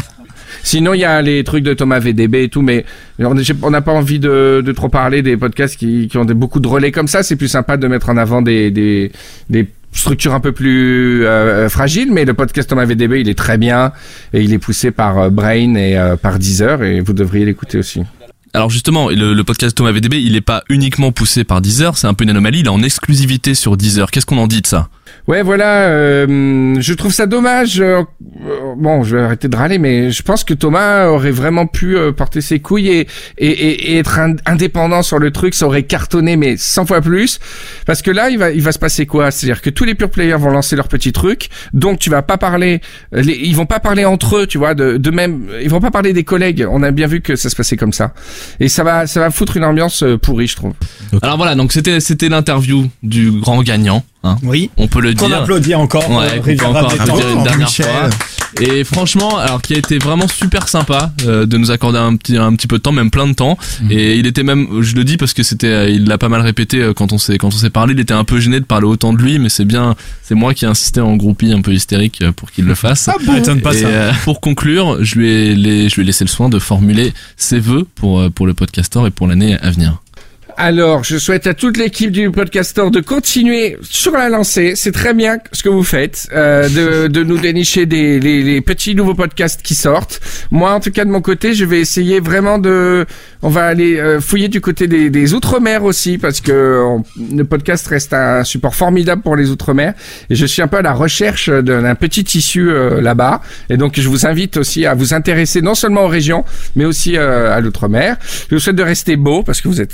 [SPEAKER 7] Sinon, il y a les trucs de Thomas V D B et tout, mais on n'a pas envie de, de trop parler des podcasts qui, qui ont des, beaucoup de relais comme ça. C'est plus sympa de mettre en avant des, des, des structures un peu plus euh, fragiles, mais le podcast Thomas V D B, il est très bien, et il est poussé par euh, Brain et euh, par Deezer, et vous devriez l'écouter aussi.
[SPEAKER 4] Alors justement, le, le podcast Thomas V D B, il est pas uniquement poussé par Deezer, c'est un peu une anomalie, il est en exclusivité sur Deezer. Qu'est-ce qu'on en dit de ça ?
[SPEAKER 7] Ouais, voilà, euh, je trouve ça dommage. Euh, bon, je vais arrêter de râler, mais je pense que Thomas aurait vraiment pu euh, porter ses couilles et, et, et, et être ind- indépendant sur le truc. Ça aurait cartonné, mais cent fois plus. Parce que là, il va, il va se passer quoi ? C'est-à-dire que tous les pure players vont lancer leur petit truc, donc tu vas pas parler, les, ils vont pas parler entre eux, tu vois, de, de même, ils vont pas parler des collègues. On a bien vu que ça se passait comme ça. Et ça va, ça va foutre une ambiance pourrie, je trouve.
[SPEAKER 4] Alors voilà, donc c'était, c'était l'interview du grand gagnant. Hein.
[SPEAKER 1] Oui.
[SPEAKER 4] On peut le
[SPEAKER 1] Qu'on
[SPEAKER 4] dire.
[SPEAKER 1] On applaudit encore.
[SPEAKER 4] Ouais, on peut encore applaudir une dernière
[SPEAKER 1] Michel.
[SPEAKER 4] fois. Et franchement, alors qui a été vraiment super sympa euh, de nous accorder un petit un petit peu de temps, même plein de temps. Mmh. Et il était même, je le dis parce que c'était, il l'a pas mal répété euh, quand on s'est quand on s'est parlé. Il était un peu gêné de parler autant de lui, mais c'est bien, c'est moi qui ai insisté en groupie un peu hystérique pour qu'il le fasse.
[SPEAKER 1] Ah bon, m'étonne pas
[SPEAKER 4] et,
[SPEAKER 1] ça.
[SPEAKER 4] Euh, pour conclure, je lui ai les, je lui ai laissé le soin de formuler ses vœux pour pour le Podcastor et pour l'année à venir.
[SPEAKER 7] Alors, je souhaite à toute l'équipe du Podcastor de continuer sur la lancée. C'est très bien ce que vous faites, euh, de, de nous dénicher des les, les petits nouveaux podcasts qui sortent. Moi, en tout cas, de mon côté, je vais essayer vraiment de... On va aller euh, fouiller du côté des, des Outre-mer aussi, parce que on, le podcast reste un support formidable pour les Outre-mer. Et je suis un peu à la recherche d'un, d'un petit tissu euh, là-bas. Et donc, je vous invite aussi à vous intéresser non seulement aux régions, mais aussi euh, à l'Outre-mer. Je vous souhaite de rester beau, parce que vous êtes... Euh,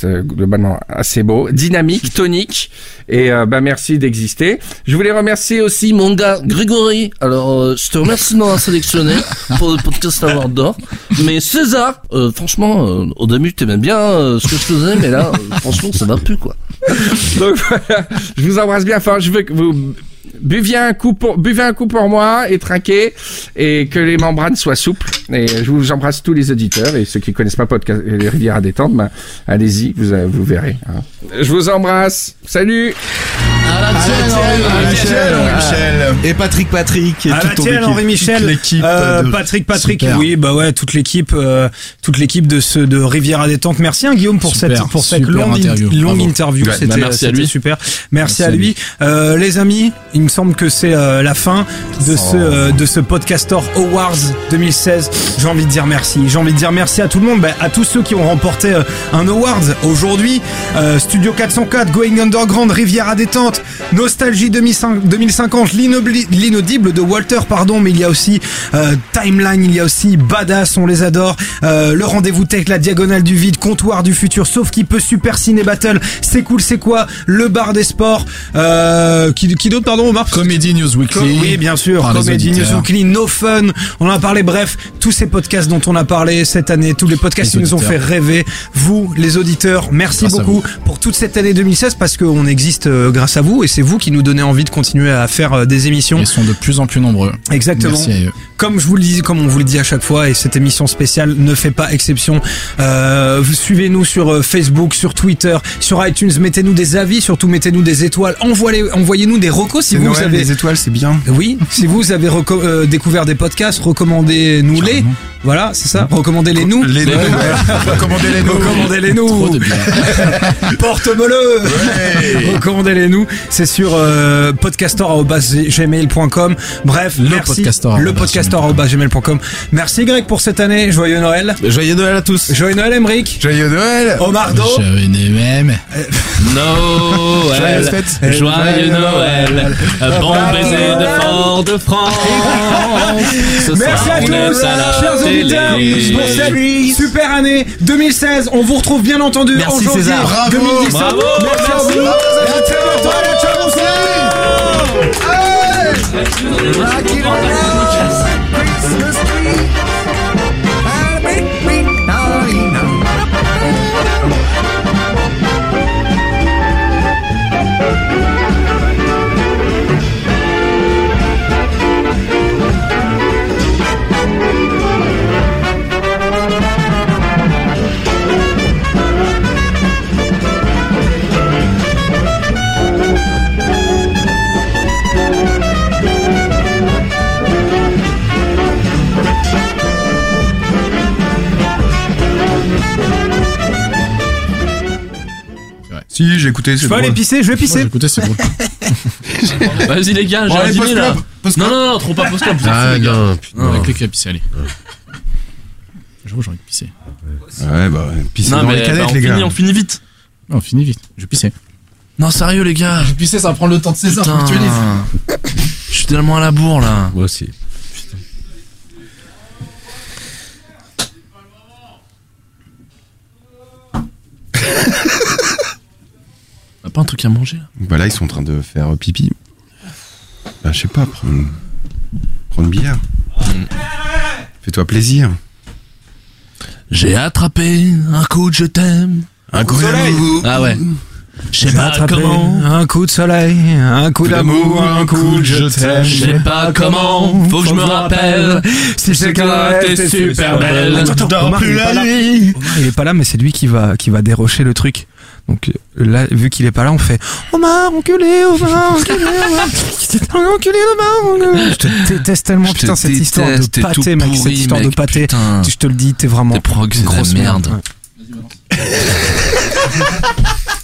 [SPEAKER 7] abonnements assez beaux, dynamiques, toniques, et euh, bah merci d'exister. Je voulais remercier aussi mon gars Grégory. Alors, euh, je te remercie de m'avoir sélectionné pour le podcast Award d'or. Mais César, euh, franchement, euh, au début t'aimais bien euh, ce que je faisais, mais là, euh, franchement, ça va plus quoi. Donc voilà, je vous embrasse bien fort. Je veux que vous buviez un coup pour, buvez un coup pour moi et trinquez, et que les membranes soient souples. Et je vous, j'embrasse tous les auditeurs, et ceux qui connaissent pas podcast, les Rivières à détendre, bah, allez-y, vous, vous verrez. Hein. Je vous embrasse. Salut.
[SPEAKER 2] À la tienne, Henri Michel, Henri Michel. Et Patrick Patrick et
[SPEAKER 1] à
[SPEAKER 2] toute
[SPEAKER 1] la
[SPEAKER 2] ton
[SPEAKER 1] tienne,
[SPEAKER 2] équipe.
[SPEAKER 1] Henri Michel,
[SPEAKER 2] Toute l'équipe
[SPEAKER 1] euh,
[SPEAKER 2] de-
[SPEAKER 1] Patrick Patrick,
[SPEAKER 2] Super.
[SPEAKER 1] oui, bah ouais, toute l'équipe, euh, toute l'équipe de ce de Rivière à détente. Merci hein, Guillaume pour
[SPEAKER 3] Super,
[SPEAKER 1] cette pour cette
[SPEAKER 3] super
[SPEAKER 1] longue
[SPEAKER 3] interview.
[SPEAKER 1] longue
[SPEAKER 3] Bravo.
[SPEAKER 1] interview.
[SPEAKER 3] Ouais,
[SPEAKER 1] C'était
[SPEAKER 3] bah, merci à
[SPEAKER 1] c'était
[SPEAKER 3] lui.
[SPEAKER 1] super. Merci,
[SPEAKER 3] Merci
[SPEAKER 1] à
[SPEAKER 3] à
[SPEAKER 1] lui.
[SPEAKER 3] lui.
[SPEAKER 1] Euh, les amis, il me semble que c'est euh, la fin de ce euh, de ce Podcastor Awards deux mille seize. J'ai envie de dire merci. J'ai envie de dire merci à tout le monde, bah, à tous ceux qui ont remporté euh, un award aujourd'hui. Euh, Studio quatre cent quatre, Going Underground, Rivière à détente, Nostalgie deux mille cinquante, l'inobli- l'inaudible de Walter, pardon, mais il y a aussi euh, Timeline, il y a aussi Badass, on les adore, euh, le Rendez-vous Tech, la Diagonale du Vide, Comptoir du Futur, Sauf qui peut, Super Ciné Battle, C'est cool, c'est quoi, le Bar des Sports, euh, qui, qui d'autre, pardon, Omar?
[SPEAKER 3] Comedy News Weekly.
[SPEAKER 1] Oui, bien sûr,
[SPEAKER 3] Par les
[SPEAKER 1] Comedy News
[SPEAKER 3] auditeurs.
[SPEAKER 1] Weekly, No Fun, on en a parlé, bref, tous ces podcasts dont on a parlé cette année, tous les podcasts
[SPEAKER 3] Les
[SPEAKER 1] qui nous ont fait
[SPEAKER 3] auditeurs.
[SPEAKER 1] rêver, vous, les auditeurs, merci
[SPEAKER 3] Grâce à
[SPEAKER 1] beaucoup pour toute cette année deux mille seize, parce qu'on existe euh, grâce à vous, et c'est vous qui nous donnez envie de continuer à faire euh, des émissions.
[SPEAKER 3] Ils sont de plus en plus nombreux.
[SPEAKER 1] Exactement.
[SPEAKER 3] Merci à eux.
[SPEAKER 1] Comme je vous le dis, comme on vous le dit à chaque fois, et cette émission spéciale ne fait pas exception. Euh, vous suivez-nous sur euh, Facebook, sur Twitter, sur iTunes. Mettez-nous des avis, surtout mettez-nous des étoiles. Envoyez, envoyez-nous des recos si
[SPEAKER 2] C'est
[SPEAKER 1] vous
[SPEAKER 2] Noël,
[SPEAKER 1] avez
[SPEAKER 2] les étoiles, c'est bien.
[SPEAKER 1] Oui, si vous avez reco- euh, découvert des podcasts, recommandez-nous les. Voilà, c'est ça. Recommandez-les nous.
[SPEAKER 2] Les nous, ouais. Recommandez-les nous.
[SPEAKER 1] Recommandez-les nous.
[SPEAKER 3] Trop de bien.
[SPEAKER 1] Porte-moi-le.
[SPEAKER 2] Ouais.
[SPEAKER 1] Recommandez-les nous. C'est sur euh, podcastor arobase gmail point com. Bref,
[SPEAKER 3] Le
[SPEAKER 1] merci.
[SPEAKER 3] podcastor
[SPEAKER 1] Le
[SPEAKER 3] arobase
[SPEAKER 1] podcastor arobase gmail point com. Merci Greg pour cette année. Joyeux Noël.
[SPEAKER 12] Joyeux Noël à tous.
[SPEAKER 1] Joyeux Noël Emric.
[SPEAKER 2] Joyeux Noël.
[SPEAKER 1] Omardo.
[SPEAKER 3] Joyeux Noël.
[SPEAKER 4] Noël,
[SPEAKER 2] Joyeuses fêtes.
[SPEAKER 4] joyeux Noël, bon baiser de Fort-de-France. Ce
[SPEAKER 1] Merci
[SPEAKER 4] soir,
[SPEAKER 1] à
[SPEAKER 4] on
[SPEAKER 1] tous,
[SPEAKER 4] est à la
[SPEAKER 1] chers auditeurs,
[SPEAKER 4] télé.
[SPEAKER 1] pour cette super année deux mille seize. On vous retrouve bien entendu
[SPEAKER 12] Merci,
[SPEAKER 1] en janvier
[SPEAKER 12] César.
[SPEAKER 2] Bravo.
[SPEAKER 1] deux mille dix-sept.
[SPEAKER 4] Bravo.
[SPEAKER 1] Merci à vous. Et à très bientôt. Allez, ciao, bonsoir.
[SPEAKER 22] Rock it around Christmas tree. I'll make me naughty now.
[SPEAKER 2] Si, j'ai écouté, c'est
[SPEAKER 1] Je peux aller
[SPEAKER 2] drôle.
[SPEAKER 1] pisser, je vais pisser.
[SPEAKER 3] Écoutez, c'est bon.
[SPEAKER 4] Vas-y les gars, j'ai
[SPEAKER 2] Bon,
[SPEAKER 4] un
[SPEAKER 2] allez,
[SPEAKER 4] dîner là.
[SPEAKER 2] post-club, post-club.
[SPEAKER 4] Non, non, non, trop pas post-club. vous en
[SPEAKER 12] Ah
[SPEAKER 4] foutez, les gars.
[SPEAKER 12] non, putain.
[SPEAKER 3] On va cliquer à pisser, allez. J'avoue, j'ai envie de pisser.
[SPEAKER 2] Ouais, bah, pissez
[SPEAKER 4] Non,
[SPEAKER 2] dans
[SPEAKER 4] mais
[SPEAKER 2] les
[SPEAKER 4] bah,
[SPEAKER 2] canettes,
[SPEAKER 4] on
[SPEAKER 2] les gars.
[SPEAKER 4] finit, on finit vite.
[SPEAKER 3] Non, on finit vite. Je vais pisser.
[SPEAKER 4] Non, sérieux les gars.
[SPEAKER 3] Je vais pisser, ça va prendre le temps de César. faut que tu le dises.
[SPEAKER 4] Je suis tellement à la bourre là.
[SPEAKER 12] Moi aussi.
[SPEAKER 4] On a pas un truc à manger là?
[SPEAKER 2] Bah là, ils sont en train de faire pipi. Bah, je sais pas, prends une, prends une bière. Fais-toi plaisir.
[SPEAKER 4] J'ai attrapé un coup de je t'aime.
[SPEAKER 2] Un coup d'amour.
[SPEAKER 4] Ah ouais. Je sais
[SPEAKER 1] J'ai
[SPEAKER 4] pas
[SPEAKER 1] attrapé
[SPEAKER 4] comment.
[SPEAKER 1] un coup de soleil, un coup d'amour, un coup de je t'aime.
[SPEAKER 4] Je sais pas comment. Faut que je me rappelle.
[SPEAKER 1] Si
[SPEAKER 4] c'est qu'elle était super belle.
[SPEAKER 1] Attends, attends, Omar, il est pas là. Omar, il est pas là, mais c'est lui qui va, qui va dérocher le truc. Donc euh, là, vu qu'il est pas là, on fait Omar, enculé, Omar, enculé, Omar, enculé, Omar, enculé. Je te déteste tellement,
[SPEAKER 4] Je te
[SPEAKER 1] putain, cette histoire de
[SPEAKER 4] déteste, t'es
[SPEAKER 1] pâté,
[SPEAKER 4] tout
[SPEAKER 1] mec, cette
[SPEAKER 4] pourri,
[SPEAKER 1] histoire de
[SPEAKER 4] mec,
[SPEAKER 1] pâté.
[SPEAKER 4] putain.
[SPEAKER 1] Je te le dis, t'es vraiment
[SPEAKER 4] Tes prog, c'est
[SPEAKER 1] une
[SPEAKER 4] de la
[SPEAKER 1] grosse
[SPEAKER 4] merde.
[SPEAKER 1] Ouais.